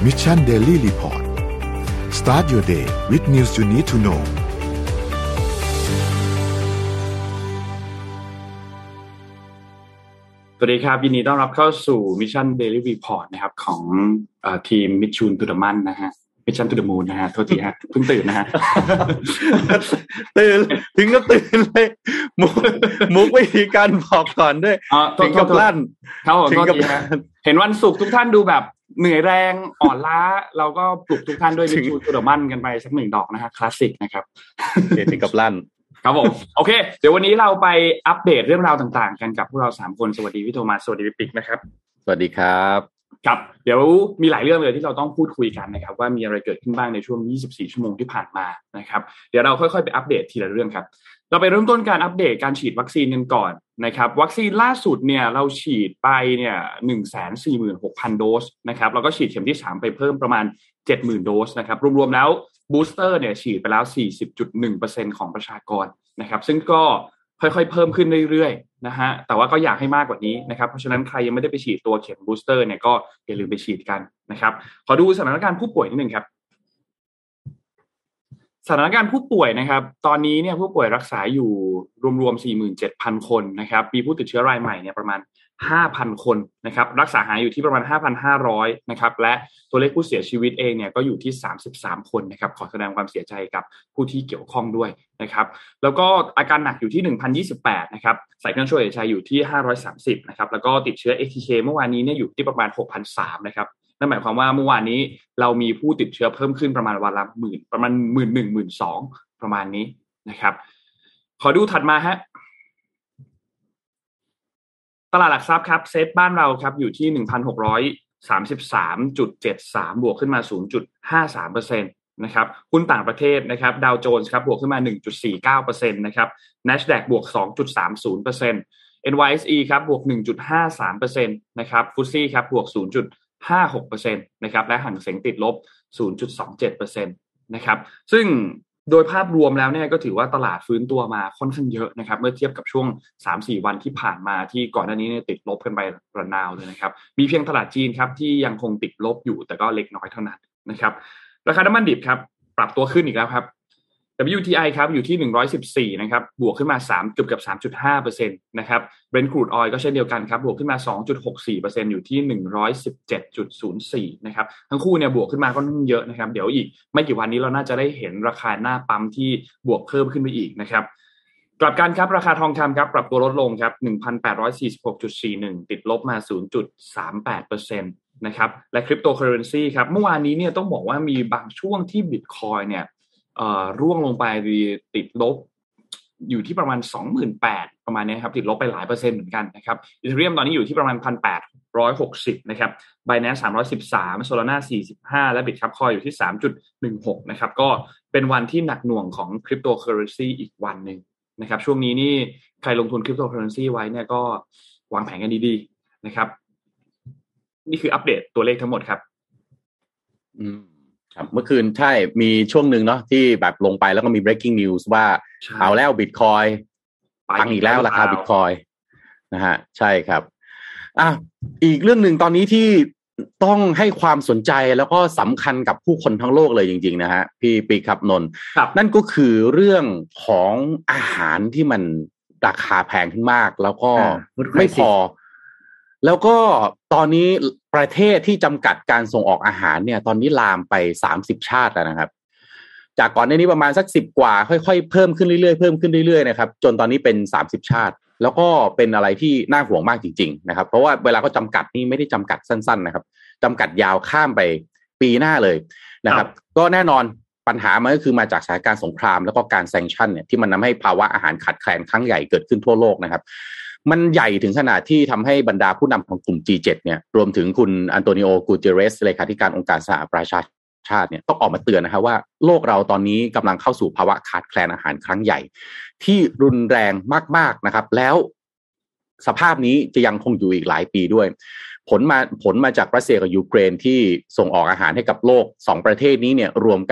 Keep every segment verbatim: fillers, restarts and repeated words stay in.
Mission Daily Report Start your day with news you need to know สวัสดีครับยินดีต้อนรับเข้าสู่ Mission Daily Report นะครับของเอ่อทีม Mission to the Moon นะฮะ Mission to the Moon นะฮะโทษทีฮะเพิ่งตื่นนะฮะตื่นถึงก็ตื่นเลยมุกมุกวิธีการบอกก่อนด้วยถึงกับลั่นครับผมโทษทีฮะเห็นวันศุกร์ทุกท่านดูแบบเหนื่อยแรงอ่อนล้าเราก็ปลุกทุกท่านด้วย Mission to the Moon กันไปสักหนึ่งดอกนะฮะคลาสสิกนะครับถึงกับลั่นครับผมโอเคเดี๋ยววันนี้เราไปอัปเดตเรื่องราวต่างๆกันกับพวกเราสามคนสวัสดีพี่โทมัสสวัสดีพี่ปิ๊กนะครับสวัสดีครับครับเดี๋ยวมีหลายเรื่องเลยที่เราต้องพูดคุยกันนะครับว่ามีอะไรเกิดขึ้นบ้างในช่วงยี่สิบสี่ชั่วโมงที่ผ่านมานะครับเดี๋ยวเราค่อยๆไปอัปเดตทีละเรื่องครับเราไปเริ่มต้นการอัปเดตการฉีดวัคซีนกันก่อนนะครับวัคซีนล่าสุดเนี่ยเราฉีดไปเนี่ย หนึ่งแสนสี่หมื่นหกพัน โดสนะครับแล้วก็ฉีดเข็มที่สามไปเพิ่มประมาณ เจ็ดหมื่น โดสนะครับรวมๆแล้วบูสเตอร์เนี่ยฉีดไปแล้ว สี่สิบจุดหนึ่งเปอร์เซ็นต์ ของประชากรนะครับซึ่งก็ค่อยๆเพิ่มขึ้นเรื่อยๆนะฮะแต่ว่าก็อยากให้มากกว่านี้นะครับเพราะฉะนั้นใครยังไม่ได้ไปฉีดตัวเข็มบูสเตอร์เนี่ยก็อย่าลืมไปฉีดกันนะครับขอดูสถานการณ์ผู้ป่วยนิดนึงครับสถานการณ์ผู้ป่วยนะครับตอนนี้เนี่ยผู้ป่วยรักษาอยู่รวมๆ สี่หมื่นเจ็ดพัน คนนะครับมีผู้ติดเชื้อรายใหม่เนี่ยประมาณ ห้าพัน คนนะครับรักษาหายอยู่ที่ประมาณ ห้าพันห้าร้อย นะครับและตัวเลขผู้เสียชีวิตเองเนี่ยก็อยู่ที่สามสิบสามคนนะครับขอแสดงความเสียใจกับผู้ที่เกี่ยวข้องด้วยนะครับแล้วก็อาการหนักอยู่ที่ หนึ่งพันยี่สิบแปด นะครับใส่เครื่องช่วยหายใจอยู่ที่ห้าร้อยสามสิบนะครับแล้วก็ติดเชื้อ เอ ที เค เมื่อวานนี้เนี่ยอยู่ที่ประมาณ หกพันสามร้อย นะครับนั่นหมายความว่าเมื่อวานนี้เรามีผู้ติดเชื้อเพิ่มขึ้นประมาณวันละหมื่นประมาณ หนึ่งหมื่นหนึ่ง หมื่นสองพัน ประมาณนี้นะครับขอดูถัดมาฮะตลาดหลักทรัพย์ครับเซ็ตบ้านเราครับอยู่ที่ หนึ่งพันหกร้อยสามสิบสามจุดเจ็ดสาม บวกขึ้นมา ศูนย์จุดห้าสามเปอร์เซ็นต์ นะครับหุ้นต่างประเทศนะครับดาวโจนส์ครับบวกขึ้นมา หนึ่งจุดสี่เก้าเปอร์เซ็นต์ นะครับ NASDAQ บวก สองจุดสามศูนย์เปอร์เซ็นต์ เอ็น วาย เอส อี ครับบวก หนึ่งจุดห้าสามเปอร์เซ็นต์ นะครับ เอฟ ที เอส ซี ครับบวก ศูนย์จุดห้าหกเปอร์เซ็นต์ นะครับและหังเส็งติดลบ ศูนย์จุดสองเจ็ดเปอร์เซ็นต์ นะครับซึ่งโดยภาพรวมแล้วเนี่ยก็ถือว่าตลาดฟื้นตัวมาค่อนข้างเยอะนะครับเมื่อเทียบกับช่วง สามถึงสี่ วันที่ผ่านมาที่ก่อนหน้านี้เนี่ยติดลบกันไประนาวเลยนะครับมีเพียงตลาดจีนครับที่ยังคงติดลบอยู่แต่ก็เล็กน้อยเท่านั้นนะครับราคาน้ำมันดิบครับปรับตัวขึ้นอีกแล้วครับ ดับเบิลยู ที ไอ ครับอยู่ที่หนึ่งร้อยสิบสี่นะครับบวกขึ้นมาสามเกือบกับ สามจุดห้าเปอร์เซ็นต์ นะครับ Brent Crude Oil ก็เช่นเดียวกันครับบวกขึ้นมา สองจุดหกสี่เปอร์เซ็นต์ อยู่ที่ หนึ่งร้อยสิบเจ็ดจุดศูนย์สี่ นะครับทั้งคู่เนี่ยบวกขึ้นมาก็เยอะนะครับเดี๋ยวอีกไม่กี่วันนี้เราน่าจะได้เห็นราคาหน้าปั๊มที่บวกเพิ่มขึ้นไปอีกนะครับกลับกันครับราคาทองคำครับปรับตัวลดลงครับ หนึ่งพันแปดร้อยสี่สิบหกจุดสี่หนึ่ง ติดลบมา ศูนย์จุดสามแปดเปอร์เซ็นต์ นะครับและคริปโตเคอเรนซีครับเมื่อวานนี้เนี่ยต้องบอกว่ามีบางช่วงที่ Bitcoin เนี่ยเอ่อร่วงลงไปติดลบอยู่ที่ประมาณ สองหมื่นแปดพัน ประมาณนี้ครับติดลบไปหลายเปอร์เซ็นต์เหมือนกันนะครับอีเธเรียมตอนนี้อยู่ที่ประมาณ หนึ่งพันแปดร้อยหกสิบ นะครับ Binance สามร้อยสิบสาม Solana สี่สิบห้าและ Bitcoin อยู่ที่ สามจุดหนึ่งหก นะครับก็เป็นวันที่หนักหน่วงของคริปโตเคอเรนซีอีกวันนึงนะครับช่วงนี้นี่ใครลงทุนคริปโตเคอเรนซีไว้เนี่ยก็วางแผนกันดีๆนะครับนี่คืออัปเดตตัวเลขทั้งหมดครับอืมครับเมื่อคืนใช่มีช่วงหนึ่งเนาะที่แบบลงไปแล้วก็มี breaking news ว่าเอาแล้ว Bitcoin ปังอีกแล้วราคา Bitcoin นะฮะใช่ครับอ่ะอีกเรื่องหนึ่งตอนนี้ที่ต้องให้ความสนใจแล้วก็สำคัญกับผู้คนทั้งโลกเลยจริงๆนะฮะพี่ปีครับนนท์นั่นก็คือเรื่องของอาหารที่มันราคาแพงขึ้นมากแล้วก็ไม่พอแล้วก็ตอนนี้ประเทศที่จำกัดการส่งออกอาหารเนี่ยตอนนี้ลามไปสามสิบชาติแล้วนะครับจากก่อนหน้านี้ประมาณสักสิบกว่าค่อยๆเพิ่มขึ้นเรื่อยๆเพิ่มขึ้นเรื่อยๆนะครับจนตอนนี้เป็นสามสิบชาติแล้วก็เป็นอะไรที่น่าห่วงมากจริงๆนะครับเพราะว่าเวลาเขาจำกัดนี่ไม่ได้จำกัดสั้นๆนะครับจำกัดยาวข้ามไปปีหน้าเลยนะครับก็แน่นอนปัญหามันก็คือมาจากสถานการณ์สงครามแล้วก็การแซงชั่นเนี่ยที่มันทำให้ภาวะอาหารขาดแคลนครั้งใหญ่เกิดขึ้นทั่วโลกนะครับมันใหญ่ถึงขนาดที่ทำให้บรรดาผู้นำของกลุ่ม จี เจ็ด เนี่ยรวมถึงคุณอันโตนิโอ กูเตเรสเลขาธิการองค์การสหประชาชาติเนี่ยต้องออกมาเตือนนะครับว่าโลกเราตอนนี้กำลังเข้าสู่ภาวะขาดแคลนอาหารครั้งใหญ่ที่รุนแรงมากๆนะครับแล้วสภาพนี้จะยังคงอยู่อีกหลายปีด้วยผลมาผลมาจากรัสเซียกับยูเครนที่ส่งออกอาหารให้กับโลกสองประเทศนี้เนี่ยรวมกัน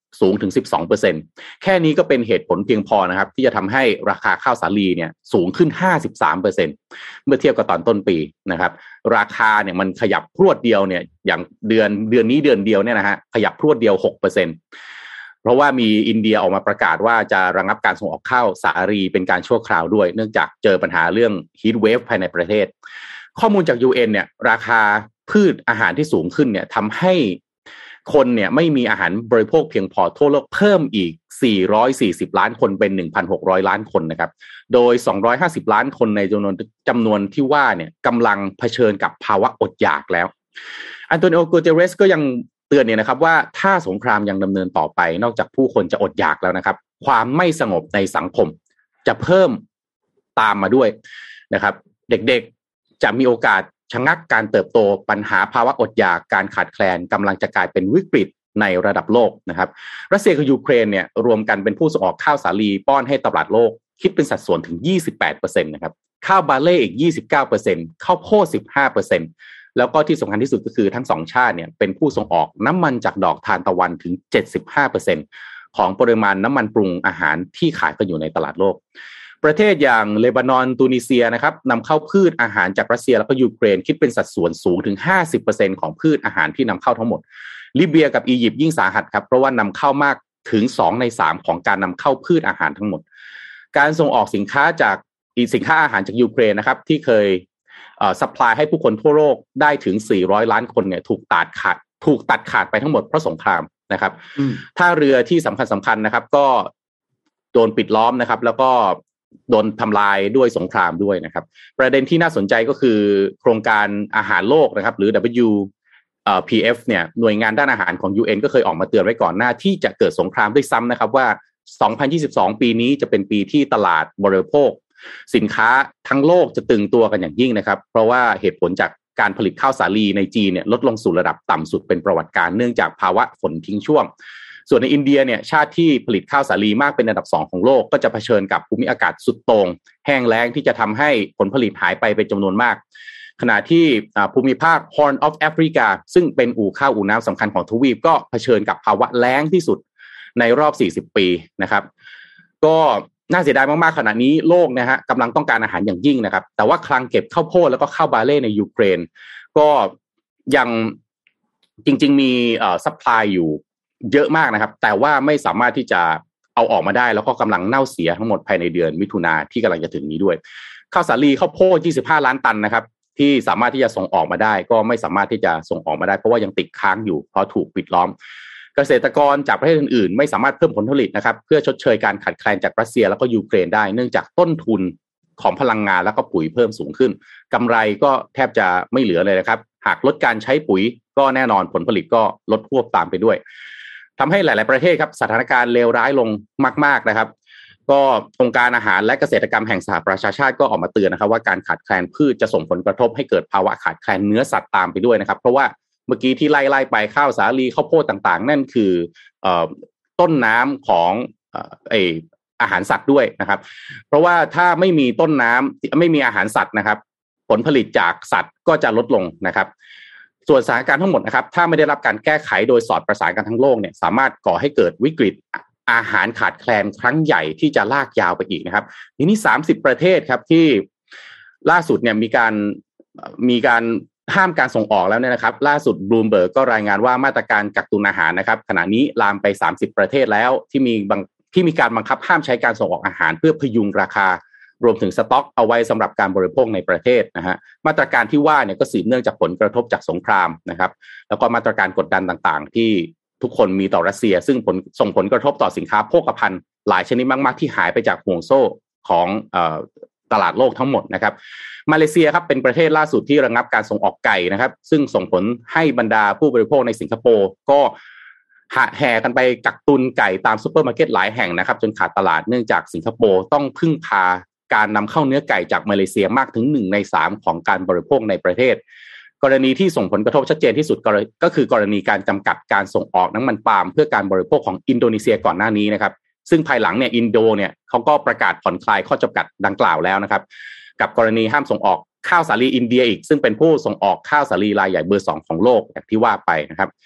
สูงถึง สิบสองเปอร์เซ็นต์ แค่นี้ก็เป็นเหตุผลเพียงพอนะครับที่จะทำให้ราคาข้าวสาลีเนี่ยสูงขึ้น ห้าสิบสามเปอร์เซ็นต์ เมื่อเทียบกับตอนต้นปีนะครับราคาเนี่ยมันขยับพรวดเดียวเนี่ยอย่างเดือนเดือนนี้เดือนเดียวเนี่ยนะฮะขยับพรวดเดียว หกเปอร์เซ็นต์ เพราะว่ามีอินเดียออกมาประกาศว่าจะระงับการส่งออกข้าวสาลีเป็นการชั่วคราวด้วยเนื่องจากเจอปัญหาเรื่อง heat wave ภายในประเทศข้อมูลจาก ยู เอ็น เนี่ยราคาพืชอาหารที่สูงขึ้นเนี่ยทำให้คนเนี่ยไม่มีอาหารบริโภคเพียงพอทั่วโลกเพิ่มอีกสี่ร้อยสี่สิบล้านคนเป็น หนึ่งพันหกร้อย ล้านคนนะครับโดยสองร้อยห้าสิบล้านคนในจำนวนจำนวนที่ว่าเนี่ยกำลังเผชิญกับภาวะอดอยากแล้วอันโตนิโอ กูเตเรสก็ยังเตือนเนี่ยนะครับว่าถ้าสงครามยังดำเนินต่อไปนอกจากผู้คนจะอดอยากแล้วนะครับความไม่สงบในสังคมจะเพิ่มตามมาด้วยนะครับเด็กๆจะมีโอกาสชะงักการเติบโตปัญหาภาวะอดอยากการขาดแคลนกำลังจะกลายเป็นวิกฤตในระดับโลกนะครับรัสเซียกับยูเครนเนี่ยรวมกันเป็นผู้ส่งออกข้าวสาลีป้อนให้ตลาดโลกคิดเป็นสัดส่วนถึง ยี่สิบแปดเปอร์เซ็นต์ นะครับข้าวบาเล่อีก ยี่สิบเก้าเปอร์เซ็นต์ ข้าวโพด สิบห้าเปอร์เซ็นต์ แล้วก็ที่สำคัญที่สุดก็คือทั้งสองชาติเนี่ยเป็นผู้ส่งออกน้ำมันจากดอกทานตะวันถึง เจ็ดสิบห้าเปอร์เซ็นต์ ของปริมาณน้ำมันปรุงอาหารที่ขายกันอยู่ในตลาดโลกประเทศอย่างเลบานอนตูนิเซียนะครับนำเข้าพืชอาหารจากรัสเซียแล้วก็ยูเครนคิดเป็นสัดส่วนสูงถึง ห้าสิบเปอร์เซ็นต์ ของพืชอาหารที่นำเข้าทั้งหมดลิเบียกับอียิปต์ยิ่งสาหัสครับเพราะว่านำเข้ามากถึงสองในสามของการนำเข้าพืชอาหารทั้งหมดการส่งออกสินค้าจากสินค้าอาหารจากยูเครนนะครับที่เคยเอ่อซัพพลายให้ผู้คนทั่วโลกได้ถึงสี่ร้อยล้านคนเนี่ยถูกตัดขาดถูกตัดขาดไปทั้งหมดเพราะสงครามนะครับท่าเรือที่สำคัญสำคัญนะครับก็โดนปิดล้อมนะครับแล้วก็โดนทำลายด้วยสงครามด้วยนะครับประเด็นที่น่าสนใจก็คือโครงการอาหารโลกนะครับหรือ ดับเบิลยู พี เอฟ เนี่ยหน่วยงานด้านอาหารของ ยู เอ็น ก็เคยออกมาเตือนไว้ก่อนหน้าที่จะเกิดสงครามด้วยซ้ำนะครับว่าสองพันยี่สิบสองปีนี้จะเป็นปีที่ตลาดบริโภคสินค้าทั้งโลกจะตึงตัวกันอย่างยิ่งนะครับเพราะว่าเหตุผลจากการผลิตข้าวสาลีในจีนเนี่ยลดลงสู่ระดับต่ำสุดเป็นประวัติการเนื่องจากภาวะฝนทิ้งช่วงส่วนในอินเดียเนี่ยชาติที่ผลิตข้าวสาลีมากเป็นอันดับสองของโลกก็จะเผชิญกับภูมิอากาศสุดโต่งแห้งแล้งที่จะทำให้ผลผลิตหายไปเป็นจำนวนมากขณะที่ภูมิภาค Horn of Africa ซึ่งเป็นอู่ข้าวอู่น้ำสำคัญของทวีปก็เผชิญกับภาวะแล้งที่สุดในรอบสี่สิบปีนะครับก็น่าเสียดายมากๆขณะนี้โลกนะฮะกำลังต้องการอาหารอย่างยิ่งนะครับแต่ว่าคลังเก็บข้าวโพดแล้วก็ข้าวบาเล่ในยูเครนก็ยังจริงๆมีเอ่อซัพพลายอยู่เยอะมากนะครับแต่ว่าไม่สามารถที่จะเอาออกมาได้แล้วก็กำลังเน่าเสียทั้งหมดภายในเดือนมิถุนาที่กำลังจะถึงนี้ด้วยข้าวสาลีข้าวโพดยี่สิบห้าล้านตันนะครับที่สามารถที่จะส่งออกมาได้ก็ไม่สามารถที่จะส่งออกมาได้เพราะว่ายังติดค้างอยู่เพราะถูกปิดล้อมเกษตรกรจากประเทศอื่นๆไม่สามารถเพิ่มผลผลิตนะครับเพื่อชดเชยการขาดแคลนจากรัสเซียแล้วก็ยูเครนได้เนื่องจากต้นทุนของพลังงานแล้วก็ปุ๋ยเพิ่มสูงขึ้นกำไรก็แทบจะไม่เหลือเลยนะครับหากลดการใช้ปุ๋ยก็แน่นอนผลผลิตก็ลดควบตามไปด้วยทำให้หลายๆประเทศครับสถานการณ์เลวร้ายลงมากๆนะครับก็องค์การอาหารและเกษตรกรรมแห่งสหประชาชาติก็ออกมาเตือนนะครับว่าการขาดแคลนพืชจะส่งผลกระทบให้เกิดภาวะขาดแคลนเนื้อสัตว์ตามไปด้วยนะครับเพราะว่าเมื่อกี้ที่ไล่ๆไปข้าวสาลีข้าวโพดต่างๆนั่นคือเอ่อต้นน้ำของเอ่อไออาหารสัตว์ด้วยนะครับเพราะว่าถ้าไม่มีต้นน้ำไม่มีอาหารสัตว์นะครับผลผลิตจากสัตว์ก็จะลดลงนะครับส่วนสถานการณ์ทั้งหมดนะครับถ้าไม่ได้รับการแก้ไขโดยสอดประสานกันทั้งโลกเนี่ยสามารถก่อให้เกิดวิกฤตอาหารขาดแคลนครั้งใหญ่ที่จะลากยาวไปอีกนะครับทีนี้สามสิบประเทศครับที่ล่าสุดเนี่ยมีการมีการห้ามการส่งออกแล้วเนี่ยนะครับล่าสุดบลูมเบิร์กก็รายงานว่ามาตรการกักตุนอาหารนะครับขณะนี้ลามไปสามสิบประเทศแล้วที่มีบางที่มีการบังคับห้ามใช้การส่งออกอาหารเพื่อพยุงราคารวมถึงสต็อกเอาไว้สำหรับการบริโภคในประเทศนะฮะมาตรการที่ว่าเนี่ยก็สืบเนื่องจากผลกระทบจากสงครามนะครับแล้วก็มาตรการกดดันต่างๆที่ทุกคนมีต่อรัสเซียซึ่งผลส่งผลกระทบต่อสินค้าโภคภัณฑ์หลายชนิดมากๆที่หายไปจากห่วงโซ่ของเอ่อตลาดโลกทั้งหมดนะครับมาเลเซียครับเป็นประเทศล่าสุดที่ระงับการส่งออกไก่นะครับซึ่งส่งผลให้บรรดาผู้บริโภคในสิงคโปร์ก็แห่กันไปกักตุนไก่ตามซุปเปอร์มาร์เก็ตหลายแห่งนะครับจนขาดตลาดเนื่องจากสิงคโปร์ต้องพึ่งพาการนำเข้าเนื้อไก่จากมาเลเซียมากถึงหนึ่งในสามของการบริโภคในประเทศกรณีที่ส่งผลกระทบชัดเจนที่สุดก็คือกรณีการจำกัดการส่งออกน้ำมันปาล์มเพื่อการบริโภคของอินโดนีเซียก่อนหน้านี้นะครับซึ่งภายหลังเนี่ยอินโดเนี่ยเขาก็ประกาศผ่อนคลายข้อจำกัดดังกล่าวแล้วนะครับกับกรณีห้ามส่งออกข้าวสาลีอินเดียอีกซึ่งเป็นผู้ส่งออกข้าวสาลีรายใหญ่เบอร์สองของโลกอย่างที่ว่าไปนะครับ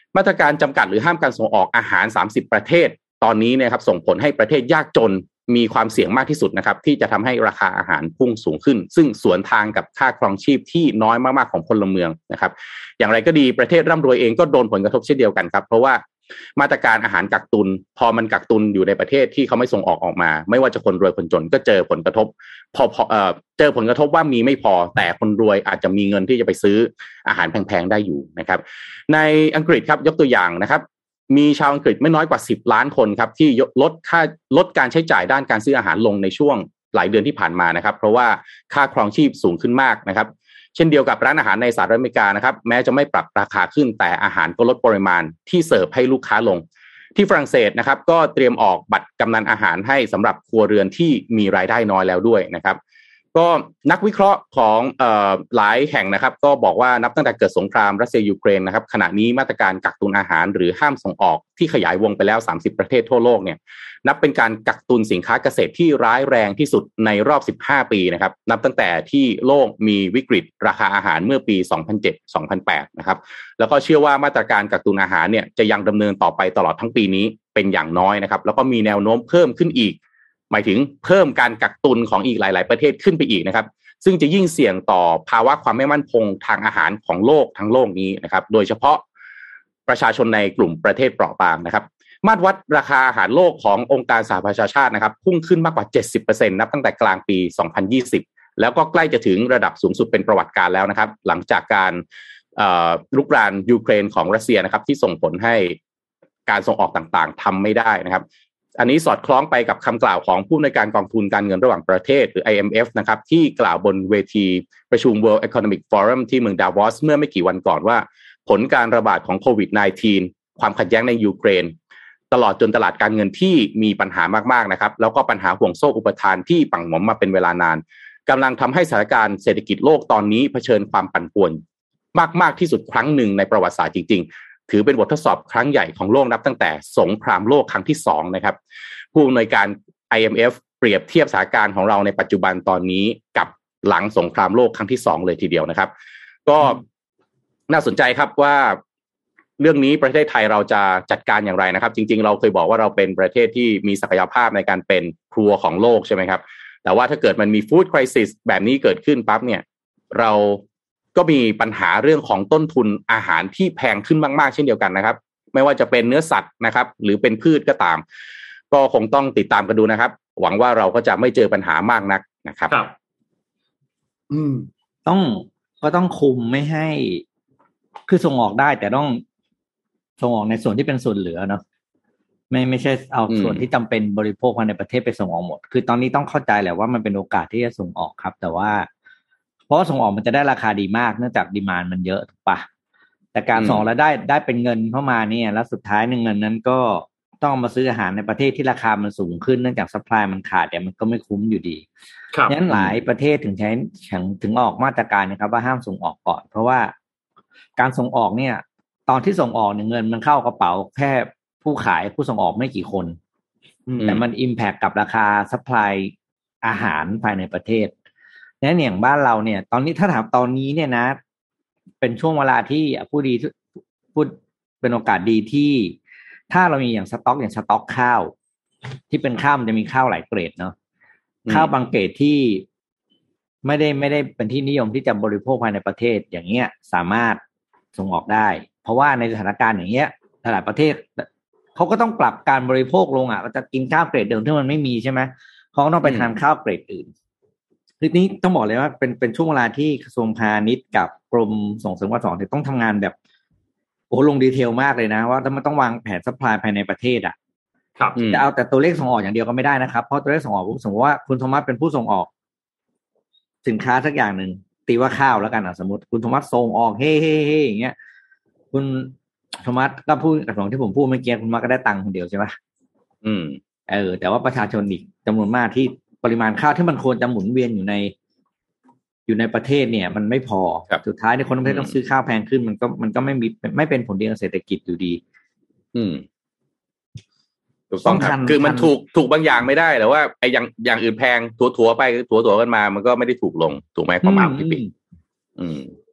มาตรการจำกัดหรือห้ามการส่งออกอาหารสามสิบประเทศตอนนี้เนี่ยครับส่งผลให้ประเทศยากจนมีความเสี่ยงมากที่สุดนะครับที่จะทำให้ราคาอาหารพุ่งสูงขึ้นซึ่งสวนทางกับค่าครองชีพที่น้อยมากๆของพลเมืองนะครับอย่างไรก็ดีประเทศร่ำรวยเองก็โดนผลกระทบเช่นเดียวกันครับเพราะว่ามาตรการอาหารกักตุนพอมันกักตุนอยู่ในประเทศที่เขาไม่ส่งออกออกมาไม่ว่าจะคนรวยคนจนก็เจอผลกระทบพอเอ่อเจอผลกระทบว่ามีไม่พอแต่คนรวยอาจจะมีเงินที่จะไปซื้ออาหารแพงๆได้อยู่นะครับในอังกฤษครับยกตัวอย่างนะครับมีชาวอังกฤษไม่น้อยกว่าสิบล้านคนครับที่ลดค่าลดการใช้จ่ายด้านการซื้ออาหารลงในช่วงหลายเดือนที่ผ่านมานะครับเพราะว่าค่าครองชีพสูงขึ้นมากนะครับเช่นเดียวกับร้านอาหารในสหรัฐอเมริกานะครับแม้จะไม่ปรับราคาขึ้นแต่อาหารก็ลดปริมาณที่เสิร์ฟให้ลูกค้าลงที่ฝรั่งเศสนะครับก็เตรียมออกบัตรกำนันอาหารให้สำหรับครัวเรือนที่มีรายได้น้อยแล้วด้วยนะครับก็นักวิเคราะห์ของเอ่อหลายแห่งนะครับก็บอกว่านับตั้งแต่เกิดสงครามรัสเซียยูเครนนะครับขณะนี้มาตรการกักตุนอาหารหรือห้ามส่งออกที่ขยายวงไปแล้วสามสิบประเทศทั่วโลกเนี่ยนับเป็นการกักตุนสินค้าเกษตรที่ร้ายแรงที่สุดในรอบสิบห้าปีนะครับนับตั้งแต่ที่โลกมีวิกฤตราคาอาหารเมื่อปีสองพันเจ็ด สองพันแปดนะครับแล้วก็เชื่อว่ามาตรการกักตุนอาหารเนี่ยจะยังดำเนินต่อไปตลอดทั้งปีนี้เป็นอย่างน้อยนะครับแล้วก็มีแนวโน้มเพิ่มขึ้นอีกหมายถึงเพิ่มการกักตุนของอีกหลายๆประเทศขึ้นไปอีกนะครับซึ่งจะยิ่งเสี่ยงต่อภาวะความไม่มั่นคงทางอาหารของโลกทั้งโลกนี้นะครับโดยเฉพาะประชาชนในกลุ่มประเทศเปราะบางนะครับมาตรวัดราคาอาหารโลกขององค์การสหประชาชาตินะครับพุ่งขึ้นมากกว่า เจ็ดสิบเปอร์เซ็นต์ นับตั้งแต่กลางปีสองพันยี่สิบแล้วก็ใกล้จะถึงระดับสูงสุดเป็นประวัติการแล้วนะครับหลังจากการรุกรานยูเครนของรัสเซียนะครับที่ส่งผลให้การส่งออกต่างๆทำไม่ได้นะครับอันนี้สอดคล้องไปกับคำกล่าวของผู้อำนวยการกองทุนการเงินระหว่างประเทศหรือ ไอ เอ็ม เอฟ นะครับที่กล่าวบนเวทีประชุม World Economic Forum ที่เมืองดาวอสเมื่อไม่กี่วันก่อนว่าผลการระบาดของโควิด สิบเก้า ความขัดแย้งในยูเครนตลอดจนตลาดการเงินที่มีปัญหามากๆนะครับแล้วก็ปัญหาห่วงโซ่อุปทานที่ปั่นหมมมาเป็นเวลานานกำลังทำให้สถานการณ์เศรษฐกิจโลกตอนนี้เผชิญความปั่นป่วนมากๆที่สุดครั้งหนึ่งในประวัติศาสตร์จริงๆถือเป็นบททดสอบครั้งใหญ่ของโลกนับตั้งแต่สงครามโลกครั้งที่สองนะครับผู้อำนวยการ ไอ เอ็ม เอฟ เปรียบเทียบสถานการณ์ของเราในปัจจุบันตอนนี้กับหลังสงครามโลกครั้งที่สองเลยทีเดียวนะครับก็น่าสนใจครับว่าเรื่องนี้ประเทศไทยเราจะจัดการอย่างไรนะครับจริงๆเราเคยบอกว่าเราเป็นประเทศที่มีศักยภาพในการเป็นครัวของโลกใช่ไหมครับแต่ว่าถ้าเกิดมันมีฟู้ดไครซิสแบบนี้เกิดขึ้นปั๊บเนี่ยเราก็มีปัญหาเรื่องของต้นทุนอาหารที่แพงขึ้นมากๆเช่นเดียวกันนะครับไม่ว่าจะเป็นเนื้อสัตว์นะครับหรือเป็นพืชก็ตามก็คงต้องติดตามกันดูนะครับหวังว่าเราก็จะไม่เจอปัญหามากนักนะครับครับอืมต้องก็ต้องคุมไม่ให้คือส่งออกได้แต่ต้องส่งออกในส่วนที่เป็นส่วนเหลือเนาะไม่ไม่ใช่เอาส่วนที่จำเป็นบริโภคภายในประเทศไปส่งออกหมดคือตอนนี้ต้องเข้าใจแหละว่ามันเป็นโอกาสที่จะส่งออกครับแต่ว่าเพราะส่งออกมันจะได้ราคาดีมากเนื่องจากดีมานด์มันเยอะถูกปะแต่การส่งแล้วได้ได้เป็นเงินเข้ามาเนี่ยแล้วสุดท้ายเงินนั้นก็ต้องมาซื้ออาหารในประเทศที่ราคามันสูงขึ้นเนื่องจากซัพพลายมันขาดแต่มันก็ไม่คุ้มอยู่ดีฉะนั้นหลายประเทศถึงใช้ถึงออกมาตรการนะครับว่าห้ามส่งออกก่อนเพราะว่าการส่งออกเนี่ยตอนที่ส่งออกเนี่ยเงินมันเข้ากระเป๋าแค่ผู้ขายผู้ส่งออกไม่กี่คนแต่มันอิมแพคกับราคาซัพพลายอาหารภายในประเทศนั้นอย่างบ้านเราเนี่ยตอนนี้ถ้าถามตอนนี้เนี่ยนะเป็นช่วงเวลาที่ผู้ดีพูดเป็นโอกาสดีที่ถ้าเรามีอย่างสต็อกอย่างสต็อกข้าวที่เป็นข้าวมันจะมีข้าวหลายเกรดเนาะข้าวบางเกรดที่ไม่ได้ไม่ได้เป็นที่นิยมที่จะบริโภคภายในประเทศอย่างเงี้ยสามารถส่งออกได้เพราะว่าในสถานการณ์อย่างเงี้ยหลายประเทศเขาก็ต้องปรับการบริโภคลงอ่ะก็จะกินข้าวเกรดเดิมที่มันไม่มีใช่ไหมเขาก็ต้องไปทานข้าวเกรดอื่นทีนี้ต้องบอกเลยว่าเป็นเป็นช่วงเวลาที่กระทรวงพาณิชย์กับกรมส่งเสริมการส่งออกต้องทำงานแบบโอ้ลงดีเทลมากเลยนะว่ามันต้องวางแผนซัพพลายภายในประเทศอ่ะครับจะเอาแต่ตัวเลขส่งออกอย่างเดียวก็ไม่ได้นะครับเพราะตัวเลขส่งออกสมมติว่าคุณโทมัสเป็นผู้ส่งออกสินค้าสักอย่างหนึ่งตีว่าข้าวแล้วกันอ่ะสมมติคุณโทมัสส่งออกเฮ้เฮ้เฮ้อย่างเงี้ยคุณโทมัสก็พูดกับของที่ผมพูดเมื่อกี้คุณโทมัสก็ได้ตังค์คนเดียวใช่ไหมอืมเออแต่ว่าประชาชนอีกจำนวนมากที่ปริมาณข้าวที่มันควรจะหมุนเวียนอยู่ในอยู่ในประเทศเนี่ยมันไม่พอสุดท้ายในคนทั้งประเทศต้องซื้อข้าวแพงขึ้นมันก็มันก็ไม่มีไม่เป็นผลดีกับเศรษฐกิจอยู่ดีอืมถูกต้องครับคือมันถูกถูกบางอย่างไม่ได้แต่ว่าไอ้อย่างอย่างอื่นแพงถัวๆไปถัวๆกันมามันก็ไม่ได้ถูกลงถูกไหมความหมายพี่ปิ๊กอืม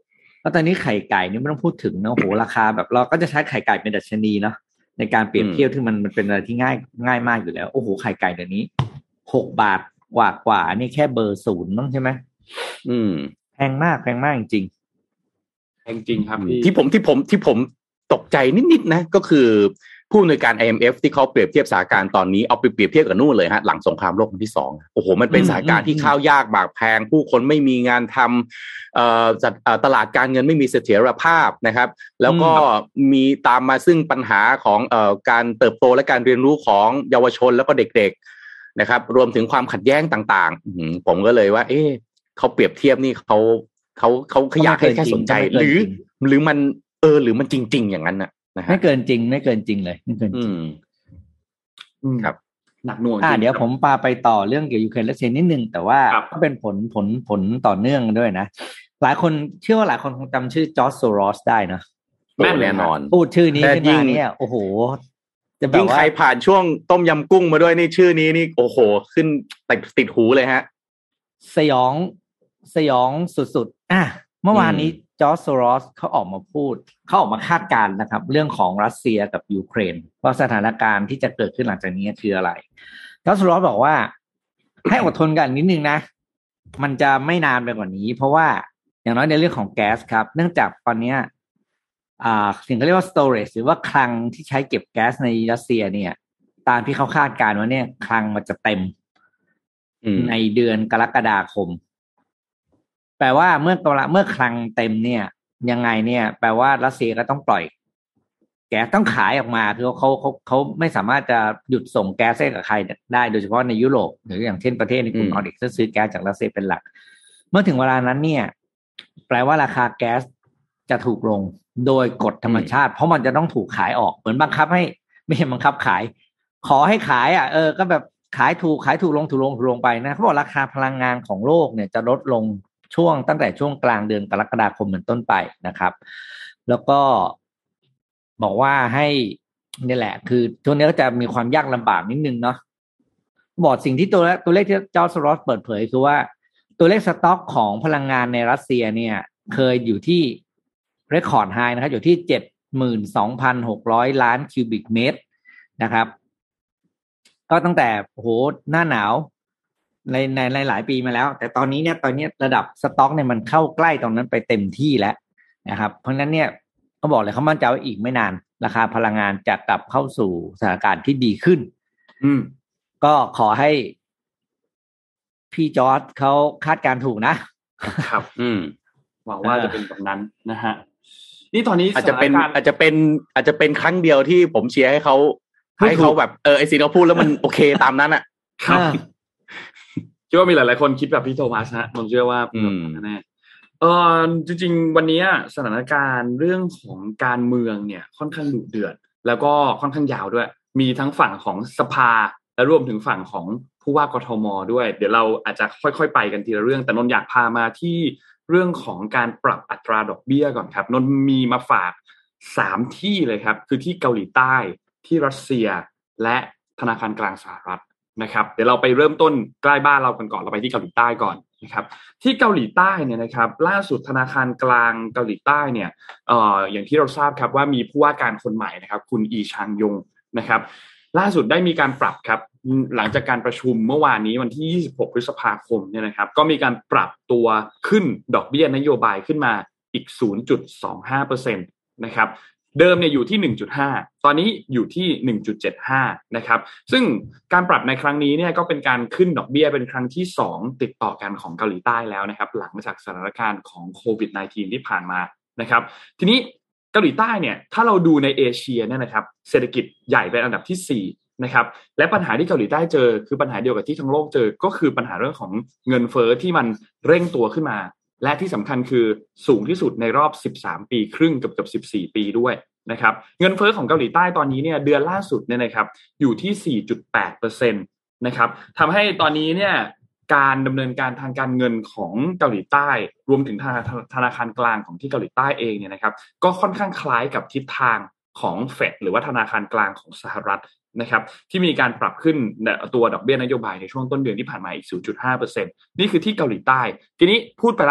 แล้วตอนนี้ไข่ไก่นี่ไม่ต้องพูดถึงนะโอ้โหราคาแบบเราก็จะใช้ไข่ไก่เป็นดัชนีเนาะในการเปรียบเทียบที่มันมันเป็นอะไรที่ง่ายง่ายมากอยู่แล้วโอ้โหไข่ไก่เดี๋ยวนี้หกบาทกว่ากว่านี่แค่เบอร์ศูนย์มั้งใช่ไหมอืมแพงมากแพงมากจริงแพงจริงครับที่ผมที่ผมที่ผมตกใจนิดๆนะก็คือผู้อำนวยการ ไอ เอ็ม เอฟ ที่เขาเปรียบเทียบสถานการณ์ตอนนี้เอาไปเปรียบเทียบกับนู่นเลยฮะหลังสงครามโลกครั้งที่สองโอ้โหมันเป็นสถานการณ์ที่ข้าวยากหมากแพงผู้คนไม่มีงานทำเอ่อตลาดการเงินไม่มีเสถียรภาพนะครับแล้วก็มีตามมาซึ่งปัญหาของเอ่อการเติบโตและการเรียนรู้ของเยาวชนแล้วก็เด็กๆนะครับรวมถึงความขัดแย้งต่างๆผมก็เลยว่าเอ๊ะเขาเปรียบเทียบนี่เขาเขาเขาอยากให้แค่สนใจหรือหรือมันเออหรือมันจริงๆอย่างนั้นน่ะไม่เกินจริงไม่เกินจริงเลยไม่เกินจริงครับหนักหน่วงอ่าเดี๋ยวผมปาไปต่อเรื่องเกี่ยวกับยูเครนและรัสเซียนิดนึงแต่ว่าก็เป็นผลผลผลต่อเนื่องด้วยนะหลายคนเชื่อว่าหลายคนคงจำชื่อจอร์จโซรอสได้นะแม่นแน่นอนพูดชื่อนี้ขึ้นมาเนี่ยโอ้โหจะแบบว่าใครผ่านช่วงต้มยำกุ้งมาด้วยนี่ชื่อนี้นี่โอ้โหขึ้นติดติดหูเลยฮะสยองสยองสุดๆอ่ะเมื่อวานนี้จอร์จโซรอสเขาออกมาพูดเขาออกมาคาดการณ์นะครับเรื่องของรัสเซียกับยูเครนว่าสถานการณ์ที่จะเกิดขึ้นหลังจากนี้คืออะไรจอร์จโซรอสบอกว่าให้อดทนกันนิดนึงนะมันจะไม่นานไปกว่านี้เพราะว่าอย่างน้อยในเรื่องของแก๊สครับเนื่องจากตอนนี้อ่าสิ่งที่เรียกว่า storage หรือว่าคลังที่ใช้เก็บแก๊สในรัสเซียเนี่ยตามที่เขาคาดการณ์ว่าเนี่ยคลังมันจะเต็มในเดือนกรกฎาคมแปลว่าเมื่อกเมื่อคลังเต็มเนี่ยยังไงเนี่ยแปลว่ารัสเซียก็ต้องปล่อยแก๊สต้องขายออกมาคือเขาเขาเขาไม่สามารถจะหยุดส่งแก๊สให้กับใครได้โดยเฉพาะในยุโรปหรืออย่างเช่นประเทศในกลุ่มนอร์ดิกที่ซื้อแก๊สจากรัสเซียเป็นหลักเมื่อถึงเวลานั้นเนี่ยแปลว่าราคาแก๊สจะถูกลงโดยกฎธรรมชาติเพราะมันจะต้องถูกขายออกเหมือนบังคับให้ไม่ใช่บังคับขายขอให้ขายอ่ะเออก็แบบขายถูกขายถูกลงถูกลงถูกลงไปนะเขาบอกราคาพลังงานของโลกเนี่ยจะลดลงช่วงตั้งแต่ช่วงกลางเดือนกรกฎาคมเป็นต้นไปนะครับแล้วก็บอกว่าให้นี่แหละคือช่วงนี้ก็จะมีความยากลำบากนิดนึงเนาะบอกสิ่งที่ตัวตัวเลขที่จอร์จโซรอสเปิดเผยคือว่าตัวเลขสต็อกของพลังงานในรัสเซียเนี่ยเคยอยู่ที่เรคคอร์ดไฮนะครับอยู่ที่ เจ็ดหมื่นสองพันหกร้อย ล้านคิวบิกเมตรนะครับก็ตั้งแต่โอ้โหหน้าหนาวในในในหลายปีมาแล้วแต่ตอนนี้เนี่ยตอนนี้ระดับสต็อกเนี่ยมันเข้าใกล้ตรงนั้นไปเต็มที่แล้วนะครับเพราะฉะนั้นเนี่ยเขาบอกเลยเขามั่นใจว่าอีกไม่นานราคาพลังงานจะกลับเข้าสู่สถานการณ์ที่ดีขึ้นอืมก็ขอให้พี่จอร์จเขาคาดการถูกนะครับอืมหวังว่าจะเป็นแบบนั้นนะฮะนี่ตอนนี้อาจจะเป็นอาจจะเป็นอาจจะเป็นครั้งเดียวที่ผมเชียร์ให้เขาให้เขาแบบเออไอซีเขาพูดแล้วมันโอเคตามนั้นอ่ะครับคิดว่ามีหลายๆคนคิดแบบพี่โทมัสนะผมเชื่อว่าแน่เออจริงๆวันนี้สถานการณ์เรื่องของการเมืองเนี่ยค่อนข้างดุเดือดแล้วก็ค่อนข้างยาวด้วยมีทั้งฝั่งของสภาและรวมถึงฝั่งของผู้ว่ากทมด้วยเดี๋ยวเราอาจจะค่อยๆไปกันทีละเรื่องแต่นนท์อยากพามาที่เรื่องของการปรับอัตราดอกเบี้ยก่อนครับนนท์มีมาฝากสามที่เลยครับคือที่เกาหลีใต้ที่รัสเซียและธนาคารกลางสหรัฐนะครับเดี๋ยวเราไปเริ่มต้นใกล้บ้านเรากันก่อนเราไปที่เกาหลีใต้ก่อนนะครับที่เกาหลีใต้เนี่ยนะครับล่าสุดธนาคารกลางเกาหลีใต้เนี่ยเอ่ออย่างที่เราทราบครับว่ามีผู้ว่าการคนใหม่นะครับคุณอีชางยงนะครับล่าสุดได้มีการปรับครับหลังจากการประชุมเมื่อวานนี้วันที่ยี่สิบหกพฤษภาคมเนี่ยนะครับก็มีการปรับตัวขึ้นดอกเบี้ยนโยบายขึ้นมาอีก ศูนย์จุดสองห้าเปอร์เซ็นต์ นะครับเดิมเนี่ยอยู่ที่ หนึ่งจุดห้า ตอนนี้อยู่ที่ หนึ่งจุดเจ็ดห้า นะครับซึ่งการปรับในครั้งนี้เนี่ยก็เป็นการขึ้นดอกเบี้ยเป็นครั้งที่สองติดต่อกันของเกาหลีใต้แล้วนะครับหลังจากสถานการณ์ของโควิด สิบเก้า ที่ผ่านมานะครับทีนี้เกาหลีใต้เนี่ยถ้าเราดูในเอเชียเนี่ยนะครับเศรษฐกิจใหญ่เป็นอันดับที่สี่นะครับและปัญหาที่เกาหลีใต้เจอคือปัญหาเดียวกับที่ทั้งโลกเจอก็คือปัญหาเรื่องของเงินเฟ้อที่มันเร่งตัวขึ้นมาและที่สำคัญคือสูงที่สุดในรอบสิบสามปีครึ่งกับกับสิบสี่ปีด้วยนะครับเงินเฟ้อของเกาหลีใต้ตอนนี้เนี่ยเดือนล่าสุดเนี่ยนะครับอยู่ที่ สี่จุดแปดเปอร์เซ็นต์ นะครับทำให้ตอนนี้เนี่ยการดำเนินการทางการเงินของเกาหลีใต้รวมถึงธนาคารกลางของที่เกาหลีใต้เองเนี่ยนะครับก็ค่อนข้างคล้ายกับทิศทางของเฟดหรือว่าธนาคารกลางของสหรัฐนะครับที่มีการปรับขึ้นตัวดอกเบี้ยนโยบายในช่วงต้นเดือนที่ผ่านมาอีก ศูนย์จุดห้าเปอร์เซ็นต์ นี่คือที่เกาหลีใต้ทีนี้พูดไปละ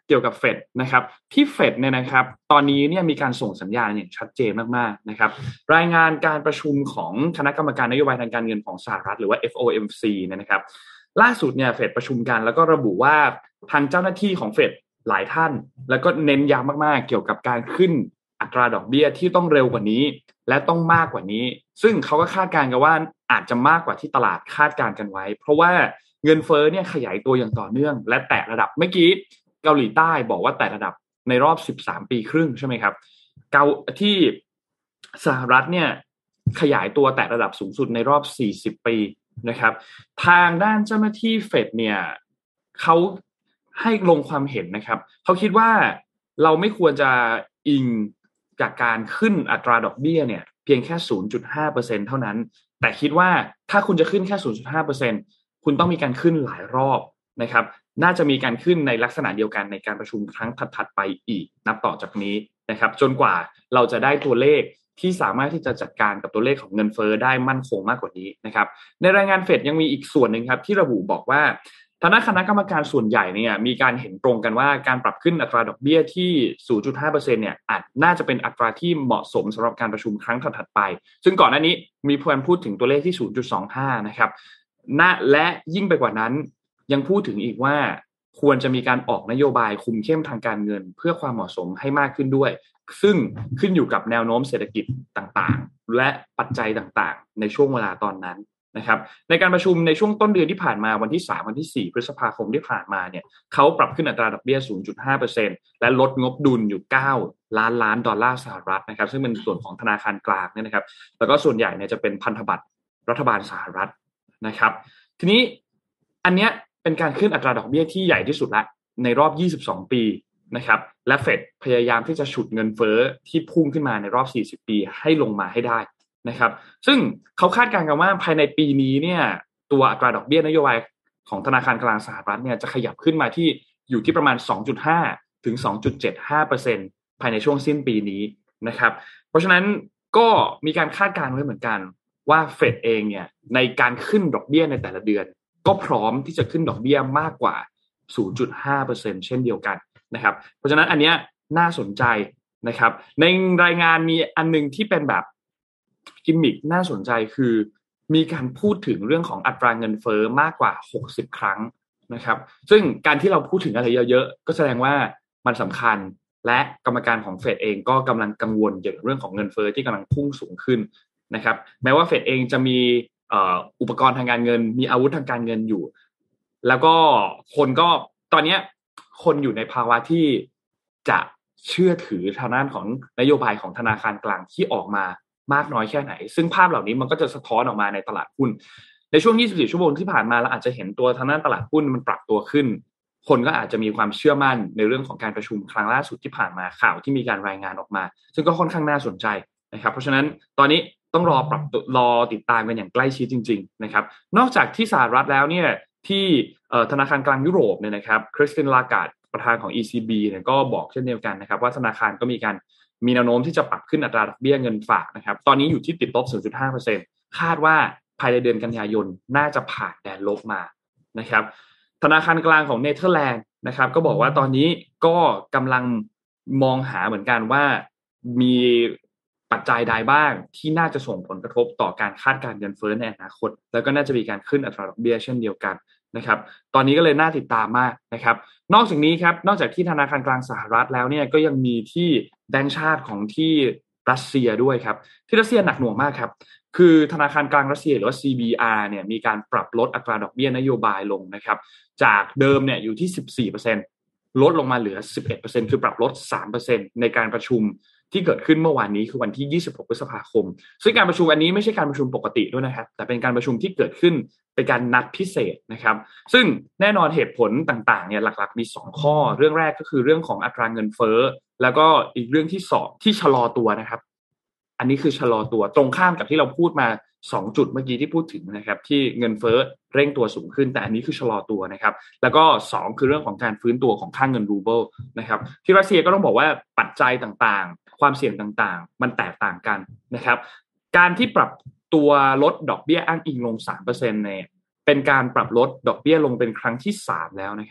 เกี่ยวกับเฟดนะครับที่เฟดเนี่ยนะครับตอนนี้เนี่ยมีการส่งสัญญาณอย่างชัดเจนมากๆนะครับรายงานการประชุมของคณะกรรมการนโยบายทางการเงินของสหรัฐหรือว่า เอฟ โอ เอ็ม ซี เนี่ยนะครับล่าสุดเนี่ยเฟดประชุมกันแล้วก็ระบุว่าทางเจ้าหน้าที่ของเฟดหลายท่านแล้วก็เน้นย้ำมากๆเกี่ยวกับการขึ้นอัตราดอกเบี้ยที่ต้องเร็วกว่านี้และต้องมากกว่านี้ซึ่งเขาก็คาดการณ์กันว่าอาจจะมากกว่าที่ตลาดคาดการณ์กันไว้เพราะว่าเงินเฟ้อเนี่ยขยายตัวอย่างต่อเนื่องและแตะระดับเมื่อกี้เกาหลีใต้บอกว่าแตะระดับในรอบสิบสามปีครึ่งใช่ไหมครับเกาที่สหรัฐเนี่ยขยายตัวแตะระดับสูงสุดในรอบสี่สิบปีนะครับทางด้านเจ้าหน้าที่เฟดเนี่ยเขาให้ลงความเห็นนะครับเขาคิดว่าเราไม่ควรจะอิงจากการขึ้นอัตราดอกเบี้ยเนี่ยเพียงแค่ ศูนย์จุดห้าเปอร์เซ็นต์ เท่านั้นแต่คิดว่าถ้าคุณจะขึ้นแค่ ศูนย์จุดห้าเปอร์เซ็นต์ คุณต้องมีการขึ้นหลายรอบนะครับน่าจะมีการขึ้นในลักษณะเดียวกันในการประชุมครั้งถัดๆไปอีกนับต่อจากนี้นะครับจนกว่าเราจะได้ตัวเลขที่สามารถที่จะจัดการกับตัวเลขของเงินเฟ้อได้มั่นคงมากกว่านี้นะครับในรายงานเฟดยังมีอีกส่วนหนึ่งครับที่ระบุบอกว่าทางคณะกรรมการส่วนใหญ่เนี่ยมีการเห็นตรงกันว่าการปรับขึ้นอัตราดอกเบี้ยที่ ศูนย์จุดห้าเปอร์เซ็นต์ เนี่ยอาจน่าจะเป็นอัตราที่เหมาะสมสำหรับการประชุมครั้งถัดๆไปซึ่งก่อนหน้านี้มีเพื่อนพูดถึงตัวเลขที่ ศูนย์จุดสองห้า นะครับนะและยิ่งไปกว่านั้นยังพูดถึงอีกว่าควรจะมีการออกนโยบายคุมเข้มทางการเงินเพื่อความเหมาะสมให้มากขึ้นด้วยซึ่งขึ้นอยู่กับแนวโน้มเศรษฐกิจต่างๆและปัจจัยต่างๆในช่วงเวลาตอนนั้นนะครับในการประชุมในช่วงต้นเดือนที่ผ่านมาวันที่สามวันที่สี่พฤษภาคมที่ผ่านมาเนี่ยเขาปรับขึ้นอัตราดอกเบี้ย ศูนย์จุดห้าเปอร์เซ็นต์ และลดงบดุลอยู่เก้าล้านล้านดอลลาร์สหรัฐนะครับซึ่งเป็นส่วนของธนาคารกลางเนี่ยนะครับแล้วก็ส่วนใหญ่เนี่ยจะเป็นพันธบัตรรัฐบาลสหรัฐนะครับทีนี้อันเนี้ยเป็นการขึ้นอัตราดอกเบี้ยที่ใหญ่ที่สุดละในรอบยี่สิบสองปีนะครับและเฟดพยายามที่จะฉุดเงินเฟ้อที่พุ่งขึ้นมาในรอบสี่สิบปีให้ลงมาให้ได้นะครับซึ่งเขาคาดการณ์กันว่าภายในปีนี้เนี่ยตัวอัตราดอกเบี้ยนโยบายของธนาคารกลางสหรัฐเนี่ยจะขยับขึ้นมาที่อยู่ที่ประมาณ สองจุดห้า ถึง สองจุดเจ็ดห้าเปอร์เซ็นต์ ภายในช่วงสิ้นปีนี้นะครับเพราะฉะนั้นก็มีการคาดการณ์ไว้เหมือนกันว่าเฟดเองเนี่ยในการขึ้นดอกเบี้ยในแต่ละเดือนก็พร้อมที่จะขึ้นดอกเบี้ยมากกว่า ศูนย์จุดห้าเปอร์เซ็นต์ เช่นเดียวกันนะครับเพราะฉะนั้นอันเนี้ยน่าสนใจนะครับในรายงานมีอันนึงที่เป็นแบบกิมมิคน่าสนใจคือมีการพูดถึงเรื่องของอัตราเงินเฟ้อมากกว่าหกสิบครั้งนะครับซึ่งการที่เราพูดถึงอะไรเยอะๆก็แสดงว่ามันสำคัญและกรรมการของเฟดเองก็กำลังกังวลเกี่ยวกับเรื่องของเงินเฟ้อที่กำลังพุ่งสูงขึ้นนะครับแม้ว่าเฟดเองจะมีอุปกรณ์ทางการเงินมีอาวุธทางการเงินอยู่แล้วก็คนก็ตอนนี้คนอยู่ในภาวะที่จะเชื่อถือทางด้านของนโยบายของธนาคารกลางที่ออกมามากน้อยแค่ไหนซึ่งภาพเหล่านี้มันก็จะสะท้อนออกมาในตลาดหุ้นในช่วงยี่สิบสี่ชั่วโมงที่ผ่านมาเราอาจจะเห็นตัวทางด้านตลาดหุ้นมันปรับตัวขึ้นคนก็อาจจะมีความเชื่อมั่นในเรื่องของการประชุมครั้งล่าสุดที่ผ่านมาข่าวที่มีการรายงานออกมาซึ่งก็ค่อนข้างน่าสนใจนะครับเพราะฉะนั้นตอนนี้ต้องรอปรับรอติดตามกันอย่างใกล้ชิดจริงๆนะครับนอกจากที่สหรัฐแล้วเนี่ยที่ธนาคารกลางยุโรปเนี่ยนะครับคริสติน ลาการ์ดประธานของ อี ซี บี เนี่ยก็บอกเช่นเดียวกันนะครับว่าธนาคารก็มีการมีแนวโน้มที่จะปรับขึ้นอัตราดอกเบี้ยเงินฝากนะครับตอนนี้อยู่ที่ติดลบ ศูนย์จุดห้าเปอร์เซ็นต์ คาดว่าภายในเดือนกันยายนน่าจะผ่านแดนลบมานะครับธนาคารกลางของเนเธอร์แลนด์นะครับก็บอกว่าตอนนี้ก็กำลังมองหาเหมือนกันว่ามีปัจจัยใดบ้างที่น่าจะส่งผลกระทบต่อการคาดการณ์เงินเฟ้อในอนาคตแล้วก็น่าจะมีการขึ้นอัตราดอกเบี้ยเช่นเดียวกันนะครับตอนนี้ก็เลยน่าติดตามมากนะครับนอกจากนี้ครับนอกจากที่ธนาคารกลางสหรัฐแล้วเนี่ยก็ยังมีที่แบงก์ชาติของที่รัสเซียด้วยครับที่รัสเซียหนักหน่วงมากครับคือธนาคารกลางรัสเซียหรือว่า ซี บี อาร์ เนี่ยมีการปรับลดอัตราดอกเบี้ยนโยบายลงนะครับจากเดิมเนี่ยอยู่ที่ สิบสี่เปอร์เซ็นต์ ลดลงมาเหลือ สิบเอ็ดเปอร์เซ็นต์ คือปรับลด สามเปอร์เซ็นต์ ในการประชุมที่เกิดขึ้นเมื่อวานนี้คือวันที่ยี่สิบหกพฤษภาคมซึ่งการประชุมอันนี้ไม่ใช่การประชุมปกติด้วยนะครับแต่เป็นการประชุมที่เกิดขึ้นเป็นการนัดพิเศษนะครับซึ่งแน่นอนเหตุผลต่างๆเนี่ยหลักๆมีสองข้อเรื่องแรกก็คือเรื่องของอัตราเงินเฟ้อแล้วก็อีกเรื่องที่สองที่ชะลอตัวนะครับอันนี้คือชะลอตัวตรงข้ามกับที่เราพูดมาสองจุดเมื่อกี้ที่พูดถึงนะครับที่เงินเฟ้อเร่งตัวสูงขึ้นแต่อันนี้คือชะลอตัวนะครับแล้วก็สองคือเรื่องของการฟื้นตัวของค่าเงินรูเบิลนะครับที่รัสเซียก็ต้องบอกว่าปัจจัยต่างๆความเสี่ยงต่างๆมันแตกต่างกันนะครับการที่ปรับตัวลดดอกเบี้ยอ้างอิงลง สามเปอร์เซ็นต์ เนี่ยเป็นการปรับลดดอกเบี้ยลงเป็นครั้งที่สามแล้วนะครับ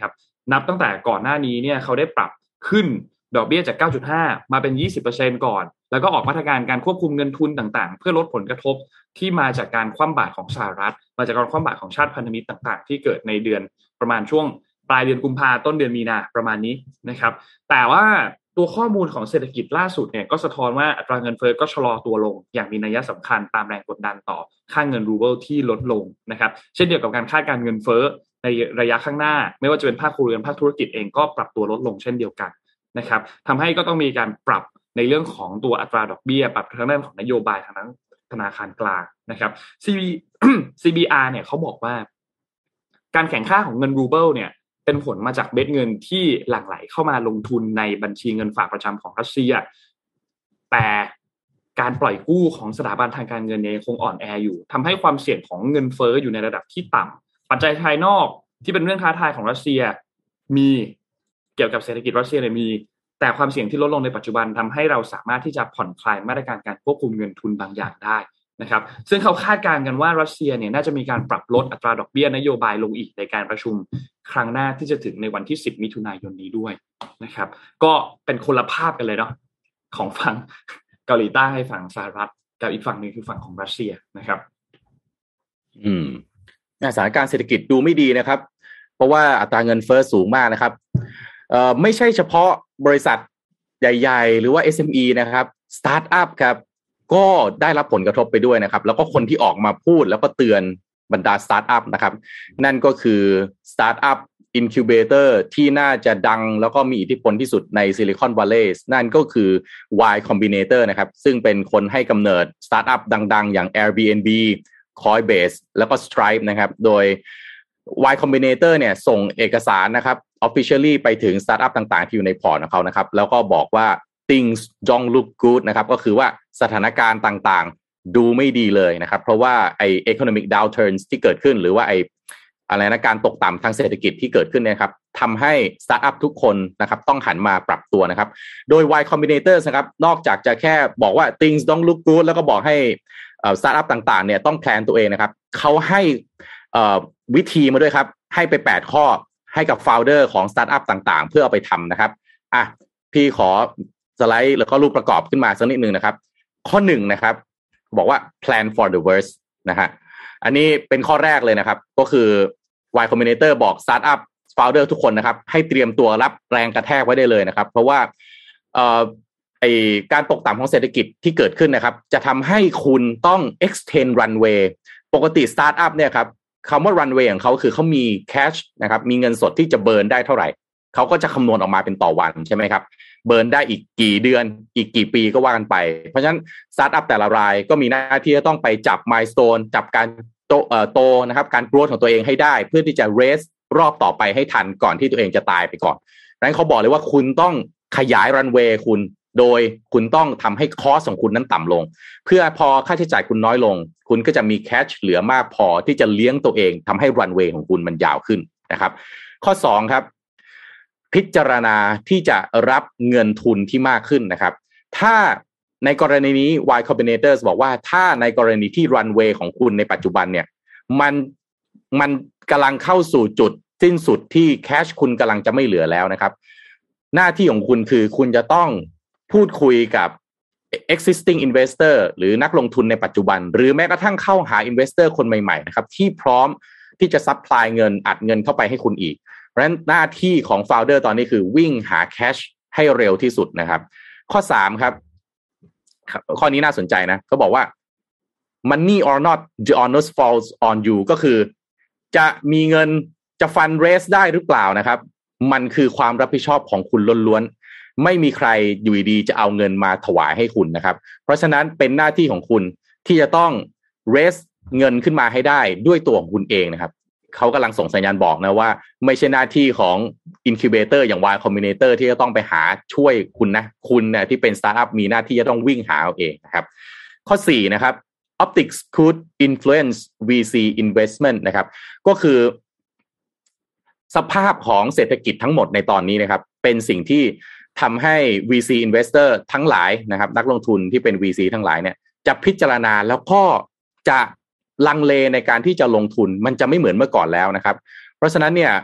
นับตั้งแต่ก่อนหน้านี้เนี่ยเขาได้ปรับขึ้นดอกเบี้ยจาก เก้าจุดห้า มาเป็น ยี่สิบเปอร์เซ็นต์ ก่อนแล้วก็ออกมาตรการการควบคุมเงินทุนต่างๆเพื่อลดผลกระทบที่มาจากการคว่ำบาตรของสหรัฐมาจากการคว่ำบาตรของชาติพันธมิตรต่างๆที่เกิดในเดือนประมาณช่วงปลายเดือนกุมภาต้นเดือนมีนาประมาณนี้นะครับแต่ว่าตัวข้อมูลของเศรษฐกิจล่าสุดเนี่ยก็สะท้อนว่าอัตราเงินเฟ้อก็ชะลอตัวลงอย่างมีนัยสำคัญตามแรงกดดันต่อค่าเงินรูเบิลที่ลดลงนะครับเช่นเดียวกับการคาดการเงินเฟ้อในระยะข้างหน้าไม่ว่าจะเป็นภาคครัวเรือนภาคธุรกิจเองก็ปรับตัวลดลงเช่นเดียวกันนะครับทำให้ก็ต้องมีการปรับในเรื่องของตัวอัตราดอกเบี้ยปรับทางด้านของนโยบายทางด้านธนาคารกลางนะครับ ซี บี อาร์ เนี่ยเขาบอกว่าการแข่งข้าของเงินรูเบิลเนี่ยเป็นผลมาจากเม็ดเงินที่หลั่งไหลเข้ามาลงทุนในบัญชีเงินฝากประจำของรัสเซียแต่การปล่อยกู้ของสถาบันทางการเงินเนี่ยคงอ่อนแออยู่ทำให้ความเสี่ยงของเงินเฟ้ออยู่ในระดับที่ต่ำปัจจัยภายนอกที่เป็นเรื่องท้าทายของรัสเซียมีเกี่ยวกับเศรษฐกิจรัสเซียเนี่ยมีแต่ความเสี่ยงที่ลดลงในปัจจุบันทำให้เราสามารถที่จะผ่อนคลายมาตรการการควบคุมเงินทุนบางอย่างได้นะครับซึ่งเขาคาดการณ์กันว่ารัสเซียเนี่ยน่าจะมีการปรับลดอัตราดอกเบี้ยนโยบายลงอีกในการประชุมครั้งหน้าที่จะถึงในวันที่สิบมิถุนายนนี้ด้วยนะครับก็เป็นคนละภาพกันเลยเนาะของฝั่งเกาหลีใต้ให้ฝั่งสหรัฐกับอีกฝั่งนึงคือฝั่งของรัสเซียนะครับอืมสถานการณ์เศรษฐกิจดูไม่ดีนะครับเพราะว่าอัตราเงินเฟ้อสูงมากนะครับเอ่อไม่ใช่เฉพาะบริษัทใหญ่ๆหรือว่า เอส เอ็ม อี นะครับสตาร์ทอัพครับก็ได้รับผลกระทบไปด้วยนะครับแล้วก็คนที่ออกมาพูดแล้วก็เตือนบรรดาสตาร์ทอัพนะครับนั่นก็คือสตาร์ทอัพอินคิวเบเตอร์ที่น่าจะดังแล้วก็มีอิทธิพลที่สุดในซิลิคอนวัลเลย์นั่นก็คือ Y Combinator นะครับซึ่งเป็นคนให้กำเนิดสตาร์ทอัพดังๆอย่าง Airbnb Coinbase แล้วก็ Stripe นะครับโดย Y Combinator เนี่ยส่งเอกสารนะครับ officially ไปถึงสตาร์ทอัพต่างๆที่อยู่ในพอร์ตของเขานะครับแล้วก็บอกว่า things don't look good นะครับก็คือว่าสถานการณ์ต่างๆดูไม่ดีเลยนะครับเพราะว่าไอ้ economic downturns ที่เกิดขึ้นหรือว่าไอ้อะไรนะการตกต่ำทางเศรษฐกิจที่เกิดขึ้นนะครับทำให้สตาร์ทอัพทุกคนนะครับต้องหันมาปรับตัวนะครับโดย Y Combinator นะครับนอกจากจะแค่บอกว่า things don't look good แล้วก็บอกให้สตาร์ทอัพต่างๆเนี่ยต้องแพลนตัวเองนะครับเขาให้วิธีมาด้วยครับให้ไปแปดข้อให้กับ founder ของสตาร์ทอัพต่างๆเพื่อเอาไปทำนะครับอ่ะพี่ขอสไลด์แล้วก็รูปประกอบขึ้นมาสักนิดนึงนะครับข้อหนึ่งนะครับบอกว่า plan for the worst นะฮะอันนี้เป็นข้อแรกเลยนะครับก็คือ Y Combinator บอก startup founder ทุกคนนะครับให้เตรียมตัวรับแรงกระแทกไว้ได้เลยนะครับเพราะว่าเอ่อไอการตกต่ำของเศรษฐกิจที่เกิดขึ้นนะครับจะทำให้คุณต้อง extend runway ปกติ startup เนี่ยครับคำว่า runway ของเขาคือเขามี cash นะครับมีเงินสดที่จะเบิร์นได้เท่าไหร่เขาก็จะคำนวณออกมาเป็นต่อวันใช่ไหมครับเบิร์นได้อีกกี่เดือนอีกกี่ปีก็ว่ากันไปเพราะฉะนั้นสตาร์ทอัพแต่ละรายก็มีหน้าที่จะต้องไปจับ milestone จับการโตเอ่อโตนะครับการ growth ของตัวเองให้ได้เพื่อที่จะ raise รอบต่อไปให้ทันก่อนที่ตัวเองจะตายไปก่อนดังนั้นเขาบอกเลยว่าคุณต้องขยาย runway คุณโดยคุณต้องทำให้คอสของคุณนั้นต่ำลงเพื่อพอค่าใช้จ่ายคุณน้อยลงคุณก็จะมี cash เหลือมากพอที่จะเลี้ยงตัวเองทำให้ runway ของคุณมันยาวขึ้นนะครับข้อสองครับพิจารณาที่จะรับเงินทุนที่มากขึ้นนะครับถ้าในกรณีนี้ Y Combinator บอกว่าถ้าในกรณีที่ runway ของคุณในปัจจุบันเนี่ยมันมันกำลังเข้าสู่จุดสิ้นสุดที่ cash คุณกำลังจะไม่เหลือแล้วนะครับหน้าที่ของคุณคือคุณจะต้องพูดคุยกับ existing investor หรือนักลงทุนในปัจจุบันหรือแม้กระทั่งเข้าหา investor คนใหม่ๆนะครับที่พร้อมที่จะ supply เงินอัดเงินเข้าไปให้คุณอีกเพราะฉะนั้นหน้าที่ของ founder ตอนนี้คือวิ่งหา cash ให้เร็วที่สุดนะครับข้อสามครับข้อนี้น่าสนใจนะเขาบอกว่า money or not the honors falls on you ก็คือจะมีเงินจะ fund raise ได้หรือเปล่านะครับมันคือความรับผิดชอบของคุณล้วนๆไม่มีใครอยู่ดีจะเอาเงินมาถวายให้คุณนะครับเพราะฉะนั้นเป็นหน้าที่ของคุณที่จะต้อง raise เงินขึ้นมาให้ได้ด้วยตัวของคุณเองนะครับเขากำลังส่งสัญญาณบอกนะว่าไม่ใช่หน้าที่ของ incubator อย่าง Y Combinator ที่จะต้องไปหาช่วยคุณนะคุณเนี่ยที่เป็น startup มีหน้าที่จะต้องวิ่งหาเอาเองนะครับข้อสี่นะครับ optics could influence วี ซี investment นะครับก็คือสภาพของเศรษฐกิจทั้งหมดในตอนนี้นะครับเป็นสิ่งที่ทำให้ วี ซี investor ทั้งหลายนะครับนักลงทุนที่เป็น วี ซี ทั้งหลายเนี่ยจะพิจารณาแล้วก็จะลังเลในการที่จะลงทุนมันจะไม่เหมือนเมื่อก่อนแล้วนะครับเพราะฉะนั้นเนี่ย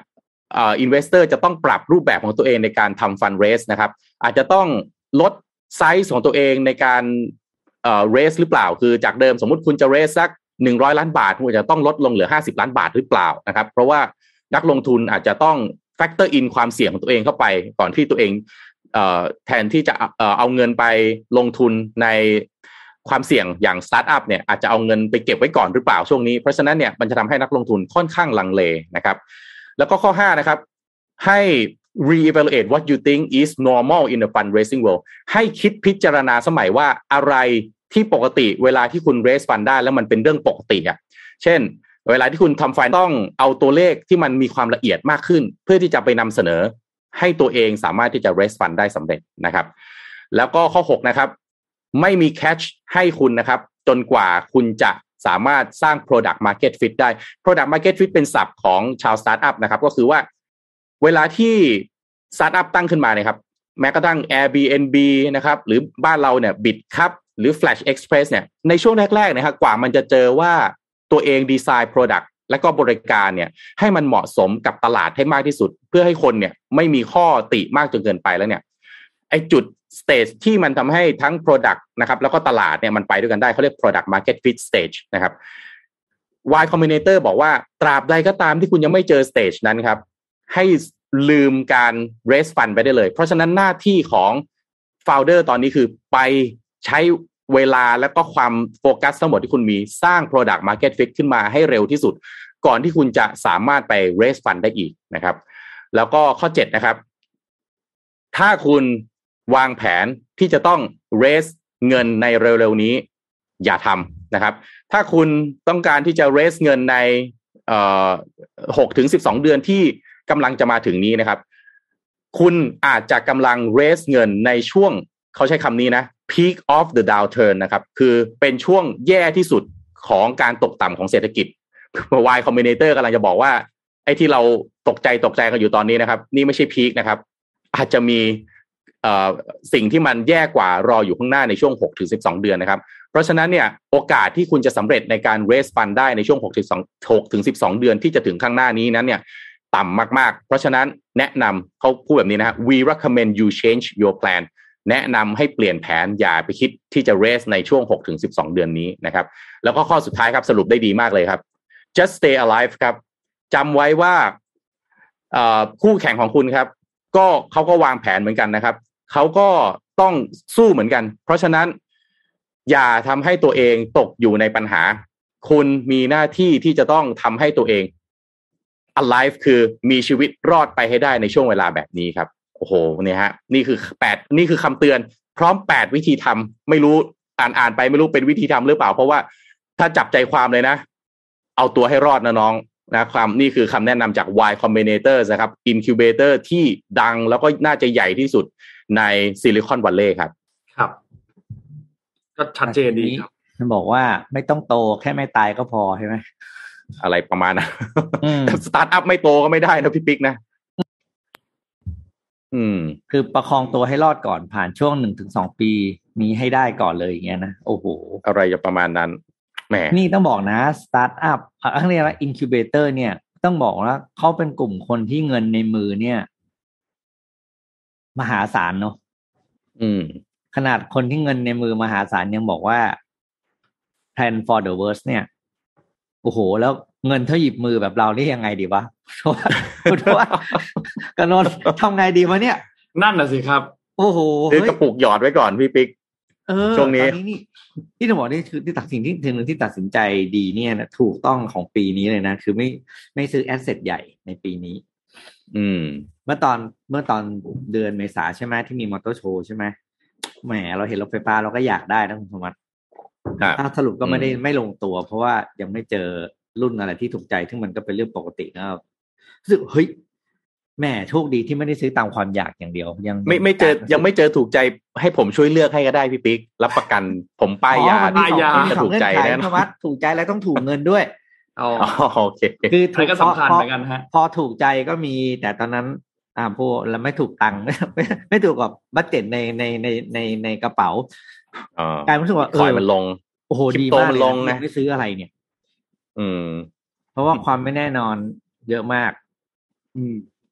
เอ่อ investor จะต้องปรับรูปแบบของตัวเองในการทำ fund raise นะครับอาจจะต้องลดไซส์ของตัวเองในการเอ่อ raise หรือเปล่าคือจากเดิมสมมุติคุณจะ raise สักหนึ่งร้อยล้านบาทคุณจะต้องลดลงเหลือห้าสิบล้านบาทหรือเปล่านะครับเพราะว่านักลงทุนอาจจะต้อง factor in ความเสี่ยงของตัวเองเข้าไปก่อนที่ตัวเองเอ่อแทนที่จะเอ่อเอาเงินไปลงทุนในความเสี่ยงอย่างสตาร์ทอัพเนี่ยอาจจะเอาเงินไปเก็บไว้ก่อนหรือเปล่าช่วงนี้เพราะฉะนั้นเนี่ยมันจะทำให้นักลงทุนค่อนข้างลังเลนะครับแล้วก็ข้อห้านะครับให้ re-evaluate what you think is normal in the fundraising world ให้คิดพิจารณาสมัยว่าอะไรที่ปกติเวลาที่คุณ raise fund ได้แล้วมันเป็นเรื่องปกติอ่ะเช่นเวลาที่คุณทำ fund ต้องเอาตัวเลขที่มันมีความละเอียดมากขึ้นเพื่อที่จะไปนำเสนอให้ตัวเองสามารถที่จะ raise fund ได้สำเร็จนะครับแล้วก็ข้อหกนะครับไม่มี catch ให้คุณนะครับจนกว่าคุณจะสามารถสร้าง product market fit ได้ product market fit เป็นศัพท์ของชาว startup นะครับก็คือว่าเวลาที่ startup ตั้งขึ้นมาเนี่ยครับแม้กระทั่ง Airbnb นะครับหรือบ้านเราเนี่ย Bit ครับหรือ Flash Express เนี่ยในช่วงแรกๆนะครับกว่ามันจะเจอว่าตัวเองดีไซน์ product และก็บริการเนี่ยให้มันเหมาะสมกับตลาดให้มากที่สุดเพื่อให้คนเนี่ยไม่มีข้อติมากจนเกินไปแล้วเนี่ยไอ้จุด stage ที่มันทำให้ทั้ง product นะครับแล้วก็ตลาดเนี่ยมันไปด้วยกันได้เขาเรียก product market fit stage นะครับ Y Combinator บอกว่าตราบใดก็ตามที่คุณยังไม่เจอ stage นั้นครับให้ลืมการ raise fund ไปได้เลยเพราะฉะนั้นหน้าที่ของ founder ตอนนี้คือไปใช้เวลาและก็ความโฟกัสทั้งหมดที่คุณมีสร้าง product market fit ขึ้นมาให้เร็วที่สุดก่อนที่คุณจะสามารถไป raise fund ได้อีกนะครับแล้วก็ข้อเจ็ดนะครับถ้าคุณวางแผนที่จะต้อง raise เงินในเร็วๆนี้อย่าทำนะครับถ้าคุณต้องการที่จะ raise เงินในเอ่อ หกถึงสิบสองเดือนที่กำลังจะมาถึงนี้นะครับคุณอาจจะกำลัง raise เงินในช่วงเขาใช้คำนี้นะ peak of the downturn นะครับคือเป็นช่วงแย่ที่สุดของการตกต่ำของเศรษฐกิจ Y Combinator กำลังจะบอกว่าไอ้ที่เราตกใจตกใจกันอยู่ตอนนี้นะครับนี่ไม่ใช่ peak นะครับอาจจะมีเอ่อสิ่งที่มันแย่กว่ารออยู่ข้างหน้าในช่วง หกถึงสิบสองเดือนนะครับเพราะฉะนั้นเนี่ยโอกาสที่คุณจะสำเร็จในการ raise fund ได้ในช่วงหกถึงสิบสองเดือนที่จะถึงข้างหน้านี้นั้นเนี่ยต่ำมากๆเพราะฉะนั้นแนะนำเขาพูดแบบนี้นะฮะ we recommend you change your plan แนะนำให้เปลี่ยนแผนอย่าไปคิดที่จะ raise ในช่วง หกถึงสิบสองเดือนนี้นะครับแล้วก็ข้อสุดท้ายครับสรุปได้ดีมากเลยครับ just stay alive ครับจำไว้ว่าคู่แข่งของคุณครับก็เขาก็วางแผนเหมือนกันนะครับเขาก็ต้องสู้เหมือนกันเพราะฉะนั้นอย่าทำให้ตัวเองตกอยู่ในปัญหาคุณมีหน้าที่ที่จะต้องทำให้ตัวเอง alive คือมีชีวิตรอดไปให้ได้ในช่วงเวลาแบบนี้ครับโอ้โหเนี่ยฮะนี่คือแปดนี่คือคำเตือนพร้อมแปดวิธีทำไม่รู้อ่านอ่านไปไม่รู้เป็นวิธีทำหรือเปล่าเพราะว่าถ้าจับใจความเลยนะเอาตัวให้รอดนะน้องนะความนี่คือคำแนะนำจาก Y Combinator นะครับ Incubator ที่ดังแล้วก็น่าจะใหญ่ที่สุดในซิลิคอนวัลเลย์ครับครับก็ชัดเจนดีครับมันบอกว่าไม่ต้องโตแค่ไม่ตายก็พอใช่ไหมอะไรประมาณนั้นสตาร์ทอัพไม่โตก็ไม่ได้นะพี่ปิ๊กนะอืมคือประคองตัวให้รอดก่อนผ่านช่วงหนึ่งถึงสองปีนี้ให้ได้ก่อนเลยอย่างเงี้ยนะโอ้โหอะไรจะประมาณนั้นแหมนี่ต้องบอกนะสตาร์ทอัพอันนี้ว่าอินคิวเบเตอร์เนี่ยต้องบอกว่าเขาเป็นกลุ่มคนที่เงินในมือเนี่ยมหาศาลเนาะอืมขนาดคนที่เงินในมือมหาศาลยังบอกว่า plan for the worst เนี่ยโอ้โหแล้วเงินเท่าหยิบมือแบบเราได้ยังไงดีวะเพราะว่าเพราะว่ากนนทำไงดีวะเนี่ยนั่นน่ะสิครับโอ้โหคือกระปุกหยอดไว้ก่อนพี่ปิ๊กเออช่วงนี้นี่ที่จะบอกนี่คือที่ตัดสิ่งที่ถึงหนึ่งที่ตัดสินใจดีเนี่ยนะถูกต้องของปีนี้เลยนะคือไม่ไม่ซื้อแอสเซทใหญ่ในปีนี้อืมเมื่อตอนเมื่อตอนเดือนเมษาใช่ไหมที่มีมอเตอร์โชว์ใช่ไหมแหมเราเห็นรถไฟฟ้าเราก็อยากได้นะคุณสมบัติถ้าสรุปก็ไม่ได้ไม่ลงตัวเพราะว่ายังไม่เจอรุ่นอะไรที่ถูกใจซึ่งมันก็เป็นเรื่องปกตินะครับรู้สึกเฮ้ยแม่โชคดีที่ไม่ได้ซื้อตามความอยากอย่างเดียวยังไม่ไม่เจอยังไม่เจอถูกใจให้ผมช่วยเลือกให้ก็ได้พี่ปิ๊กรับประกันผมป้ายยาป้ายยาจะถูกใจแน่นอนถูกใจแล้วต้องถูกเงินด้วยอ๋อโอเคคือถูกก็สำคัญเหมือนกันฮะพอถูกใจก็มีแต่ตอนนั้นอ่าพวกแล้วไม่ถูกตังค์ไม่ไม่ถูกกับบัดเจ็ตในในในในในกระเป๋ากลายรู้สึกว่าเออมันลงโอ้โหดีมากเลยนะไม่ซื้ออะไรเนี่ยอืมเพราะว่าความไม่แน่นอนเยอะมากอืม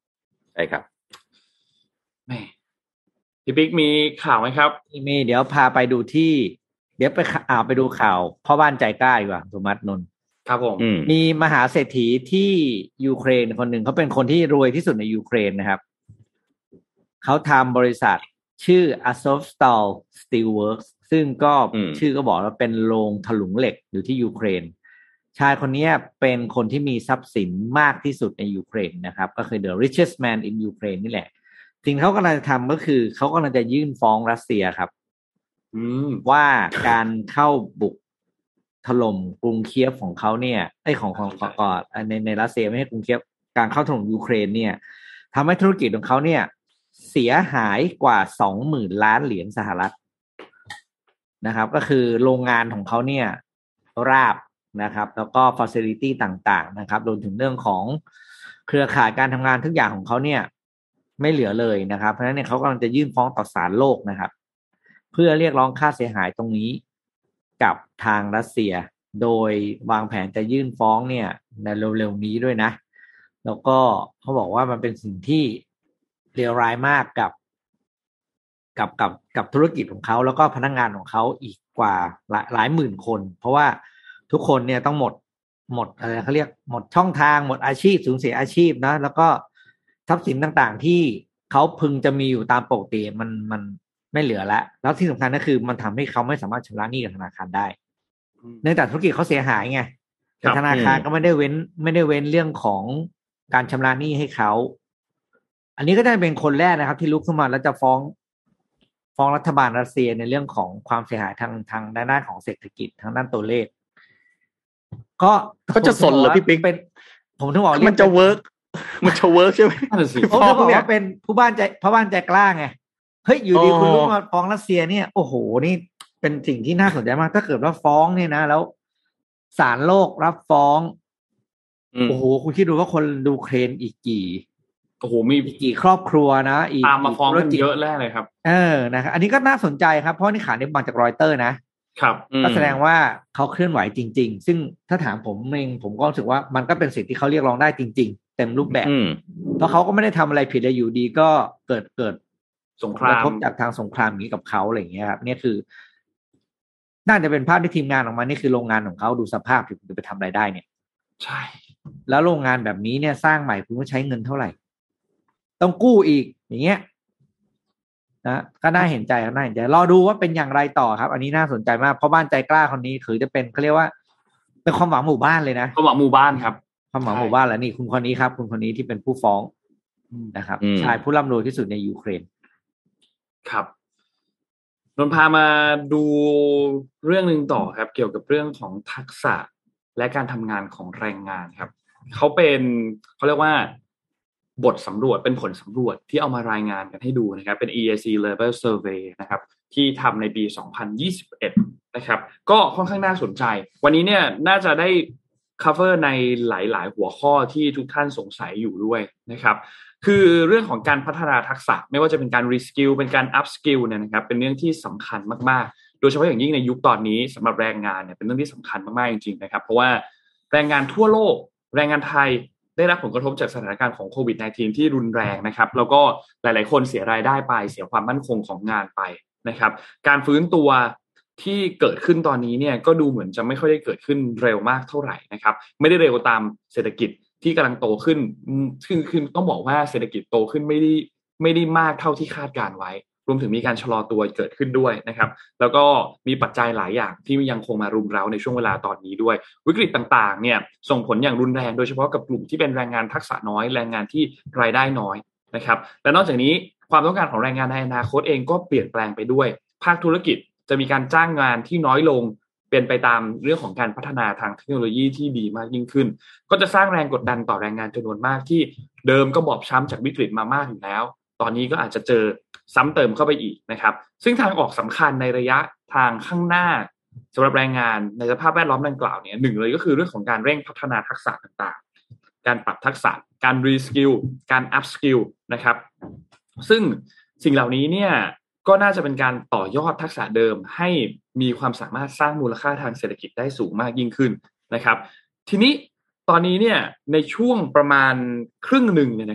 ใช่ครับแม่พี่ปิ๊กมีข่าวไหมครับมีเดี๋ยวพาไปดูที่เดี๋ยวไปอ่าไปดูข่าวพ่อบ้านใจกล้าดีกว่าสมัตินนท์ครับผมมีมหาเศรษฐีที่ยูเครนคนหนึ่งเขาเป็นคนที่รวยที่สุดในยูเครนนะครับเขาทำบริษัทชื่อ Azovstal Steelworks ซึ่งก็ชื่อก็บอกว่าเป็นโรงถลุงเหล็กอยู่ที่ยูเครนชายคนนี้เป็นคนที่มีทรัพย์สินมากที่สุดในยูเครนนะครับก็คือ the richest man in Ukraine นี่แหละสิ่งเขากำลังจะทำก็คือเขากำลังจะยื่นฟ้องรัสเซียครับว่าการเข้าบุกถล่มกรุงเคียฟของเขาเนี่ยไอ้ของของก่อนในในรัสเซียไม่ใช่กรุงเคียฟการเข้าถล่มยูเครนเนี่ยทำให้ธุรกิจของเขาเนี่ยเสียหายกว่า สองหมื่น ล้านเหรียญสหรัฐนะครับก็คือโรงงานของเขาเนี่ยราบนะครับแล้วก็ facility ต่างๆนะครับรวมถึงเรื่องของเครือข่ายการทำงานทุกอย่างของเขาเนี่ยไม่เหลือเลยนะครับเพราะฉะนั้นเนี่ยเขากำลังจะยื่นฟ้องต่อศาลโลกนะครับเพื่อเรียกร้องค่าเสียหายตรงนี้กับทางรัสเซียโดยวางแผนจะยื่นฟ้องเนี่ยในเร็วๆนี้ด้วยนะแล้วก็เขาบอกว่ามันเป็นสิ่งที่เลวร้ายมากกับกับกับกับธุรกิจของเขาแล้วก็พนักงานของเขาอีกกว่าหลายหลายหมื่นคนเพราะว่าทุกคนเนี่ยต้องหมดหมดอะไรเขาเรียกหมดช่องทางหมดอาชีพสูญเสียอาชีพนะแล้วก็ทรัพย์สินต่างๆที่เขาพึงจะมีอยู่ตามปกติมันมันไม่เหลือแล้วแล้วที่สำคัญก็คือมันทำให้เขาไม่สามารถชำระหนี้กับธนาคารได้เนื่องจากธุรกิจเขาเสียหายไงแต่ธนาคารก็ไม่ได้เว้นไม่ได้เว้นเรื่องของการชำระหนี้ให้เขาอันนี้ก็จะเป็นคนแรกนะครับที่ลุกขึ้นมาแล้วจะฟ้องฟ้องรัฐบาลรัสเซียในเรื่องของความเสียหายทางทางด้านของเศรษฐกิจทางด้านตัวเลขก็ก็จะสนเหรอพี่ปิ๊กเป็นผมถึงบอกมันจะเวิร์กมันจะเวิร์กใช่ไหมผมถึงบอกว่าเป็นผู้บ้านใจพ่อบ้านใจกล้าไงเฮ้ยอยู่ดีคุณลุกมาฟ้องรัสเซียเนี่ยโอ้โหนี่เป็นสิ่งที่น่าสนใจมากถ้าเกิดว่าฟ้องเนี่ยนะแล้วศาลโลกรับฟ้องโอ้โหคุณคิดดูว่าคนดูเครนอีกกี่โอ้โหมีกี่ครอบครัวนะอีกตามมาฟ้องกันเยอะแน่เลยครับเออนะครับอันนี้ก็น่าสนใจครับเพราะนี่ข่าวนี้มาจากรอยเตอร์นะครับก็แสดงว่าเขาเคลื่อนไหวจริงๆซึ่งถ้าถามผมเองผมก็รู้สึกว่ามันก็เป็นสิ่งที่เขาเรียกร้องได้จริงๆเต็มรูปแบบเพราะเขาก็ไม่ได้ทำอะไรผิดเลยอยู่ดีก็เกิดเกิดสงครามกระทบจากทางสงครามอย่างนี้กับเขาอะไรอย่างเงี้ยครับเนี่ยคือน่าจะเป็นภาพที่ทีมงานออกมานี่คือโรงงานของเขาดูสภาพที่คุณจะไปทำอะไรได้เนี่ยใช่แล้วโรงงานแบบนี้เนี่ยสร้างใหม่คุณต้องใช้เงินเท่าไหร่ต้องกู้อีกอย่างเงี้ยนะก็น่าเห็นใจน่าเห็นใจรอดูว่าเป็นอย่างไรต่อครับอันนี้น่าสนใจมากเพราะบ้านใจกล้าคนนี้ถือจะเป็นเขาเรียกว่าเป็นความหวังหมู่บ้านเลยนะความหวังหมู่บ้านครับความหวังหมู่บ้านแล้วนี่คุณคนนี้ครับคุณคนนี้ที่เป็นผู้ฟ้องนะครับชายผู้ร่ำรวยที่สุดในยูเครนครับนนพามาดูเรื่องนึงต่อครับเกี่ยวกับเรื่องของทักษะและการทำงานของแรงงานครับเขาเป็นเขาเรียกว่าบทสำรวจเป็นผลสำรวจที่เอามารายงานกันให้ดูนะครับเป็น อี เอ ซี Level Survey นะครับที่ทำในปีสองพันยี่สิบเอ็ดนะครับก็ค่อนข้างน่าสนใจวันนี้เนี่ยน่าจะได้ cover ในหลายๆหัวข้อที่ทุกท่านสงสัยอยู่ด้วยนะครับคือเรื่องของการพัฒนาทักษะไม่ว่าจะเป็นการ reskill เป็นการ upskill เนี่ยนะครับเป็นเรื่องที่สำคัญมากๆโดยเฉพาะอย่างยิ่งในยุคตอนนี้สำหรับแรงงานเนี่ยเป็นเรื่องที่สำคัญมากๆจริงๆนะครับเพราะว่าแรงงานทั่วโลกแรงงานไทยได้รับผลกระทบจากสถานการณ์ของโควิด สิบเก้า ที่รุนแรงนะครับแล้วก็หลายๆคนเสียรายได้ไปเสียความมั่นคงของงานไปนะครับการฟื้นตัวที่เกิดขึ้นตอนนี้เนี่ยก็ดูเหมือนจะไม่ค่อยได้เกิดขึ้นเร็วมากเท่าไหร่นะครับไม่ได้เร็วตามเศรษฐกิจที่กำลังโตขึ้นคือคือต้องบอกว่าเศรษฐกิจโตขึ้นไม่ได้ไม่ได้มากเท่าที่คาดการไว้รวมถึงมีการชะลอตัวเกิดขึ้นด้วยนะครับแล้วก็มีปัจจัยหลายอย่างที่ยังคงมารุมเร้าในช่วงเวลาตอนนี้ด้วยวิกฤตต่างๆเนี่ยส่งผลอย่างรุนแรงโดยเฉพาะกับกลุ่มที่เป็นแรงงานทักษะน้อยแรงงานที่รายได้น้อยนะครับและนอกจากนี้ความต้องการของแรงงานในอนาคตเองก็เปลี่ยนแปลงไปด้วยภาคธุรกิจจะมีการจ้างงานที่น้อยลงเป็นไปตามเรื่องของการพัฒนาทางเทคโนโลยีที่ดีมากยิ่งขึ้นก็จะสร้างแรงกดดันต่อแรงงานจำนวนมากที่เดิมก็บอบช้ำจากวิกฤตมามากอยู่แล้วตอนนี้ก็อาจจะเจอซ้ำเติมเข้าไปอีกนะครับซึ่งทางออกสำคัญในระยะทางข้างหน้าสำหรับแรงงานในสภาพแวดล้อมดังกล่าวเนี่ยหนึ่งเลยก็คือเรื่องของการเร่งพัฒนาทักษะต่างๆการปรับทักษะการรีสกิลการอัพสกิลนะครับซึ่งสิ่งเหล่านี้เนี่ยก็น่าจะเป็นการต่อยอดทักษะเดิมให้มีความสามารถสร้างมูลค่าทางเศรษฐกิจได้สูงมากยิ่งขึ้นนะครับทีนี้ตอนนี้เนี่ยในช่วงประมาณครึ่งหนึ่งเนี่ยนะครับ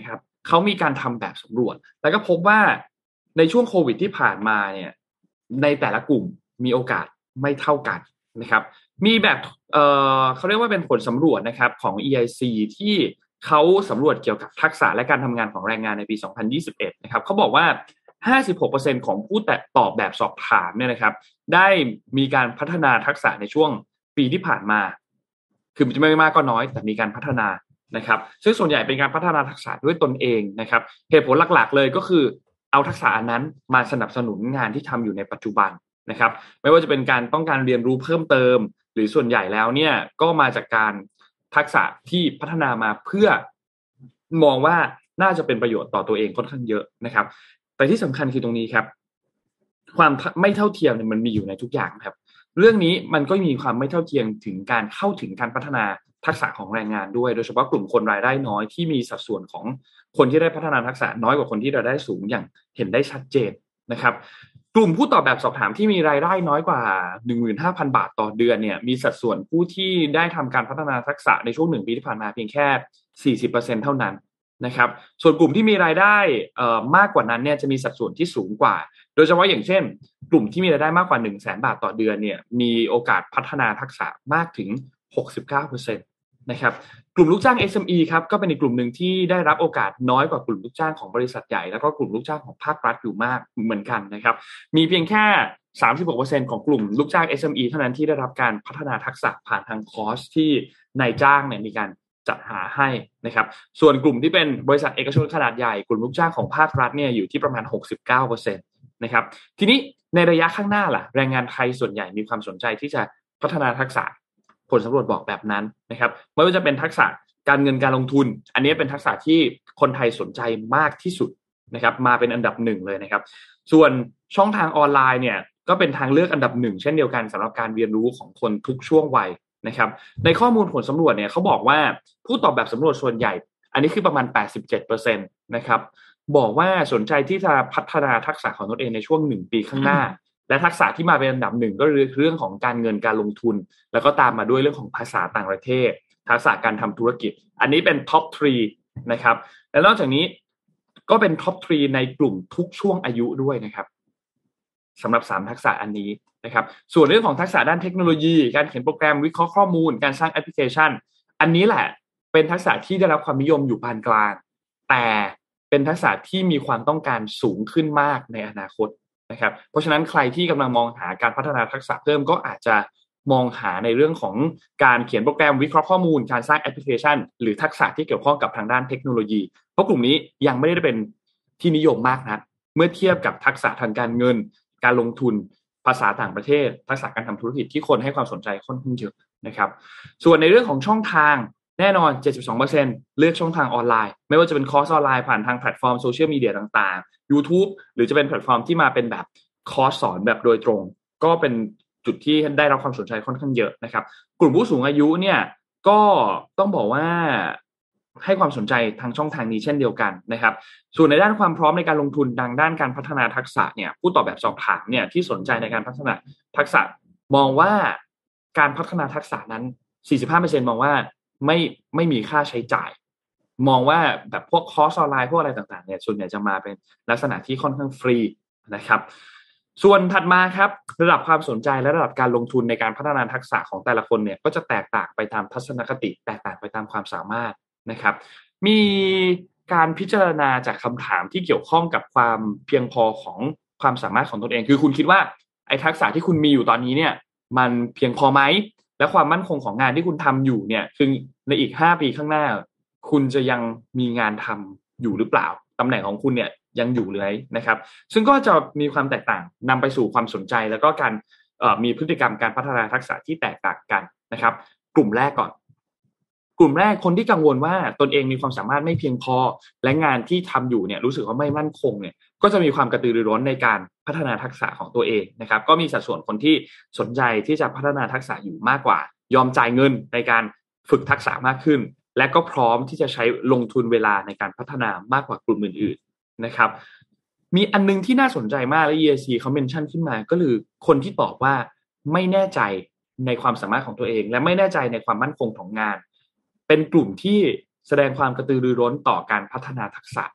เขามีการทำแบบสำรวจแล้วก็พบว่าในช่วงโควิดที่ผ่านมาเนี่ยในแต่ละกลุ่มมีโอกาสไม่เท่ากันนะครับมีแบบเอ่อเขาเรียกว่าเป็นผลสำรวจนะครับของ อี ไอ ซี ที่เขาสำรวจเกี่ยวกับทักษะและการทำงานของแรงงานในปีสองพันยี่สิบเอ็ดนะครับเขาบอกว่า ห้าสิบหกเปอร์เซ็นต์ ของผู้ตอบแบบสอบถามเนี่ยนะครับได้มีการพัฒนาทักษะในช่วงปีที่ผ่านมาคือจะไม่มากก็น้อยแต่มีการพัฒนานะครับซึ่งส่วนใหญ่เป็นการพัฒนาทักษะด้วยตนเองนะครับเหตุผลหลักๆเลยก็คือเอาทักษะนั้นมาสนับสนุนงานที่ทำอยู่ในปัจจุบันนะครับไม่ว่าจะเป็นการต้องการเรียนรู้เพิ่มเติมหรือส่วนใหญ่แล้วเนี่ยก็มาจากการทักษะที่พัฒนามาเพื่อมองว่าน่าจะเป็นประโยชน์ต่อตัวเองค่อนข้างเยอะนะครับแต่ที่สำคัญคือตรงนี้ครับความไม่เท่าเทียมเนี่ยมันมีอยู่ในทุกอย่างครับเรื่องนี้มันก็มีความไม่เท่าเทียมถึงการเข้าถึงการพัฒนาทักษะของแรงงานด้วยโดยเฉพาะกลุ่มคนรายได้น้อยที่มีสัดส่วนของคนที่ได้พัฒนาทักษะน้อยกว่าคนที่รายได้สูงอย่างเห็นได้ชัดเจนนะครับกลุ่มผู้ตอบแบบสอบถามที่มีรายได้น้อยกว่า หนึ่งหมื่นห้าพัน บาทต่อเดือนเนี่ยมีสัดส่วนผู้ที่ได้ทำการพัฒนาทักษะในช่วงหนึ่งปีที่ผ่านมาเพียงแค่ สี่สิบเปอร์เซ็นต์ เท่านั้นนะครับส่วนกลุ่มที่มีรายได้เอ่อมากกว่านั้นเนี่ยจะมีสัดส่วนที่สูงกว่าโดยเฉพาะอย่างเช่นกลุ่มที่มีรายได้มากกว่า หนึ่งแสน บาทต่อเดือนเนี่ยมีโอกาสพัฒนาทักษะมากถึง หกสิบเก้าเปอร์เซ็นต์ นะครับกลุ่มลูกจ้าง เอส เอ็ม อี ครับก็เป็นอีกกลุ่มหนึ่งที่ได้รับโอกาสน้อยกว่ากลุ่มลูกจ้างของบริษัทใหญ่แล้วก็กลุ่มลูกจ้างของภาครัฐอยู่มากเหมือนกันนะครับมีเพียงแค่ สามสิบหกเปอร์เซ็นต์ ของกลุ่มลูกจ้าง เอส เอ็ม อี เท่านั้นที่ได้รับการพัฒนาทักษะผ่านทางคอร์สที่นายจ้างเนี่ยมีการจัดหาให้นะครับส่วนกลุ่มที่เป็นบริษัทเอกชนขนาดใหญ่กลุ่มลูกจ้างของภาครัฐเนี่ยอยู่ที่ประมาณ หกสิบเก้าเปอร์เซ็นต์ นะครับทีนี้ในระยะข้างหน้าล่ะแรงงานไทยส่วนใหญ่มีความสนใจที่จะพัฒนาทักษะผลสำรวจบอกแบบนั้นนะครับไม่ว่าจะเป็นทักษะการเงินการลงทุนอันนี้เป็นทักษะที่คนไทยสนใจมากที่สุดนะครับมาเป็นอันดับหนึ่งเลยนะครับส่วนช่องทางออนไลน์เนี่ยก็เป็นทางเลือกอันดับหนึ่งเช่นเดียวกันสำหรับการเรียนรู้ของคนทุกช่วงวัยนะครับในข้อมูลผลสำรวจเนี่ยเขาบอกว่าผู้ตอบแบบสำรวจส่วนใหญ่อันนี้คือประมาณ แปดสิบเจ็ดเปอร์เซ็นต์ นะครับบอกว่าสนใจที่จะพัฒนาทักษะของตนเองในช่วงหนึ่งปีข้างหน้าและทักษะที่มาเป็นอันดับหนึ่งก็คือเรื่องของการเงินการลงทุนแล้วก็ตามมาด้วยเรื่องของภาษาต่างประเทศทักษะการทำธุรกิจอันนี้เป็นท็อปสามนะครับและนอกจากนี้ก็เป็นท็อปสามในกลุ่มทุกช่วงอายุด้วยนะครับสำหรับสามทักษะอันนี้นะครับส่วนเรื่องของทักษะด้านเทคโนโลยีการเขียนโปรแกรมวิเคราะห์ข้อมูลการสร้างแอปพลิเคชันอันนี้แหละเป็นทักษะที่ได้รับความนิยมอยู่ปานกลางแต่เป็นทักษะที่มีความต้องการสูงขึ้นมากในอนาคตนะครับเพราะฉะนั้นใครที่กำลังมองหาการพัฒนาทักษะเพิ่มก็อาจจะมองหาในเรื่องของการเขียนโปรแกรมวิเคราะห์ข้อมูลการสร้างแอปพลิเคชันหรือทักษะที่เกี่ยวข้องกับทางด้านเทคโนโลยีเพราะกลุ่มนี้ยังไม่ได้เป็นที่นิยมมากนะเมื่อเทียบกับทักษะทางการเงินการลงทุนภาษาต่างประเทศทักษะการทำธุรกิจที่คนให้ความสนใจค่อนข้างเยอะนะครับส่วนในเรื่องของช่องทางแน่นอน เจ็ดสิบสองเปอร์เซ็นต์ เลือกช่องทางออนไลน์ไม่ว่าจะเป็นคอร์สออนไลน์ผ่านทางแพลตฟอร์มโซเชียลมีเดียต่างๆ YouTube หรือจะเป็นแพลตฟอร์มที่มาเป็นแบบคอร์สสอนแบบโดยตรงก็เป็นจุดที่ได้รับความสนใจค่อนข้างเยอะนะครับกลุ่มผู้สูงอายุเนี่ยก็ต้องบอกว่าให้ความสนใจทางช่องทางนี้เช่นเดียวกันนะครับส่วนในด้านความพร้อมในการลงทุนทางด้านการพัฒนาทักษะเนี่ยผู้ตอบแบบสอบถามเนี่ยที่สนใจในการพัฒนาทักษะมองว่าการพัฒนาทักษะนั้น สี่สิบห้าเปอร์เซ็นต์ มองว่าไม่ไม่มีค่าใช้จ่ายมองว่าแบบพวกคอร์สออนไลน์พวกอะไรต่างๆเนี่ยส่วนใหญ่จะมาเป็นลักษณะที่ค่อนข้างฟรีนะครับส่วนถัดมาครับระดับความสนใจและระดับการลงทุนในการพัฒนาทักษะของแต่ละคนเนี่ยก็จะแตกต่างไปตามทัศนคติแตกต่างไปตามความสามารถนะครับมีการพิจารณาจากคำถามที่เกี่ยวข้องกับความเพียงพอของความสามารถของตนเองคือคุณคิดว่าไอ้ทักษะที่คุณมีอยู่ตอนนี้เนี่ยมันเพียงพอไหมและความมั่นคงของงานที่คุณทำอยู่เนี่ยคือในอีกห้าปีข้างหน้าคุณจะยังมีงานทำอยู่หรือเปล่าตำแหน่งของคุณเนี่ยยังอยู่เลยนะครับซึ่งก็จะมีความแตกต่างนำไปสู่ความสนใจแล้วก็การมีพฤติกรรมการพัฒนาทักษะที่แตกต่างกันนะครับกลุ่มแรกก่อนกลุ่มแรกคนที่กังวลว่าตนเองมีความสามารถไม่เพียงพอและงานที่ทำอยู่เนี่ยรู้สึกว่าไม่มั่นคงเนี่ยก็จะมีความกระตือรือร้นในการพัฒนาทักษะของตัวเองนะครับก็มีสัดส่วนคนที่สนใจที่จะพัฒนาทักษะอยู่มากกว่ายอมจ่ายเงินในการฝึกทักษะมากขึ้นและก็พร้อมที่จะใช้ลงทุนเวลาในการพัฒนามากกว่ากลุ่มอื่นๆนะครับมีอันนึงที่น่าสนใจมากและ อี ไอ ซี เขาเมนชั่นขึ้นมาก็คือคนที่ตอบว่าไม่แน่ใจในความสามารถของตัวเองและไม่แน่ใจในความมั่นคงของงานเป็นกลุ่มที่แสดงความกระตือรือร้นต่อการพัฒนาทักษะ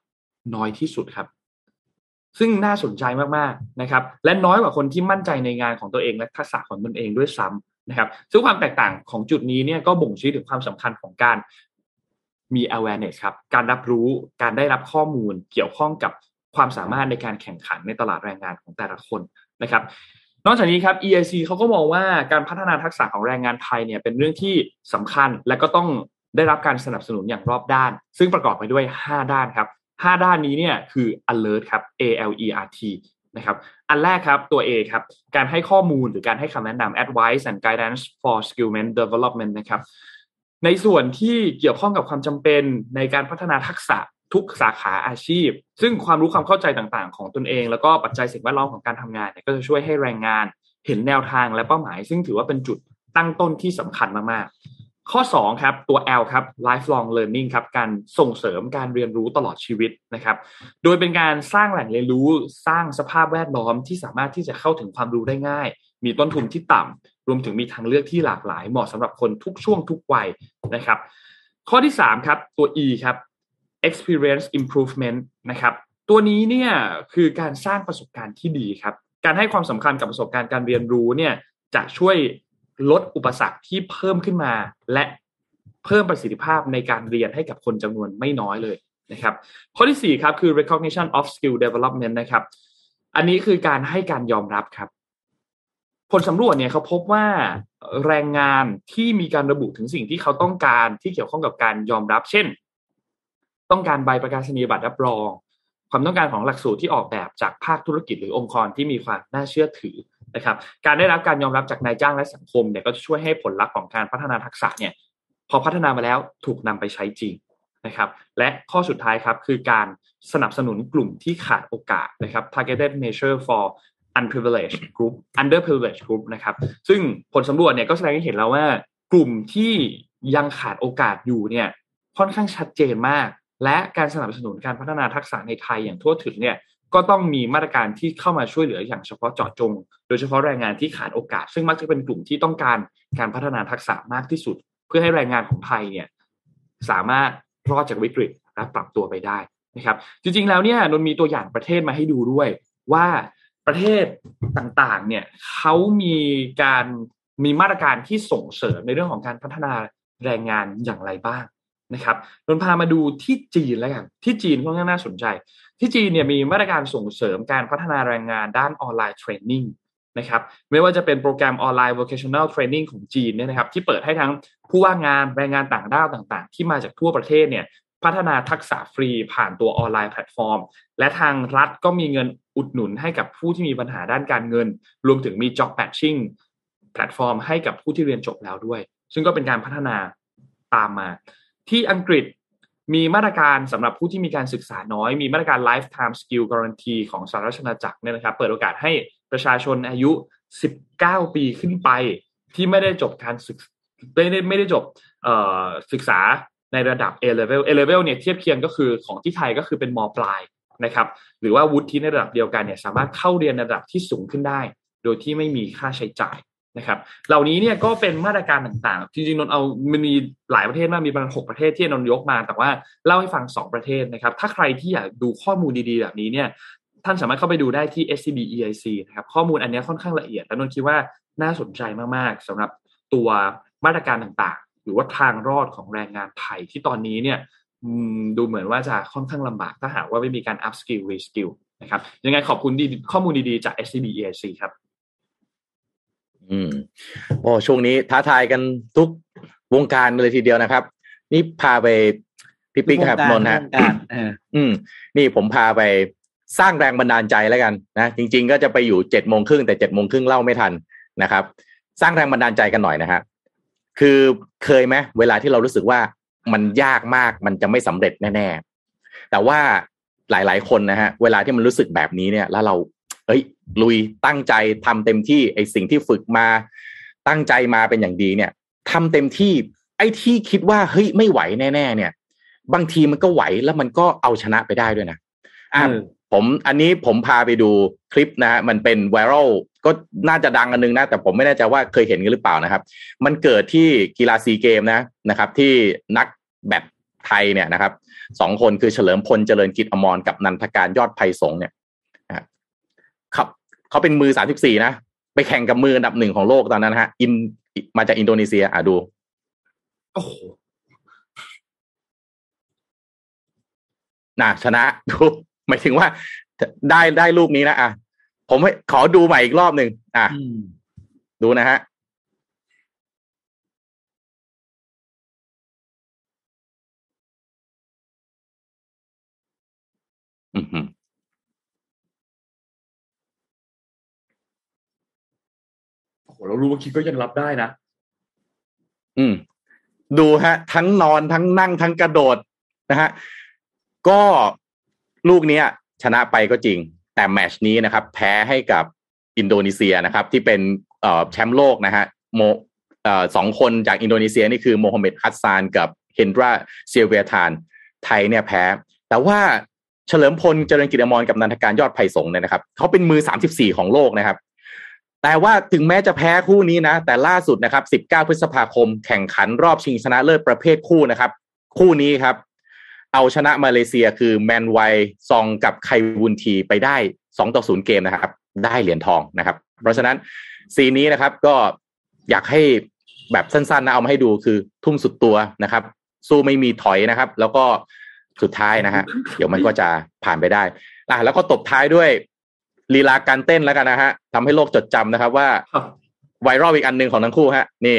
น้อยที่สุดครับซึ่งน่าสนใจมากๆนะครับและน้อยกว่าคนที่มั่นใจในงานของตัวเองและทักษะของตนเองด้วยซ้ำนะครับซึ่งความแตกต่างของจุดนี้เนี่ยก็บ่งชี้ถึงความสำคัญของการมี awareness ครับการรับรู้การได้รับข้อมูลเกี่ยวข้องกับความสามารถในการแข่งขันในตลาดแรงงานของแต่ละคนนะครับนอกจากนี้ครับ อี ไอ ซี เขาก็มองว่าการพัฒนาทักษะของแรงงานไทยเนี่ยเป็นเรื่องที่สำคัญและก็ต้องได้รับการสนับสนุนอย่างรอบด้านซึ่งประกอบไปด้วยห้าด้านครับห้าด้านนี้เนี่ยคือ alert ครับ A L E R T นะครับอันแรกครับตัว A ครับการให้ข้อมูลหรือการให้คำแนะนำ advice and guidance for skillment development นะครับในส่วนที่เกี่ยวข้องกับความจำเป็นในการพัฒนาทักษะทุกสาขาอาชีพซึ่งความรู้ความเข้าใจต่างๆของตนเองแล้วก็ปัจจัยสิ่งแวดล้อมของการทำงานเนี่ยก็จะช่วยให้แรงงานเห็นแนวทางและเป้าหมายซึ่งถือว่าเป็นจุดตั้งต้นที่สำคัญมากๆข้อสองครับตัว L ครับ lifelong learning ครับการส่งเสริมการเรียนรู้ตลอดชีวิตนะครับโดยเป็นการสร้างแหล่งเรียนรู้สร้างสภาพแวดล้อมที่สามารถที่จะเข้าถึงความรู้ได้ง่ายมีต้นทุนที่ต่ำรวมถึงมีทางเลือกที่หลากหลายเหมาะสำหรับคนทุกช่วงทุกวัยนะครับข้อที่สามครับตัว E ครับexperience improvement นะครับตัวนี้เนี่ยคือการสร้างประสบการณ์ที่ดีครับการให้ความสำคัญกับประสบการณ์การเรียนรู้เนี่ยจะช่วยลดอุปสรรคที่เพิ่มขึ้นมาและเพิ่มประสิทธิภาพในการเรียนให้กับคนจำนวนไม่น้อยเลยนะครับข้อที่สี่ครับคือ recognition of skill development นะครับอันนี้คือการให้การยอมรับครับผลสำรวจเนี่ยเขาพบว่าแรงงานที่มีการระบุถึงสิ่งที่เขาต้องการที่เกี่ยวข้องกับการยอมรับเช่นต้องการใบประกาศนียบัตรรับรองความต้องการของหลักสูตรที่ออกแบบจากภาคธุรกิจหรือองค์กรที่มีความน่าเชื่อถือนะครับการได้รับการยอมรับจากนายจ้างและสังคมเนี่ยก็จะช่วยให้ผลลัพธ์ของการพัฒนาทักษะเนี่ยพอพัฒนามาแล้วถูกนำไปใช้จริงนะครับและข้อสุดท้ายครับคือการสนับสนุนกลุ่มที่ขาดโอกาสนะครับ targeted measure for unprivileged group underprivileged group นะครับซึ่งผลสำรวจเนี่ยก็แสดงให้เห็นแล้วว่ากลุ่มที่ยังขาดโอกาสอยู่เนี่ยค่อนข้างชัดเจนมากและการสนับสนุนการพัฒนาทักษะในไทยอย่างทั่วถึงเนี่ยก็ต้องมีมาตรการที่เข้ามาช่วยเหลืออย่างเฉพาะเจาะจงโดยเฉพาะแรงงานที่ขาดโอกาสซึ่งมักจะเป็นกลุ่มที่ต้องการการพัฒนาทักษะมากที่สุดเพื่อให้แรงงานของไทยเนี่ยสามารถรอดจากวิกฤตและปรับตัวไปได้นะครับจริงๆแล้วเนี่ยนนมีตัวอย่างประเทศมาให้ดูด้วยว่าประเทศต่างๆเนี่ยเขามีการมีมาตรการที่ส่งเสริมในเรื่องของการพัฒนาแรงงานอย่างไรบ้างนะครับนนพามาดูที่จีนแล้วกันที่จีนค่อนข้างน่าสนใจที่จีนเนี่ยมีมาตรการส่งเสริมการพัฒนาแรงงานด้านออนไลน์เทรนนิ่งนะครับไม่ว่าจะเป็นโปรแกรมออนไลน์ vocational training ของจีนเนี่ยนะครับที่เปิดให้ทั้งผู้ว่างงานแรงงานต่างด้าวต่างๆที่มาจากทั่วประเทศเนี่ยพัฒนาทักษะฟรีผ่านตัวออนไลน์แพลตฟอร์มและทางรัฐก็มีเงินอุดหนุนให้กับผู้ที่มีปัญหาด้านการเงินรวมถึงมี job matching แพลตฟอร์มให้กับผู้ที่เรียนจบแล้วด้วยซึ่งก็เป็นการพัฒนาตามมาที่อังกฤษมีมาตรการสำหรับผู้ที่มีการศึกษาน้อยมีมาตรการ lifetime skill guarantee ของสหราชอาณาจักรเนี่ยนะครับเปิดโอกาสให้ประชาชนอายุสิบเก้าปีขึ้นไปที่ไม่ได้จบการศึกไม่ได้ไม่ได้จบเอ่อศึกษาในระดับ A level A level เนี่ยเทียบเคียงก็คือของที่ไทยก็คือเป็นม.ปลายนะครับหรือว่าวุฒิในระดับเดียวกันเนี่ยสามารถเข้าเรียนในระดับที่สูงขึ้นได้โดยที่ไม่มีค่าใช้จ่ายนะครับเหล่านี้เนี่ยก็เป็นมาตรการต่างๆจริงๆนนเอามันมีหลายประเทศมากมีประมาณหกประเทศที่นนยกมาแต่ว่าเล่าให้ฟังสองประเทศนะครับถ้าใครที่อยากดูข้อมูลดีๆแบบนี้เนี่ยท่านสามารถเข้าไปดูได้ที่ เอส ซี บี อี ไอ ซี นะครับข้อมูลอันนี้ค่อนข้างละเอียดและนนคิดว่าน่าสนใจมากๆสำหรับตัวมาตรการต่างๆหรือว่าทางรอดของแรงงานไทยที่ตอนนี้เนี่ยดูเหมือนว่าจะค่อนข้างลำบากถ้าหากว่าไม่มีการ up skill re skill นะครับยังไงขอบคุณดีข้อมูลดีๆจาก เอส ซี บี อี ไอ ซี ครับอืมโอ้ช่วงนี้ท้าทายกันทุกวงการเลยทีเดียวนะครับนี่พาไปพี่ปิ๊กครับนนท์ฮะอืมนี่ผมพาไปสร้างแรงบันดาลใจแล้วกันนะจริงๆก็จะไปอยู่เจ็ดโมงครึ่งแต่เจ็ดโมงครึ่งเล่าไม่ทันนะครับสร้างแรงบันดาลใจกันหน่อยนะฮะคือเคยไหมเวลาที่เรารู้สึกว่ามันยากมากมันจะไม่สำเร็จแน่ๆแต่ว่าหลายๆคนนะฮะเวลาที่มันรู้สึกแบบนี้เนี่ยแล้วเราเอ้ยลุยตั้งใจทำเต็มที่ไอ้สิ่งที่ฝึกมาตั้งใจมาเป็นอย่างดีเนี่ยทำเต็มที่ไอ้ที่คิดว่าเฮ้ยไม่ไหวแน่ๆเนี่ยบางทีมันก็ไหวแล้วมันก็เอาชนะไปได้ด้วยนะอ่ะผมอันนี้ผมพาไปดูคลิปนะฮะมันเป็นไวรัลก็น่าจะดังอันนึงนะแต่ผมไม่แน่ใจว่าเคยเห็นกันหรือเปล่านะครับมันเกิดที่กีฬาซีเกมนะนะครับที่นักแบดไทยเนี่ยนะครับสองคนคือเฉลิมพลเจริญกิจอมรกับนันทการยอดไพศงเนี่ยครับเขาเป็นมือสามสิบสี่นะไปแข่งกับมืออันดับหนึ่งของโลกตอนนั้นฮะอินมาจากอินโดนีเซียอ่ะดูโอ้โหน่ะชนะดูหมายถึงว่าได้ได้รูปนี้นะอ่ะผมขอดูใหม่อีกรอบหนึ่งอ่ะดูนะฮะอืมโอ้โหเรารู้ว่าคิดก็ยังรับได้นะอืมดูฮะทั้งนอนทั้งนั่งทั้งกระโดดนะฮะก็ลูกนี้ชนะไปก็จริงแต่แมตช์นี้นะครับแพ้ให้กับอินโดนีเซียนะครับที่เป็นเอ่อแชมป์โลกนะฮะโมเอ่อสองคนจากอินโดนีเซียนี่คือโมฮัมเหม็ดฮัสซานกับเฮนดราเซียเวียทานไทยเนี่ยแพ้แต่ว่าเฉลิมพลเจริญกิจอมรกับนันทการยอดไพศงเนี่ยนะครับเขาเป็นมือสามสิบสี่ของโลกนะครับแต่ว่าถึงแม้จะแพ้คู่นี้นะแต่ล่าสุดนะครับสิบเก้าพฤษภาคมแข่งขันรอบชิงชนะเลิศประเภทคู่นะครับคู่นี้ครับเอาชนะมาเลเซียคือแมนไวซองกับไควุนทีไปได้สองต่อศูนย์เกมนะครับได้เหรียญทองนะครับเพราะฉะนั้นซีนี้นะครับก็อยากให้แบบสั้นๆนะเอามาให้ดูคือทุ่มสุดตัวนะครับสู้ไม่มีถอยนะครับแล้วก็สุดท้ายนะฮะเดี๋ยวมันก็จะผ่านไปได้อ่ะแล้วก็ตบท้ายด้วยลีลาการเต้นแล้วกันนะฮะทำให้โลกจดจำนะครับว่าไวรัลอีกอันหนึ่งของทั้งคู่ฮะนี่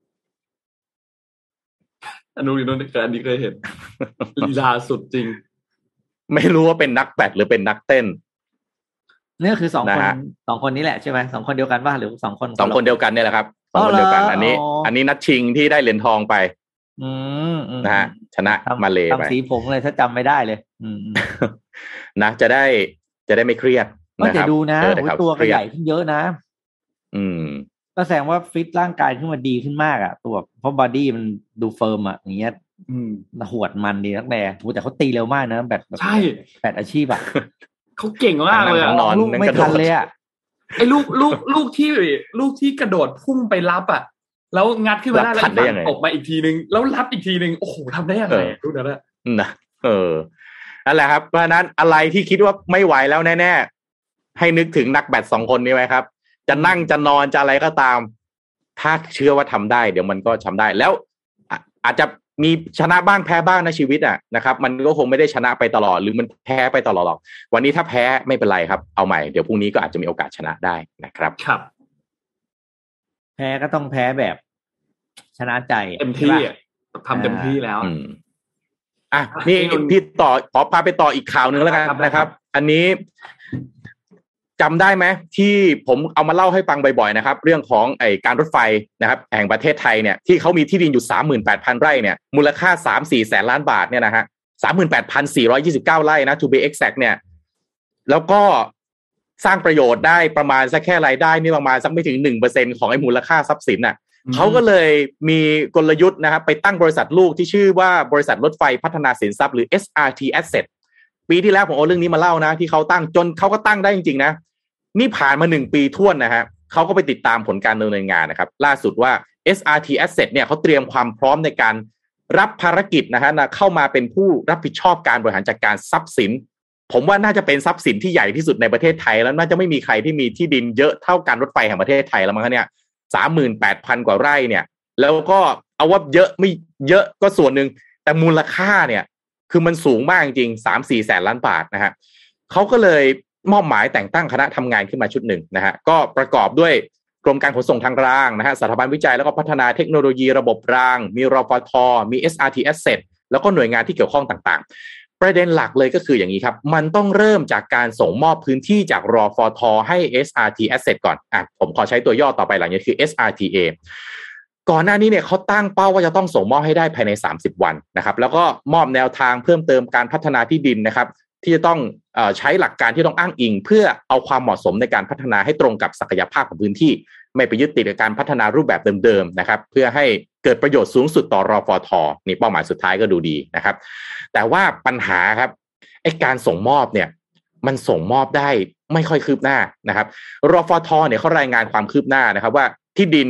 อันนู้นนู้นเคยอันนี้เคยเห็นลีลาสุดจริงไม่รู้ว่าเป็นนักแบดหรือเป็นนักเต้นนี่คือสองคนสองคนนี้แหละใช่ไหมสองคนเดียวกันป่ะหรือสองคนสองคนเดียวกันเนี่ยแหละครับสองคนเดียวกันอันนี้อันนี้นัดชิงที่ได้เหรียญทองไปอืมนะฮะชนะมาเลไปทำสีผมเลยถ้าจำไม่ได้เลยอืมนะจะได้จะได้ไม่เครียดนะครับจะดูนะตัวก็ใหญ่ขึ้นเยอะนะอืมก็แสดงว่าฟิตร่างกายขึ้นมาดีขึ้นมากอ่ะตัวเพราะบอดี้มันดูเฟิร์มอ่ะอย่างเงี้ยอืมหวดมันดีนักแน่แต่เขาตีเร็วมากนะแบบใช่แบดอาชีพอ่ะเขาเก่งมากเลยอ่ะลูกไม่ทันเลยอ่ะไอ้ลูกลูกลูกที่ลูกที่กระโดดพุ่งไปรับอ่ะแล้วงัดขึ้นมาได้แล้วตกมาอีกทีนึงแล้วรับอีกทีนึงโอ้โหทำได้ยังไงลูกนั้นอะนะเออนั่นแหละครับเพราะนั้นอะไรที่คิดว่าไม่ไหวแล้วแน่ๆให้นึกถึงนักแบดสองคนนี้ไว้ครับจะนั่งจะนอนจะอะไรก็ตามถ้าเชื่อว่าทำได้เดี๋ยวมันก็ทำได้แล้วอาจจะมีชนะบ้างแพ้บ้างในชีวิตอ่ะนะครับมันก็คงไม่ได้ชนะไปตลอดหรือมันแพ้ไปตลอดหรอกวันนี้ถ้าแพ้ไม่เป็นไรครับเอาใหม่เดี๋ยวพรุ่งนี้ก็อาจจะมีโอกาสชนะได้นะครับครับแพ้ก็ต้องแพ้แบบชนะใจเต็มที่ทำเต็มที่แล้วอ่ะนี่พี่ต่อขอพาไปต่ออีกข่าวนึงแล้วกันนะครับอันนี้จำได้ไหมที่ผมเอามาเล่าให้ฟังบ่อยๆนะครับเรื่องของไอ้การรถไฟนะครับแห่งประเทศไทยเนี่ยที่เขามีที่ดินอยู่ สามหมื่นแปดพัน ไร่เนี่ยมูลค่า สามถึงสี่ แสนล้านบาทเนี่ยนะฮะ สามหมื่นแปดพันสี่ร้อยยี่สิบเก้า ไร่นะ to be exact เนี่ยแล้วก็สร้างประโยชน์ได้ประมาณสักแค่รายได้นี่ประมาณสักไม่ถึง หนึ่งเปอร์เซ็นต์ ของไอ้มูลค่าทรัพย์สินน่ะเขาก็เลยมีกลยุทธ์นะครับไปตั้งบริษัทลูกที่ชื่อว่าบริษัทรถไฟพัฒนาสินทรัพย์หรือ เอส อาร์ ที Asset ปีที่แล้วผมเอาเรื่องนี้มาเล่านะที่เขาตั้งจนเขาก็ตั้งได้จริงๆนะนี่ผ่านมาหนึ่งปีท่วนนะฮะเขาก็ไปติดตามผลการดำเนินงานนะครับล่าสุดว่า เอส อาร์ ที Asset เนี่ยเขาเตรียมความพร้อมในการรับภารกิจนะฮะนะเข้ามาเป็นผู้รับผิดชอบการบริหารจัดการทรัพย์สินผมว่าน่าจะเป็นทรัพย์สินที่ใหญ่ที่สุดในประเทศไทยแล้วน่าจะไม่มีใครที่มีที่ดินเยอะเท่าการรถไฟแห่งประเทศไทยแล้วมั้งคะเนี่ย สามหมื่นแปดพัน กว่าไร่เนี่ยแล้วก็เอาว่าเยอะไม่เยอะก็ส่วนหนึ่งแต่มูลค่าเนี่ยคือมันสูงมากจริง สามถึงสี่ แสนล้านบาทนะฮะเขาก็เลยมอบหมายแต่งตั้งคณะทำงานขึ้นมาชุดหนึ่งนะฮะก็ประกอบด้วยกรมการขนส่งทางรางนะฮะสถาบันวิจัยแล้วก็พัฒนาเทคโนโลยีระบบรางมีรฟท.มี เอส อาร์ ที Asset แล้วก็หน่วยงานที่เกี่ยวข้องต่างๆประเด็นหลักเลยก็คืออย่างนี้ครับมันต้องเริ่มจากการส่งมอบพื้นที่จากรฟท.ให้ เอส อาร์ ที Asset ก่อนอ่ะผมขอใช้ตัวย่อต่อไปหลังนี้คือ เอส อาร์ ที เอ ก่อนหน้านี้เนี่ยเขาตั้งเป้าว่าจะต้องส่งมอบให้ได้ภายในสามสิบวันนะครับแล้วก็มอบแนวทางเพิ่มเติมการพัฒนาที่ดินนะครับที่จะต้องเอ่อใช้หลักการที่ต้องอ้างอิงเพื่อเอาความเหมาะสมในการพัฒนาให้ตรงกับศักยภาพของพื้นที่ไม่ไปยึดติดกับการพัฒนารูปแบบเดิมๆนะครับเพื่อให้เกิดประโยชน์สูงสุดต่อรฟท.นี่เป้าหมายสุดท้ายก็ดูดีนะครับแต่ว่าปัญหาครับไอ้การส่งมอบเนี่ยมันส่งมอบได้ไม่ค่อยคืบหน้านะครับรฟท.เนี่ยเขารายงานความคืบหน้านะครับว่าที่ดินเนี่ย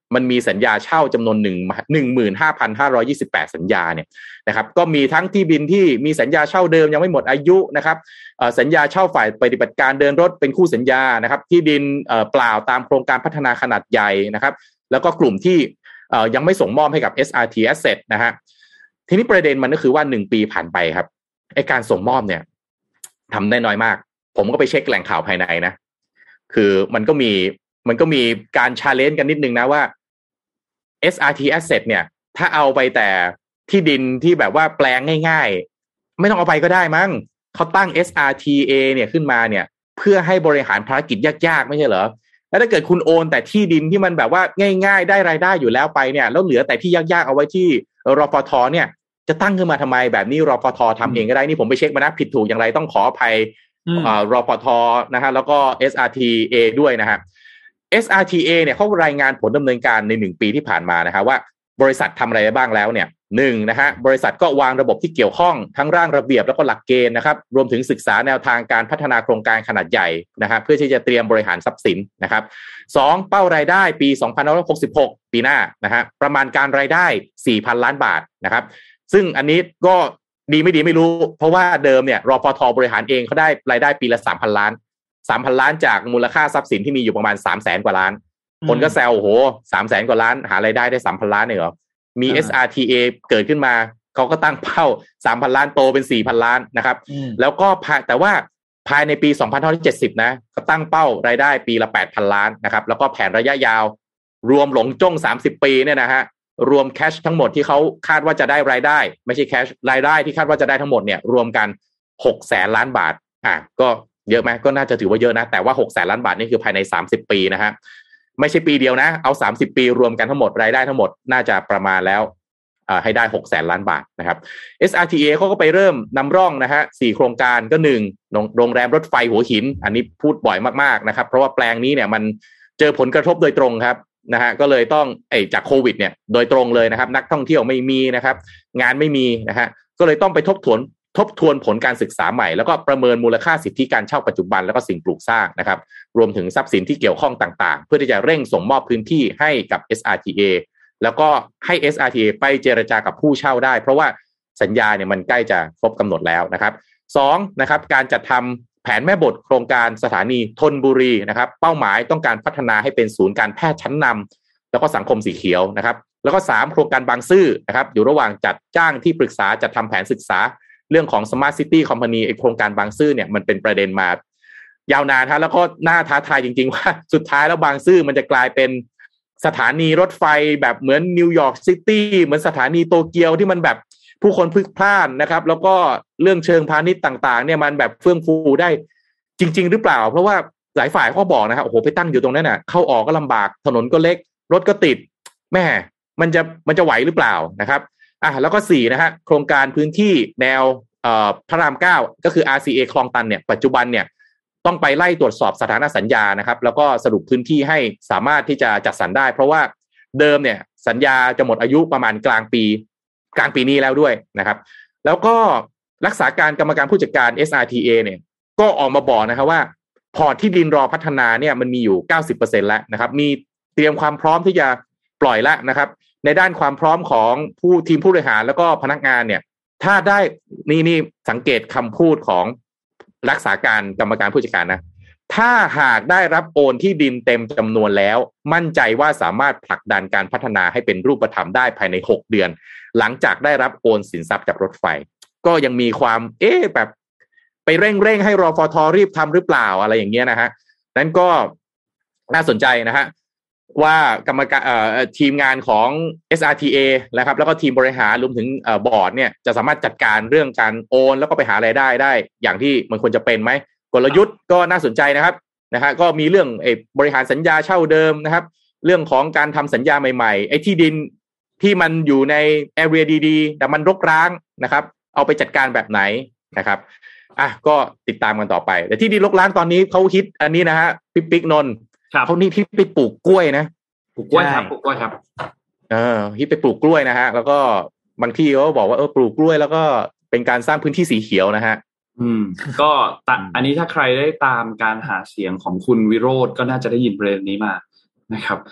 มันมีสัญญาเช่าจำนวนหนึ่งหนึ่งหมื่นห้าพันห้าร้อยยี่สิบแปดสัญญาเนี่ยนะครับก็มีทั้งที่ดินที่มีสัญญาเช่าเดิมยังไม่หมดอายุนะครับสัญญาเช่าฝ่ายปฏิบัติการเดินรถเป็นคู่สัญญานะครับที่ดินเปล่าตามโครงการพัฒนาขนาดใหญ่นะครับแล้วก็กลุ่มที่ยังไม่ส่งมอบให้กับ เอส อาร์ ที Asset นะฮะทีนี้ประเด็นมันก็คือว่าหนึ่งปีผ่านไปครับไอ้การส่งมอบเนี่ยทำได้น้อยมากผมก็ไปเช็คแหล่งข่าวภายในนะคือมันก็มีมันก็มีการชาเลนจ์กันนิดนึงนะว่า เอส อาร์ ที Asset เนี่ยถ้าเอาไปแต่ที่ดินที่แบบว่าแปลงง่ายๆไม่ต้องเอาไปก็ได้มั้งเขาตั้ง เอส อาร์ ที เอ เนี่ยขึ้นมาเนี่ยเพื่อให้บริหารภารกิจยากๆไม่ใช่เหรอแล้วถ้าเกิดคุณโอนแต่ที่ดินที่มันแบบว่าง่ายๆได้รายได้อยู่แล้วไปเนี่ยแล้วเหลือแต่ที่ยากๆเอาไว้ที่รฟท.เนี่ยจะตั้งขึ้นมาทำไมแบบนี้รฟท.ทำเองก็ได้นี่ผมไปเช็คมานะผิดถูกอย่างไรต้องขออภัยรฟท.นะฮะแล้วก็ เอส อาร์ ที เอ ด้วยนะฮะ เอส อาร์ ที เอ เนี่ยเขารายงานผลดำเนินการในหนึ่งปีที่ผ่านมานะครับว่าบริษัททำอะไรบ้างแล้วเนี่ยหนึ่งนะฮะบริษัทก็วางระบบที่เกี่ยวข้องทั้งร่างระเบียบแล้วก็หลักเกณฑ์นะครับรวมถึงศึกษาแนวทางการพัฒนาโครงการขนาดใหญ่นะฮะเพื่อที่จะเตรียมบริหารทรัพย์สินนะครับสองเป้ารายได้ปีสองพันห้าร้อยหกสิบหกปีหน้านะฮะประมาณการรายได้ สี่พัน ล้านบาทนะครับซึ่งอันนี้ก็ดีไม่ดีไม่รู้เพราะว่าเดิมเนี่ยรฟท.บริหารเองเขาได้รายได้ปีละ สามพัน ล้าน สามพัน ล้านจากมูลค่าทรัพย์สินที่มีอยู่ประมาณ สามแสน กว่าล้านคนก็แซวโอ้โห สามแสน กว่าล้านหารายได้ได้ สามพัน ล้านเนี่ยเหรอมี เอส อาร์ ที เอ เกิดขึ้นมาเขาก็ตั้งเป้า สามพัน ล้านโตเป็น สี่พัน ล้านนะครับแล้วก็แต่ว่าภายในปีสองพันห้าร้อยเจ็ดสิบนะเขาตั้งเป้ารายได้ปีละ แปดพัน ล้านนะครับแล้วก็แผนระยะยาวรวมหลงจ้งสามสิบปีเนี่ยนะฮะรวมแคชทั้งหมดที่เขาคาดว่าจะได้รายได้ไม่ใช่แคชรายได้ที่คาดว่าจะได้ทั้งหมดเนี่ยรวมกันหกแสนล้านบาทอ่ะก็เยอะไหมก็น่าจะถือว่าเยอะนะแต่ว่าหกแสนล้านบาทนี่คือภายในสามสิบปีนะฮะไม่ใช่ปีเดียวนะเอาสามสิบปีรวมกันทั้งหมดรายได้ทั้งหมดน่าจะประมาณแล้วให้ได้หกแสนล้านบาทนะครับ เอส อาร์ ที เอ เขาก็ไปเริ่มนำร่องนะฮะสี่โครงการก็หนึ่งโรงแรมรถไฟหัวหินอันนี้พูดบ่อยมากๆนะครับเพราะว่าแปลงนี้เนี่ยมันเจอผลกระทบโดยตรงครับนะฮะก็เลยต้องไอ้จากโควิดเนี่ยโดยตรงเลยนะครับนักท่องเที่ยวไม่มีนะครับงานไม่มีนะฮะก็เลยต้องไปทบทวนทบทวนผลการศึกษาใหม่แล้วก็ประเมินมูลค่าสิทธิการเช่าปัจจุบันแล้วก็สิ่งปลูกสร้างนะครับรวมถึงทรัพย์สินที่เกี่ยวข้องต่างๆเพื่อที่จะเร่งส่งมอบพื้นที่ให้กับ เอส อาร์ ที เอ แล้วก็ให้ เอส อาร์ ที เอ ไปเจรจากับผู้เช่าได้เพราะว่าสัญญาเนี่ยมันใกล้จะครบกำหนดแล้วนะครับสองนะครับการจัดทำแผนแม่บทโครงการสถานีธนบุรีนะครับเป้าหมายต้องการพัฒนาให้เป็นศูนย์การแพทย์ชั้นนำแล้วก็สังคมสีเขียวนะครับแล้วก็สามโครงการบางซื่อนะครับอยู่ระหว่างจัดจ้างที่ปรึกษาจัดทำแผนศึกษาเรื่องของ Smart City Company ไอ้โครงการบางซื่อเนี่ยมันเป็นประเด็นมายาวนานฮะแล้วก็น่าท้าทายจริงๆว่าสุดท้ายแล้วบางซื่อมันจะกลายเป็นสถานีรถไฟแบบเหมือนนิวยอร์กซิตี้เหมือนสถานีโตเกียวที่มันแบบผู้คนพลุกพล่านนะครับแล้วก็เรื่องเชิงพาณิชย์ต่างๆเนี่ยมันแบบเฟื่องฟูได้จริงๆหรือเปล่าเพราะว่าหลายฝ่ายเขาบอกนะครับโอ้โหไปตั้งอยู่ตรงนั้นน่ะเข้าออกก็ลำบากถนนก็เล็กรถก็ติดแม่มันจะมันจะไหวหรือเปล่านะครับอ่ะแล้วก็สี่นะฮะโครงการพื้นที่แนวเอ่อพระรามเก้าก็คือ อาร์ ซี เอ คลองตันเนี่ยปัจจุบันเนี่ยต้องไปไล่ตรวจสอบสถานะสัญญานะครับแล้วก็สรุปพื้นที่ให้สามารถที่จะจัดสรรได้เพราะว่าเดิมเนี่ยสัญญาจะหมดอายุประมาณกลางปีกลางปีนี้แล้วด้วยนะครับแล้วก็รักษาการกรรมการผู้จัดการ เอส อาร์ ที เอ เนี่ยก็ออกมาบอกนะครับว่าพอร์ตที่ดินรอพัฒนาเนี่ยมันมีอยู่ เก้าสิบเปอร์เซ็นต์ แล้วนะครับมีเตรียมความพร้อมที่จะปล่อยแล้วนะครับในด้านความพร้อมของผู้ทีมผู้บริหารแล้วก็พนักงานเนี่ยถ้าได้นี่นี่สังเกตคำพูดของรักษาการกรรมการผู้จัดการนะถ้าหากได้รับโอนที่ดินเต็มจำนวนแล้วมั่นใจว่าสามารถผลักดันการพัฒนาให้เป็นรูปธรรมได้ภายในหกเดือนหลังจากได้รับโอนสินทรัพย์จากรถไฟก็ยังมีความเอ๊ะแบบไปเร่งเร่งให้รฟท.รีบทำหรือเปล่าอะไรอย่างเงี้ยนะฮะนั้นก็น่าสนใจนะฮะว่ากรรมการทีมงานของ เอส อาร์ ที เอ นะครับแล้วก็ทีมบริหารรวมถึงบอร์ดเนี่ยจะสามารถจัดการเรื่องการโอนแล้วก็ไปหารายได้ได้อย่างที่มันควรจะเป็นไหมกลยุทธ์ก็น่าสนใจนะครับนะฮะก็มีเรื่องไอ้บริหารสัญญาเช่าเดิมนะครับเรื่องของการทำสัญญาใหม่ๆไอ้ที่ดินที่มันอยู่ในแอเรียดีๆแต่มันรกร้างนะครับเอาไปจัดการแบบไหนนะครับอ่ะก็ติดตามกันต่อไปแต่ที่ดินรกร้างตอนนี้เขาฮิตอันนี้นะฮะปิ๊กปิ๊กนนท์เขานี่ที่ไปปลูกกล้วยนะปลูกกล้วยครับปลูกกล้วยครับเออฮิตไปปลูกกล้วยนะฮะแล้วก็บางที่เขาบอกว่าเออปลูกกล้วยแล้วก็เป็นการสร้างพื้นที่สีเขียวนะฮะอืมก็อันนี้ถ้าใครได้ตามการหาเสียงของคุณวิโรจน์ก็น่าจะได้ยินประเด็นนี้มานะครับ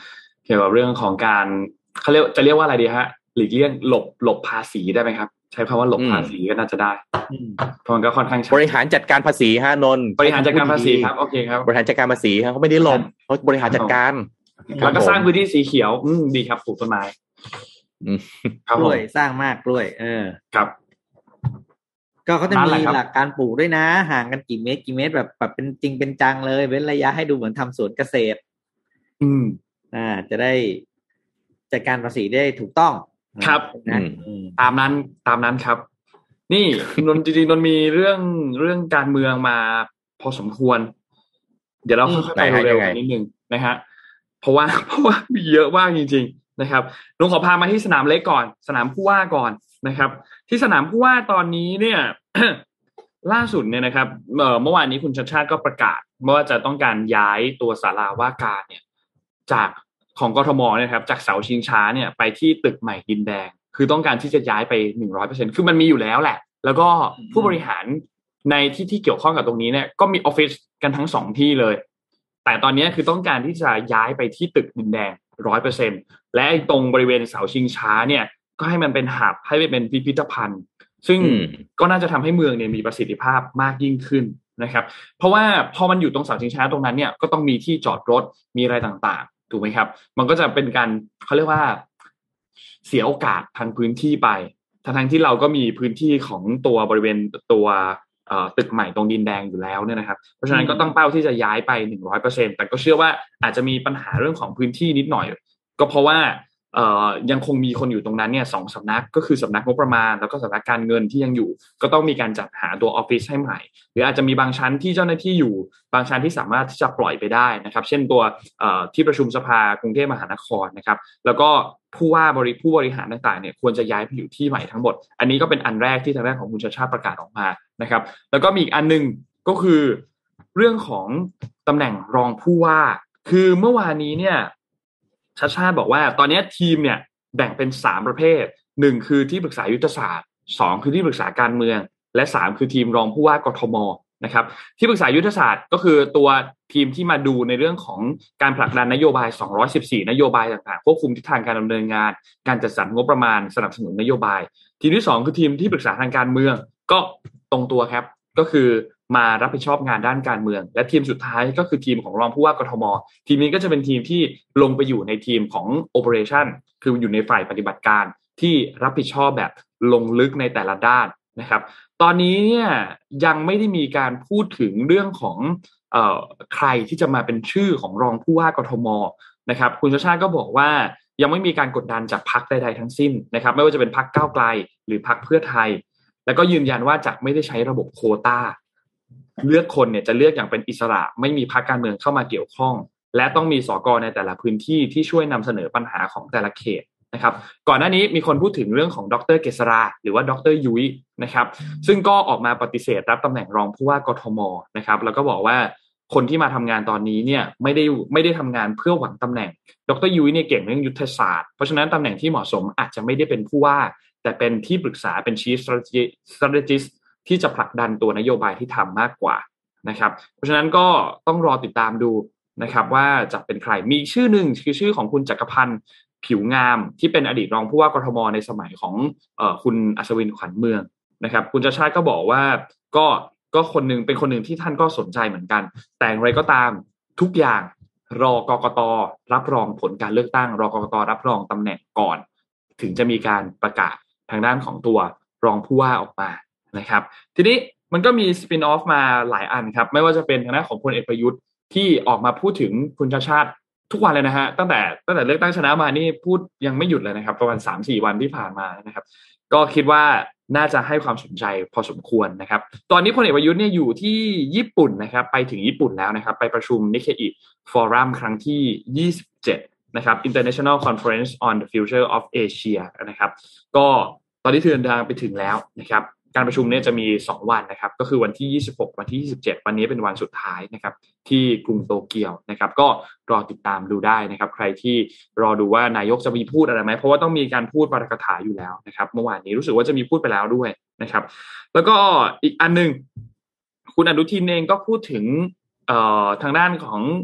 เกี่ยวกับเรื่องของการเขาเรียกจะเรียกว่าอะไรดีฮะหลีกเลี่ยงหลบหลบภาษีได้ไหมครับใช้คำว่าหลบภาษีก็น่าจะได้เพราะมันก็ค่อนข้างบริหารจัดการภาษีฮะนนท์บริหารจัดการภาษีครับโอเคครับบริหารจัดการภาษีฮะเขาไม่ได้หลบเขาบริหารจัดการแล้วก็สร้างพื้นที่สีเขียวอืมดีครับปลูกต้นไม้กล้วยสร้างมากกล้วยเออครับก็เขาจะมีหลักการปลูกด้วยนะห่างกันกี่เมตรกี่เมตรแบบแบบเป็นจริงเป็นจังเลยเว้นระยะให้ดูเหมือนทำสวนเกษตรอืมอ่าจะได้จัดการภาษีได้ถูกต้องครับตามนั้นตามนั้นครับนี่นนจริงๆนนมีเรื่องเรื่องการเมืองมาพอสมควรเดี๋ยวเราค่อยๆไปเร็วๆนิดนึงนะฮะเพราะว่าเพราะว่ามีเยอะมากจริงๆนะครับนนขอพามาที่สนามเล็กก่อนสนามผู้ว่าก่อนนะครับที่สนามผู้ว่าตอนนี้เนี่ย ล่าสุดเนี่ยนะครับเอ่อเมื่อวานนี้คุณชัชชาติก็ประกาศว่าจะต้องการย้ายตัวศาลาว่าการเนี่ยจากของกทมเนี่ยครับจากเสาชิงช้าเนี่ยไปที่ตึกใหม่ดินแดงคือต้องการที่จะย้ายไป หนึ่งร้อยเปอร์เซ็นต์ คือมันมีอยู่แล้วแหละแล้วก็ผู้บริหารในที่ที่เกี่ยวข้องกับตรงนี้เนี่ยก็มีออฟฟิศกันทั้งสองที่เลยแต่ตอนนี้คือต้องการที่จะย้ายไปที่ตึกดินแดง หนึ่งร้อยเปอร์เซ็นต์ และตรงบริเวณเสาชิงช้าเนี่ยก็ให้มันเป็นหับให้เป็นพิพิธภัณฑ์ซึ่งก็น่าจะทำให้เมืองเนี่ยมีประสิทธิภาพมากยิ่งขึ้นนะครับเพราะว่าพอมันอยู่ตรงเสาชิงช้าตรงนั้นเนี่ยก็ต้องมีที่จอดรถมีอะไรต่างๆถูกไหมครับมันก็จะเป็นการเขาเรียกว่าเสียโอกาสทางพื้นที่ไปทั้งที่เราก็มีพื้นที่ของตัวบริเวณตัวตึกใหม่ตรงดินแดงอยู่แล้วเนี่ยนะครับเพราะฉะนั้นก็ต้องเป้าที่จะย้ายไป หนึ่งร้อยเปอร์เซ็นต์ แต่ก็เชื่อว่าอาจจะมีปัญหาเรื่องของพื้นที่นิดหน่อยก็เพราะว่าเอ่อยังคงมีคนอยู่ตรงนั้นเนี่ยสองสำนักก็คือสำนักงบประมาณแล้วก็สำนักการเงินที่ยังอยู่ก็ต้องมีการจัดหาตัวออฟฟิศให้ใหม่หรืออาจจะมีบางชั้นที่เจ้าหน้าที่อยู่บางชั้นที่สามารถที่จะปล่อยไปได้นะครับเช่นตัวเอ่อที่ประชุมสภากรุงเทพมหานครนะครับแล้วก็ผู้ว่าบริผู้บริหารต่างๆเนี่ยควรจะย้ายไปอยู่ที่ใหม่ทั้งหมดอันนี้ก็เป็นอันแรกที่ทางด้านของคุณชัชชาติประกาศออกมานะครับแล้วก็มีอีกอันนึงก็คือเรื่องของตำแหน่งรองผู้ว่าคือเมื่อวานนี้เนี่ยชัชชาติบอกว่าตอนนี้ทีมเนี่ยแบ่งเป็นสามประเภทหนึ่งคือที่ปรึกษายุทธศาสตร์สองคือที่ปรึกษาการเมืองและสามคือทีมรองผู้ว่ากทมนะครับที่ปรึกษายุทธศาสตร์ก็คือตัวทีมที่มาดูในเรื่องของการผลักดันนโยบายสองร้อยสิบสี่นโยบายต่างๆควบคุมทิศทางการดำเนินงานการจัดสรรงบประมาณสนับสนุนนโยบายทีมที่สองคือทีมที่ปรึกษาทางการเมืองก็ตรงตัวครับก็คือมารับผิดชอบงานด้านการเมืองและทีมสุดท้ายก็คือทีมของรองผู้ว่ากทมทีมนี้ก็จะเป็นทีมที่ลงไปอยู่ในทีมของ Operation คืออยู่ในฝ่ายปฏิบัติการที่รับผิดชอบแบบลงลึกในแต่ละด้านนะครับตอนนี้เนี่ยยังไม่ได้มีการพูดถึงเรื่องของเอ่อใครที่จะมาเป็นชื่อของรองผู้ว่ากทมนะครับคุณชาชาติก็บอกว่ายังไม่มีการกดดันจากพรรคใดๆทั้งสิ้นนะครับไม่ว่าจะเป็นพรรคก้าวไกลหรือพรรคเพื่อไทยแล้วก็ยืนยันว่าจะไม่ได้ใช้ระบบโควต้าเลือกคนเนี่ยจะเลือกอย่างเป็นอิสระไม่มีพรรคการเมืองเข้ามาเกี่ยวข้องและต้องมีสกในแต่ละพื้นที่ที่ช่วยนำเสนอปัญหาของแต่ละเขตนะครับก่อนหน้านี้มีคนพูดถึงเรื่องของดร.เกษราหรือว่าดร.ยุ้ยนะครับซึ่งก็ออกมาปฏิเสธรับตำแหน่งรองผู้ว่ากทมนะครับแล้วก็บอกว่าคนที่มาทำงานตอนนี้เนี่ยไม่ได้ไม่ได้ทำงานเพื่อหวังตำแหน่งดร.ยุ้ยเนี่ยเก่งเรื่องยุทธศาสตร์เพราะฉะนั้นตำแหน่งที่เหมาะสมอาจจะไม่ได้เป็นผู้ว่าแต่เป็นที่ปรึกษาเป็น Chief Strategist ที่จะผลักดันตัวนโยบายที่ทำมากกว่านะครับเพราะฉะนั้นก็ต้องรอติดตามดูนะครับว่าจะเป็นใครมีชื่อหนึ่งคือชื่อของคุณจักรพันธ์ผิวงามที่เป็นอดีตรองผู้ว่ากทมในสมัยของเอ่อคุณอัศวินขวัญเมืองนะครับคุณชาชาติก็บอกว่าก็ก็คนหนึ่งเป็นคนหนึ่งที่ท่านก็สนใจเหมือนกันแต่อย่างไรก็ตามทุกอย่างรอกกต.รับรองผลการเลือกตั้งรอกกต.รับรองตำแหน่งก่อนถึงจะมีการประกาศทางด้านของตัวรองผู้ว่าออกมานะครับทีนี้มันก็มีสปินออฟมาหลายอันครับไม่ว่าจะเป็นทางด้านของพลเอกประยุทธ์ที่ออกมาพูดถึงคุณชาชาติทุกวันเลยนะฮะตั้งแต่ตั้งแต่เลือกตั้งชนะมานี่พูดยังไม่หยุดเลยนะครับประมาณ สามถึงสี่ วันที่ผ่านมานะครับก็คิดว่าน่าจะให้ความสนใจพอสมควรนะครับตอนนี้พลเอกประยุทธ์เนี่ยอยู่ที่ญี่ปุ่นนะครับไปถึงญี่ปุ่นแล้วนะครับไปประชุม Nikkei Forum ครั้งที่ยี่สิบเจ็ดนะครับ International Conference on the Future of Asia นะครับก็ตอนนี้เดินทางไปถึงแล้วนะครับการประชุมเนี่ยจะมีสองวันนะครับก็คือวันที่ยี่สิบหกวันที่ยี่สิบเจ็ดวันนี้เป็นวันสุดท้ายนะครับที่กรุงโตเกียวนะครับก็รอติดตามดูได้นะครับใครที่รอดูว่านายกจะมีพูดอะไรไหมเพราะว่าต้องมีการพูดปาฐกถาอยู่แล้วนะครับเมื่อวานนี้รู้สึกว่าจะมีพูดไปแล้วด้วยนะครับแล้วก็อีกอันนึงคุณอนุทินเองก็พูดถึงเอ่อทางด้านของ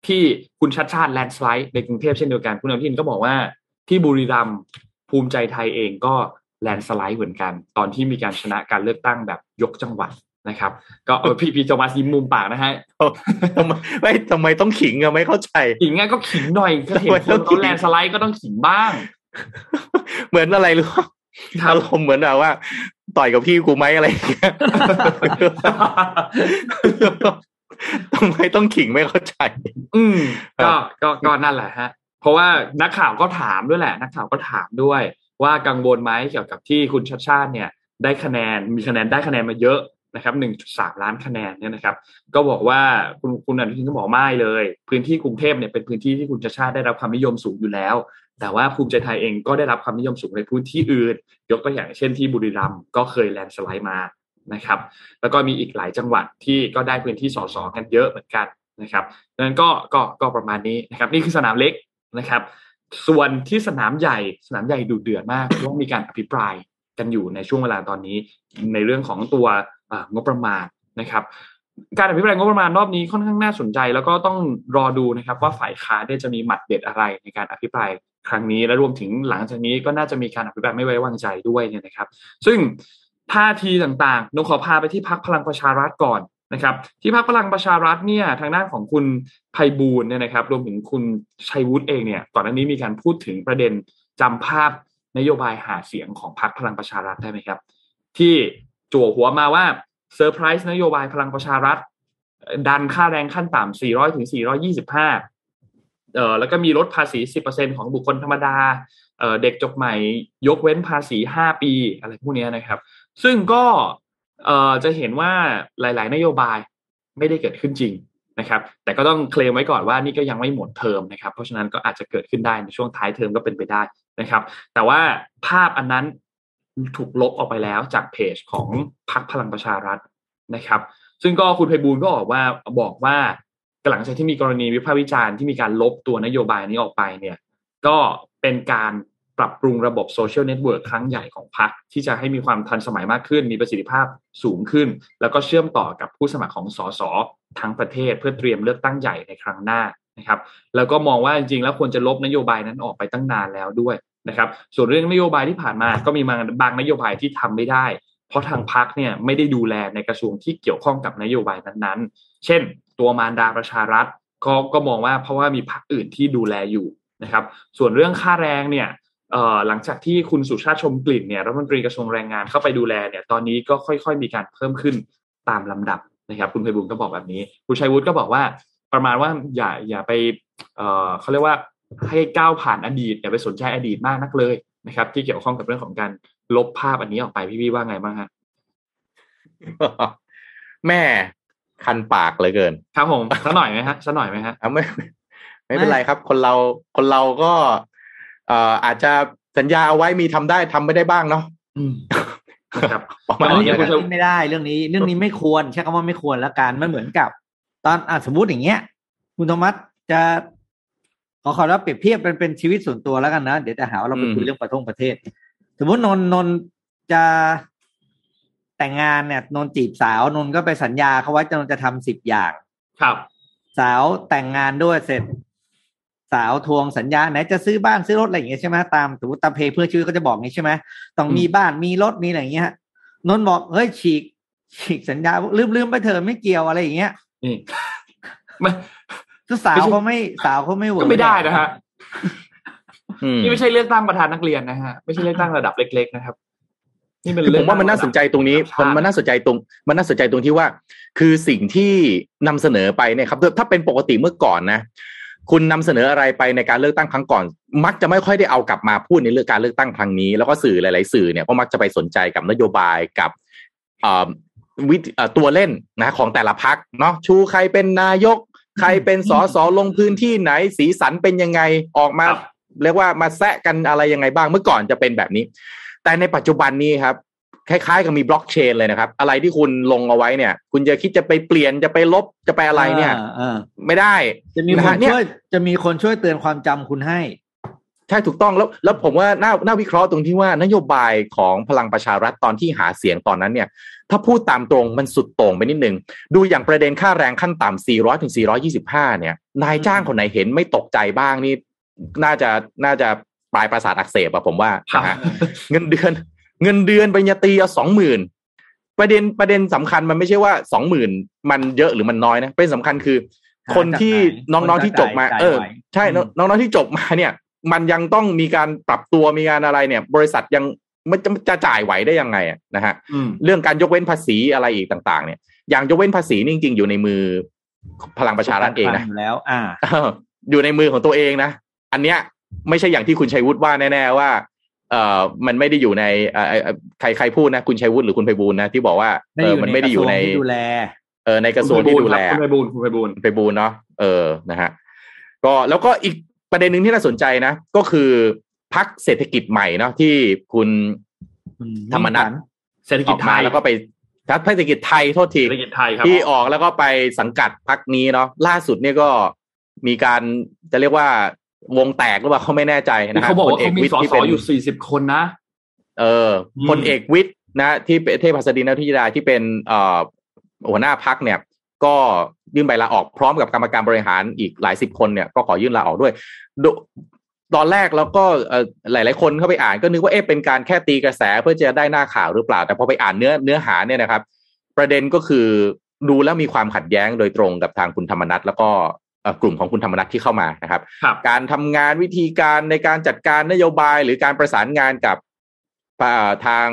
ที่คุณชัดชาติแลนด์สไลด์ในกรุงเทพเช่นเดียวกันคุณอนุทินก็บอกว่าที่บุรีรัมย์ภูมิใจไทยเองก็แลนด์สไลด์เหมือนกันตอนที่มีการชนะการเลือกตั้งแบบยกจังหวัดนะครับก็เออพี่พี่โจมัสยิ้มมุมปากนะฮะทำไมไม่ทำไมต้องขิงอะไม่เข้าใจขิงไงก็ขิงหน่อยก็เห็นคนเขาแลนด์สไลด์ก็ต้องขิงบ้างเหมือนอะไรรู้อารมณ์เหมือนแบบว่าต่อยกับพี่กูไหมอะไรอย่างเงี้ยทำไมต้องขิงไม่เข้าใจอืมก็ก็ก็นั่นแหละฮะเพราะว่านักข่าวก็ถามด้วยแหละนักข่าวก็ถามด้วยว่ากังวลไหมเกี่ยวกับที่คุณชัชชาติเนี่ยได้คะแนนมีคะแนนได้คะแนนมาเยอะนะครับ หนึ่งจุดสาม ล้านคะแนนเนี่ยนะครับก็บอกว่าคุณคุณอนุทินก็บอกไม่เลยพื้นที่กรุงเทพเนี่ยเป็นพื้นที่ที่คุณชัชชาติได้รับความนิยมสูงอยู่แล้วแต่ว่าภูมิใจไทยเองก็ได้รับความนิยมสูงในพื้นที่อื่นยกตัวอย่างเช่นที่บุรีรัมย์ก็เคยแลนด์สไลด์มานะครับแล้วก็มีอีกหลายจังหวัดที่ก็ได้พื้นที่สสกันเยอะเหมือนกันนะครับดังนั้นก็ก็ก็ประมาณนี้นะครับนี่คือสนามเล็กนะครับส่วนที่สนามใหญ่สนามใหญ่ดุเดือดมากเพราะว่ามีการอภิปรายกันอยู่ในช่วงเวลาตอนนี้ในเรื่องของตัวงบประมาณนะครับการอภิปรายงบประมาณรอบนี้ค่อนข้างน่าสนใจแล้วก็ต้องรอดูนะครับว่าฝ่ายค้านจะมีหมัดเด็ดอะไรในการอภิปรายครั้งนี้และรวมถึงหลังจากนี้ก็น่าจะมีการอภิปรายไม่ไว้วางใจด้วยเนี่ยนะครับซึ่งท่าทีต่างๆนงขอพาไปที่พรรคพลังประชารัฐก่อนนะครับที่พรรคพลังประชารัฐเนี่ยทางด้านของคุณไพบูลย์เนี่ยนะครับรวมถึงคุณชัยวุฒิเองเนี่ยก่อนหน้านี้มีการพูดถึงประเด็นจำภาพนโยบายหาเสียงของพรรคพลังประชารัฐได้ไหมครับที่จั่วหัวมาว่าเซอร์ไพรส์นโยบายพลังประชารัฐดันค่าแรงขั้นต่ำสี่ร้อยถึงสี่ร้อยยี่สิบห้าเอ่อแล้วก็มีลดภาษี สิบเปอร์เซ็นต์ ของบุคคลธรรมดาเอ่อเด็กจบใหม่ยกเว้นภาษีห้าปีอะไรพวกนี้นะครับซึ่งก็เอ่อจะเห็นว่าหลายๆนโยบายไม่ได้เกิดขึ้นจริงนะครับแต่ก็ต้องเคลมไว้ก่อนว่านี่ก็ยังไม่หมดเทอมนะครับเพราะฉะนั้นก็อาจจะเกิดขึ้นได้ในช่วงท้ายเทอมก็เป็นไปได้นะครับแต่ว่าภาพอันนั้นถูกลบออกไปแล้วจากเพจของพรรคพลังประชารัฐนะครับซึ่งก็คุณไพบูลย์ก็บอกว่าบอกว่าหลังจากที่มีกรณีวิพากษ์วิจารณ์ที่มีการลบตัวนโยบายนี้ออกไปเนี่ยก็เป็นการปรับปรุงระบบโซเชียลเน็ตเวิร์คครั้งใหญ่ของพรรคที่จะให้มีความทันสมัยมากขึ้นมีประสิทธิภาพสูงขึ้นแล้วก็เชื่อมต่อกับผู้สมัครของสสทั้งประเทศเพื่อเตรียมเลือกตั้งใหญ่ในครั้งหน้านะครับแล้วก็มองว่าจริงๆแล้วควรจะลบนโยบายนั้นออกไปตั้งนานแล้วด้วยนะครับส่วนเรื่องนโยบายที่ผ่านมาก็มีบางนโยบายที่ทำไม่ได้เพราะทางพรรคเนี่ยไม่ได้ดูแลในกระทรวงที่เกี่ยวข้องกับนโยบายนั้นๆเช่นตัวมารดาประชารัฐก็ก็มองว่าเพราะว่ามีพรรคอื่นที่ดูแลอยู่นะครับส่วนเรื่องค่าแรงเนี่ยเอ่อหลังจากที่คุณสุชาติชมกลิ่นเนี่ยรัฐมนตรีกระทรวงแรงงานเข้าไปดูแลเนี่ยตอนนี้ก็ค่อยๆมีการเพิ่มขึ้นตามลำดับนะครับคุณไพบูลย์ก็บอกแบบนี้คุณชัยวุฒิก็บอกว่าประมาณว่าอย่าอย่าไปเอ่อเขาเรียกว่าให้ก้าวผ่านอดีตอย่าไปสนใจอดีตมากนักเลยนะครับที่เกี่ยวข้องกับเรื่องของการลบภาพอันนี้ออกไปพี่ๆว่าไงบ้างฮะแม่คันปากเลยเกินครับผมสักหน่อยไหมฮะสักหน่อยไหมฮะไม่ไม่เป็นไรครับคนเราคนเราก็เอ่ออาจจะสัญญาเอาไว้มีทำได้ทำไม่ได้บ้างเนาะครับประมาณนี้ไม่ได้เรื่องนี้เรื่องนี้ไม่ควรใช้คำว่าไม่ควรแล้วกันไม่เหมือนกับตอนอ่ะสมมุติอย่างเงี้ยคุณโทมัสจะขอขอรับเปรียบเทียบเป็นเป็นชีวิตส่วนตัวแล้วกันนะเดี๋ยวจะหาว่าเราไปคุยเรื่องประท้วงประเทศสมมุตินนนนจะแต่งงานเนี่ยนนจีบสาวนนก็ไปสัญญาเขาไว้จะนนจะทำสิบอย่างครับสาวแต่งงานด้วยเสร็จสาวทวงสัญญาไหนจะซื้อบ้านซื้อรถอะไรอย่างเงี้ยใช่ไหมตามสมมติตามเพย์เพื่อชื่อเขาจะบอกงี้ใช่ไหมต้องมีบ้านมีรถมีอะไรอย่างเงี้ยนนบอกเฮ้ยฉีกฉีกสัญญาลืมลืมไปเถอะไม่เกี่ยวอะไรอย่างเงี้ยนี่ไม่สาวเขาไม่สาวเขาไม่เวิร์กก็ไม่ได้นะฮะนี่ไม่ใช่เลือกตั้งประธานนักเรียนนะฮะไม่ใช่เลือกตั้งระดับเล็กๆนะครับนี่เป็นผมว่ามันน่าสนใจตรงนี้มันมันน่าสนใจตรงมันน่าสนใจตรงที่ว่าคือสิ่งที่นำเสนอไปเนี่ยครับถ้าเป็นปกติเมื่อก่อนนะคุณนำเสนออะไรไปในการเลือกตั้งครั้งก่อนมักจะไม่ค่อยได้เอากลับมาพูดในเรื่องการเลือกตั้งครั้งนี้แล้วก็สื่อหลายๆสื่อเนี่ยก็มักจะไปสนใจกับนโยบายกับวิตัวเล่นนะของแต่ละพรรคเนาะชูใครเป็นนายกใครเป็นสสลงพื้นที่ไหนสีสันเป็นยังไงออกมาเรียกว่ามาแซะกันอะไรยังไงบ้างเมื่อก่อนจะเป็นแบบนี้แต่ในปัจจุบันนี้ครับคล้ายๆกับมีบล็อกเชนเลยนะครับอะไรที่คุณลงเอาไว้เนี่ยคุณจะคิดจะไปเปลี่ยนจะไปลบจะไปอะไรเนี่ยไม่ได้จะมีคนช่วยจะมีคนช่วยเตือนความจำคุณให้ใช่ถูกต้องแล้วแล้วผมว่าน่าน่าวิเคราะห์ตรงที่ว่านโยบายของพลังประชารัฐตอนที่หาเสียงตอนนั้นเนี่ยถ้าพูดตามตรงมันสุดโต่งไปนิดนึงดูอย่างประเด็นค่าแรงขั้นต่ำสี่ร้อยถึงสี่ร้อยยี่สิบห้าเนี่ยนายจ้างคนไหนเห็นไม่ตกใจบ้างนี่น่าจะน่าจะปลายประสาทอักเสบอะผมว่านะฮะเงินเดือนเงินเดือนปริญญาตรีเอาสองหมื่นประเด็นประเด็นสำคัญมันไม่ใช่ว่าสองหมื่นมันเยอะหรือมันน้อยนะประเด็นสำคัญคือคนที่น้องๆที่จบมาเออใช่น้องๆที่จบมาเนี่ยมันยังต้องมีการปรับตัวมีการอะไรเนี่ยบริษัทยังมันจะจะจ่ายไหวได้ยังไงอ่ะนะฮะเรื่องการยกเว้นภาษีอะไรอีกต่างๆเนี่ยอย่างยกเว้นภาษีนี่จริงๆอยู่ในมือพลังประชารัฐเองนะแล้วอ่าอยู่ในมือของตัวเองนะอันเนี้ยไม่ใช่อย่างที่คุณชัยวุฒิว่าแน่ๆว่าเอ่อมันไม่ได้อยู่ในเอ่อใครใครพูดนะคุณชัยวุฒิหรือคุณไพบูลย์นะที่บอกว่าเออมันไม่ได้อยู่ในดูแลเออในกระทรวงที่ดูแลคุณไพบูลย์คุณไพบูลย์ไพบูลย์เนาะเออนะฮะก็แล้วก็อีกประเด็นหนึ่งที่น่าสนใจนะก็คือพรรคเศรษฐกิจใหม่เนาะที่คุณธรรมนัสเศรษฐกิจไทยแล้วก็ไปพรรคเศรษฐกิจไทยโทษทีเศรษฐกิจไทยครับที่ออกแล้วก็ไปสังกัดพรรคนี้เนาะล่าสุดเนี่ยก็มีการจะเรียกว่าวงแตกหรือเปล่าเขาไม่แน่ใจนะครับเขาบอกว่าเขามีสสอยู่สี่สิบคนนะเออพลเอกวิทย์นะที่เทพหัสดินนทิยาที่เป็นเอ่อหัวหน้าพรรคเนี่ยก็ยื่นใบลาออกพร้อมกับกรรมการบริหารอีกหลายสิบคนเนี่ยก็ขอยื่นลาออกด้วยตอนแรกแล้วก็หลายๆคนเข้าไปอ่านก็นึกว่าเอ๊ะเป็นการแค่ตีกระแสเพื่อจะได้หน้าข่าวหรือเปล่าแต่พอไปอ่านเนื้อเนื้อหาเนี่ยนะครับประเด็นก็คือดูแล้วมีความขัดแย้งโดยตรงกับทางคุณธรรมนัสแล้วก็กลุ่มของคุณธรรมนัสที่เข้ามานะครับการทำงานวิธีการในการจัดการนโยบายหรือการประสานงานกับทาง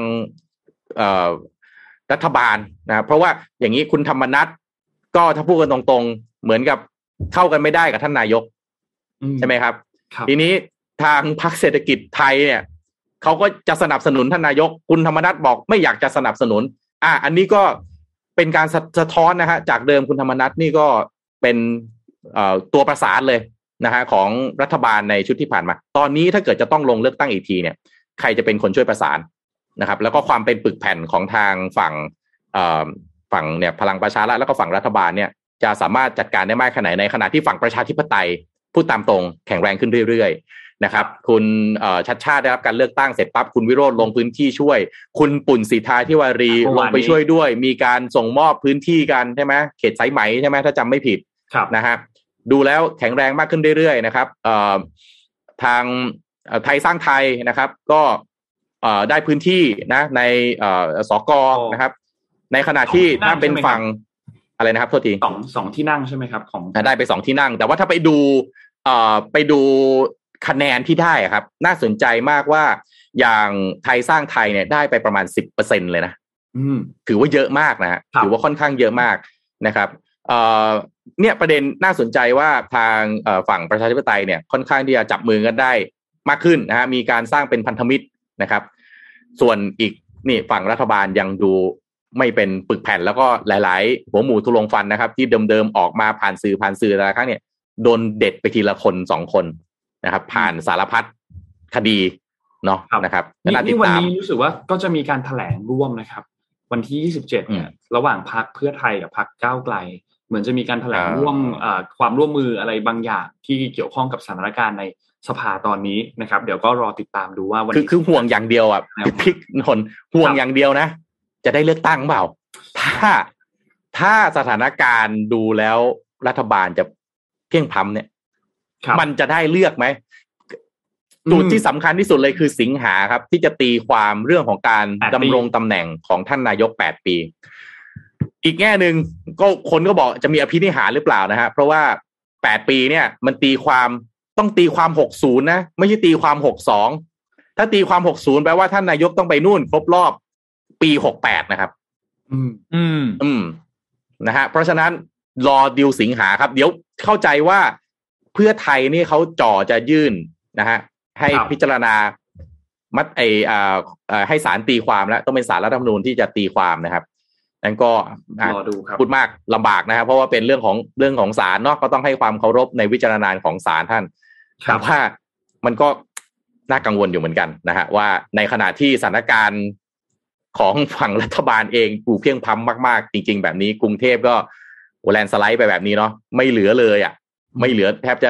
รัฐบาลนะเพราะว่าอย่างนี้คุณธรรมนัสก็ถ้าพูดกันตรงๆเหมือนกับเข้ากันไม่ได้กับท่านนายกใช่ไหมครับทีนี้ทางพรรคเศรษฐกิจไทยเนี่ยเขาก็จะสนับสนุนท่านนายกคุณธรรมนัสบอกไม่อยากจะสนับสนุนอ่ะอันนี้ก็เป็นการสะท้อนนะฮะจากเดิมคุณธรรมนัสนี่ก็เป็นตัวประสานเลยนะฮะของรัฐบาลในชุดที่ผ่านมาตอนนี้ถ้าเกิดจะต้องลงเลือกตั้งอีกทีเนี่ยใครจะเป็นคนช่วยประสานนะครับแล้วก็ความเป็นปึกแผ่นของทางฝั่งฝั่งเนี่ยพลังประชารัฐแล้วก็ฝั่งรัฐบาลเนี่ยจะสามารถจัดการได้มากขนาดไหนในขณะที่ฝั่งประชาธิปไตยพูดตามตรงแข็งแรงขึ้นเรื่อยๆนะครับคุณชัชชาติได้รับการเลือกตั้งเสร็จปั๊บคุณวิโรจน์ลงพื้นที่ช่วยคุณปุ่นสีทาธิวารีลงไปช่วยด้วยมีการส่งมอบพื้นที่กันใช่ไหมเขตสายไหมใช่ไหมถ้าจำไม่ผิดนะฮะดูแล้วแข็งแรงมากขึ้นเรื่อยๆนะครับทางไทยสร้างไทยนะครับก็ได้พื้นที่นะในสกนะครับในขณะที่ถ้าเป็นฝั่งอะไรนะครับโทษทีสองสองที่นั่งใช่ไหมครับของได้ไปสองที่นั่งแต่ว่าถ้าไปดูไปดูคะแนนที่ได้ครับน่าสนใจมากว่าอย่างไทยสร้างไทยเนี่ยได้ไปประมาณ สิบเปอร์เซ็นต์ เลยนะถือว่าเยอะมากนะถือว่าค่อนข้างเยอะมากนะครับเนี่ยประเด็นน่าสนใจว่าทางฝั่งประชาธิปไตยเนี่ยค่อนข้างที่จะจับมือกันได้มากขึ้นนะฮะมีการสร้างเป็นพันธมิตรนะครับส่วนอีกนี่ฝั่งรัฐบาลยังดูไม่เป็นปึกแผ่นแล้วก็หลายๆหัวหมูทุลงฟันนะครับที่เดิมๆออกมาผ่านสื่อผ่านสื่อแต่ละครั้งเนี่ยโดนเด็ดไปทีละคนสองคนนะครับผ่านสารพัดคดีเนาะนะครับนี่วันนี้รู้สึกว่าก็จะมีการแถลงร่วมนะครับวันที่ยี่สิบเจ็ดเนี่ยระหว่างพรรคเพื่อไทยกับพรรคก้าวไกลเหมือนจะมีการแถลงร่วมความร่วมมืออะไรบางอย่างที่เกี่ยวข้องกับสถานการณ์ในสภาตอนนี้นะครับเดี๋ยวก็รอติดตามดูว่าวันนี้คือห่วงอย่างเดียวอ่ะพิกนนห่วงอย่างเดียวนะจะได้เลือกตั้งเปล่าถ้าถ้าสถานการณ์ดูแล้วรัฐบาลจะเพียงพำเนี่ยมันจะได้เลือกไหมจุดที่สำคัญที่สุดเลยคือสิงหาครับที่จะตีความเรื่องของการดำรงตำแหน่งของท่านนายกแปดปีอีกแง่หนึ่งก็คนก็บอกจะมีอภินิหารหรือเปล่านะฮะเพราะว่าแปดปีเนี่ยมันตีความต้องตีความหกสิบนะไม่ใช่ตีความหกสิบสองถ้าตีความหกสิบแปลว่าท่านนายกต้องไปนู่นครบรอบปีหกสิบแปดนะครับอืมอืมอืมนะฮะเพราะฉะนั้นรอดิวสิงหาครับเดี๋ยวเข้าใจว่าเพื่อไทยนี่เขาจ่อจะยื่นนะฮะให้พิจารณามัดไออ่าให้ศาลตีความแล้วต้องเป็นศาลรัฐธรรมนูญที่จะตีความนะครับนั่นก็พูดมากลำบากนะครับเพราะว่าเป็นเรื่องของเรื่องของศาลเนาะก็ต้องให้ความเคารพในวิจารณาของศาลท่านแต่ว่ามันก็น่ากังวลอยู่เหมือนกันนะฮะว่าในขณะที่สถานการณ์ของฝั่งรัฐบาลเองปูเพียงพำมากๆจริงๆแบบนี้กรุงเทพก็โอแลนด์สไลด์ไปแบบนี้เนาะไม่เหลือเลยอ่ะไม่เหลือแทบจะ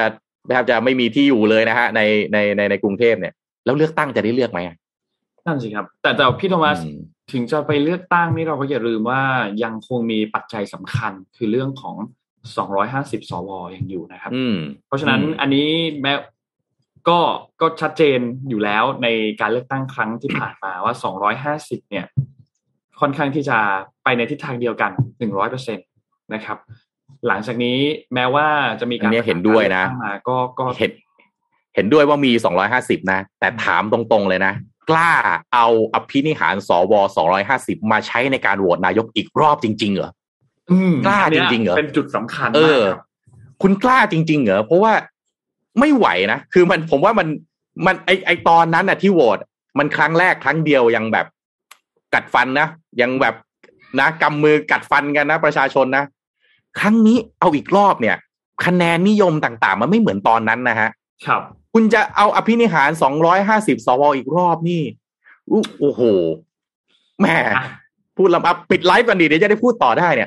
แทบจะไม่มีที่อยู่เลยนะฮะในในในในกรุงเทพเนี่ยแล้วเลือกตั้งจะได้เลือกไหมนั่นสิครับแต่แต่พี่โทมัสถึงจะไปเลือกตั้งนี่เราก็อย่าลืมว่ายังคงมีปัจจัยสำคัญคือเรื่องของสองร้อยห้าสิบสวยังอยู่นะครับเพราะฉะนั้นอันนี้แม้ก็ก็ชัดเจนอยู่แล้วในการเลือกตั้งครั้งที่ผ่านมาว่าสองร้อยห้าสิบเนี่ยค่อนข้างที่จะไปในทิศทางเดียวกัน หนึ่งร้อยเปอร์เซ็นต์ นะครับหลังจากนี้แม้ว่าจะมีการเห็นด้วยนะก็ก็เห็นเห็นด้วยว่ามีสองร้อยห้าสิบนะแต่ถามตรงๆเลยนะกล้าเอาอภินิหารสวสองร้อยห้าสิบมาใช้ในการโหวตนายกอีกรอบจริงๆเหรอกล้าจริงๆเหรอเป็นจุดสำคัญมากคุณกล้าจริงๆเหรอเพราะว่าไม่ไหวนะคือมันผมว่ามันมันไอไอตอนนั้นน่ะที่โหวตมันครั้งแรกครั้งเดียวยังแบบกัดฟันนะยังแบบนะกำมือกัดฟันกันนะประชาชนนะครั้งนี้เอาอีกรอบเนี่ยคะแนนนิยมต่างๆมันไม่เหมือนตอนนั้นนะฮะครับคุณจะเอาอภินิหารสองร้อยห้าสิบสวอีกรอบนี่โอ้โหแม่พูดลำอับปิดไลฟ์กันดีเดี๋ยวจะได้พูดต่อได้เนี่ย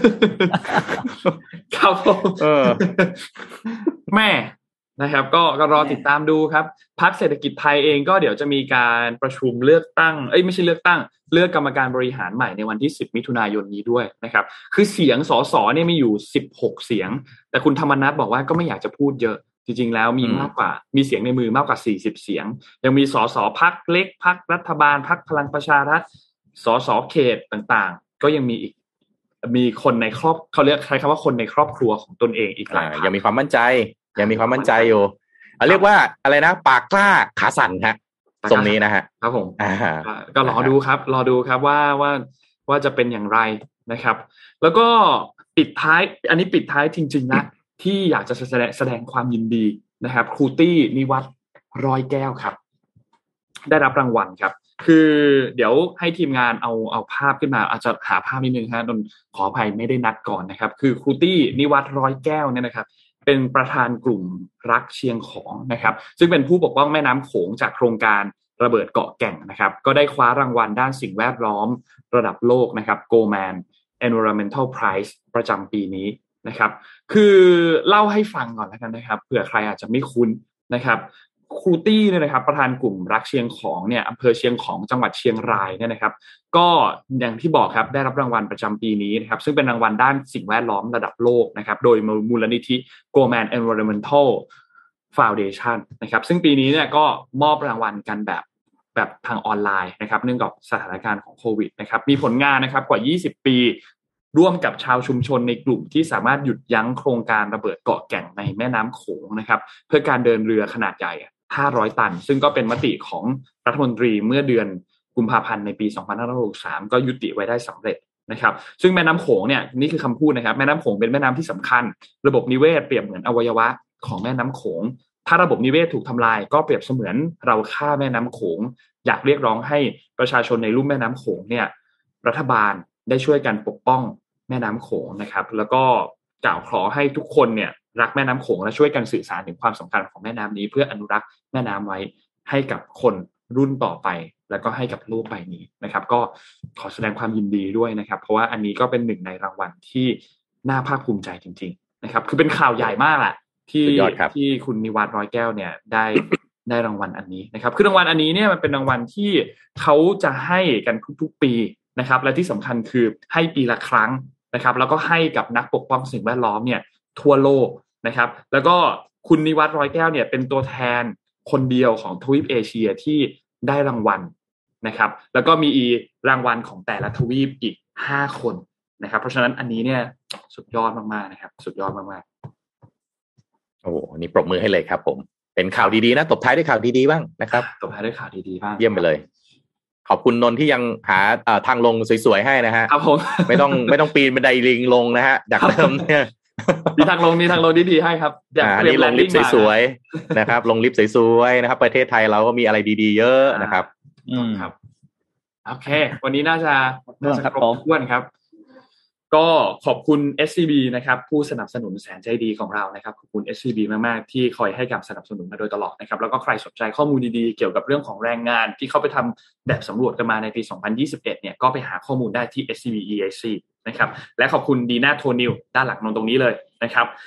ครับผมเออแม่นะครับก็ก็รอติดตามดูครับพรรคเศรษฐกิจไทยเองก็เดี๋ยวจะมีการประชุมเลือกตั้งเอ้ยไม่ใช่เลือกตั้งเลือกกรรมการบริหารใหม่ในวันที่สิบมิถุนายนนี้ด้วยนะครับคือเสียงสสเนี่ยมีอยู่สิบหกเสียงแต่คุณธรรมนัสบอกว่าก็ไม่อยากจะพูดเยอะจริงๆแล้วมีมากกว่ามีเสียงในมือมากกว่าสี่สิบเสียงยังมีสสพรรคเล็กพรรครัฐบาลพรรคพลังประชารัฐสสเขตต่างๆก็ยังมีอีกมีคนในครอบเขาเรียกใช้คำว่าคนในครอบครัวของตนเองอีกหลายยังมีความมั่นใจยังมีความมั่นใจอยู่เรียกว่าอะไรนะปากกล้าขาสั่นฮะตรงนี้นะฮะครับผมก็รอดูครับรอดูครับว่าว่าว่าจะเป็นอย่างไรนะครับแล้วก็ปิดท้ายอันนี้ปิดท้ายจริงๆนะที่อยากจะแสดงแสดงความยินดีนะครับครูตี้นิวัฒน์ร้อยแก้วครับได้รับรางวัลครับคือเดี๋ยวให้ทีมงานเอาเอาภาพขึ้นมาอาจจะหาภาพนิดนึงฮะนนขออภัยไม่ได้นัดก่อนนะครับคือครูตี้นิวัฒน์ร้อยแก้วเนี่ยนะครับเป็นประธานกลุ่มรักเชียงของนะครับซึ่งเป็นผู้ปกป้องแม่น้ำโขงจากโครงการระเบิดเกาะแก่งนะครับก็ได้คว้ารางวัลด้านสิ่งแวดล้อมระดับโลกนะครับ Goldman Environmental Prize ประจำปีนี้นะครับคือเล่าให้ฟังก่อนแล้วกันนะครับเผื่อใครอาจจะไม่คุ้นนะครับครูตี้เนี่ยนะครับประธานกลุ่มรักเชียงของเนี่ยอำเภอเชียงของจังหวัดเชียงรายเนี่ยนะครับก็อย่างที่บอกครับได้รับรางวัลประจำปีนี้นะครับซึ่งเป็นรางวัลด้านสิ่งแวดล้อมระดับโลกนะครับโดยมูลนิธิ Goldman Environmental Foundation นะครับซึ่งปีนี้เนี่ยก็มอบรางวัลกันแบบแบบทางออนไลน์นะครับเนื่องจากสถานการณ์ของโควิดนะครับมีผลงานนะครับกว่ายี่สิบปีร่วมกับชาวชุมชนในกลุ่มที่สามารถหยุดยั้งโครงการระเบิดเกาะแก่งในแม่น้ำโขงนะครับเพื่อการเดินเรือขนาดใหญ่ห้าร้อยตันซึ่งก็เป็นมติของรัฐมนตรีเมื่อเดือนกุมภาพันธ์ในปีสองพันห้าร้อยหกสิบสามก็ยุติไว้ได้สำเร็จนะครับซึ่งแม่น้ำโขงเนี่ยนี่คือคำพูดนะครับแม่น้ำโขงเป็นแม่น้ำที่สำคัญระบบนิเวศเปรียบเหมือนอวัยวะของแม่น้ำโขงถ้าระบบนิเวศถูกทำลายก็เปรียบเสมือนเราฆ่าแม่น้ำโขงอยากเรียกร้องให้ประชาชนในลุ่มแม่น้ำโขงเนี่ยรัฐบาลได้ช่วยกันปกป้องแม่น้ำโขงนะครับแล้วก็กล่าวขอให้ทุกคนเนี่ยรักแม่น้ำโขงและช่วยกันสื่อสารถึงความสำคัญของแม่น้ำนี้เพื่ออนุรักษ์แม่น้ำไว้ให้กับคนรุ่นต่อไปแล้วก็ให้กับโลกใบนี้นะครับก็ขอแสดงความยินดีด้วยนะครับเพราะว่าอันนี้ก็เป็นหนึ่งในรางวัลที่น่าภาคภูมิใจจริงๆนะครับคือเป็นข่าวใหญ่มากแหละที่ที่คุณนิวัฒน์ร้อยแก้วเนี่ยได้ได้รางวัลอันนี้นะครับคือรางวัลอันนี้เนี่ยมันเป็นรางวัลที่เขาจะให้กันทุกๆปีนะครับและที่สำคัญคือให้ปีละครั้งนะครับแล้วก็ให้กับนักปกป้องสิ่งแวดล้อมเนี่ยทั่วโลกนะครับแล้วก็คุณนิวัฒน์ร้อยแก้วเนี่ยเป็นตัวแทนคนเดียวของทวีปเอเชียที่ได้รางวัลนะครับแล้วก็มีรางวัลของแต่ละทวีปอีกห้าคนนะครับเพราะฉะนั้นอันนี้เนี่ยสุดยอดมากๆนะครับสุดยอดมากๆโอ้โหนี่ปรบมือให้เลยครับผมเป็นข่าวดีๆนะตบท้ายด้วยข่าวดีๆบ้างนะครับตบท้ายด้วยข่าวดีๆบ้างเยี่ยมไปเลยขอบคุณนนท์ที่ยังหาทางลงสวยๆให้นะฮะครับผมไม่ต้องไม่ต้องปีนบันไดลิงลงนะฮะจากเดิมเนี่ยมีทางลงมีทางลงดีๆให้ครับอยากเปลี่ยนลงลิฟต์สวยๆนะครับลงลิฟต์สวยๆนะครับประเทศไทยเราก็มีอะไรดีๆเยอะนะครับอืมครับโอเควันนี้น่าจะน่าจะครบถ้วนครับก็ขอบคุณ เอส ซี บี นะครับผู้สนับสนุนแสนใจดีของเรานะครับขอบคุณ เอส ซี บี มากๆที่คอยให้การสนับสนุนมาโดยตลอดนะครับแล้วก็ใครสนใจข้อมูลดีๆเกี่ยวกับเรื่องของแรงงานที่เข้าไปทำแบบสำรวจกันมาในปีสองพันยี่สิบเอ็ดเนี่ยก็ไปหาข้อมูลได้ที่ เอส ซี บี อี ไอ ซี นะครับและขอบคุณดีน่าโทนิวด้านหลังนนตรงนี้เลยนะครับ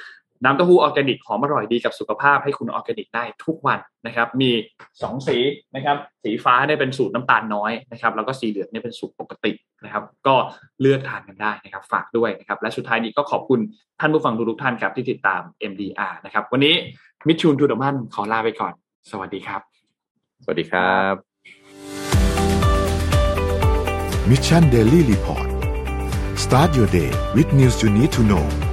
น้ำเต้าหู้ออร์แกนิกหอมอร่อยดีกับสุขภาพให้คุณออร์แกนิกได้ทุกวันนะครับมีสองสีนะครับสีฟ้าเนี่ยเป็นสูตรน้ำตาลน้อยนะครับแล้วก็สีเหลืองเนี่ยเป็นสูตรปกตินะครับก็เลือกทานกันได้นะครับฝากด้วยนะครับและสุดท้ายนี้ก็ขอบคุณท่านผู้ฟังทุกท่านครับที่ติดตาม เอ็ม ดี อาร์ นะครับวันนี้มิชชูนทูเดอะมันขอลาไปก่อนสวัสดีครับสวัสดีครับ Mission Daily Report Start your day with news you need to know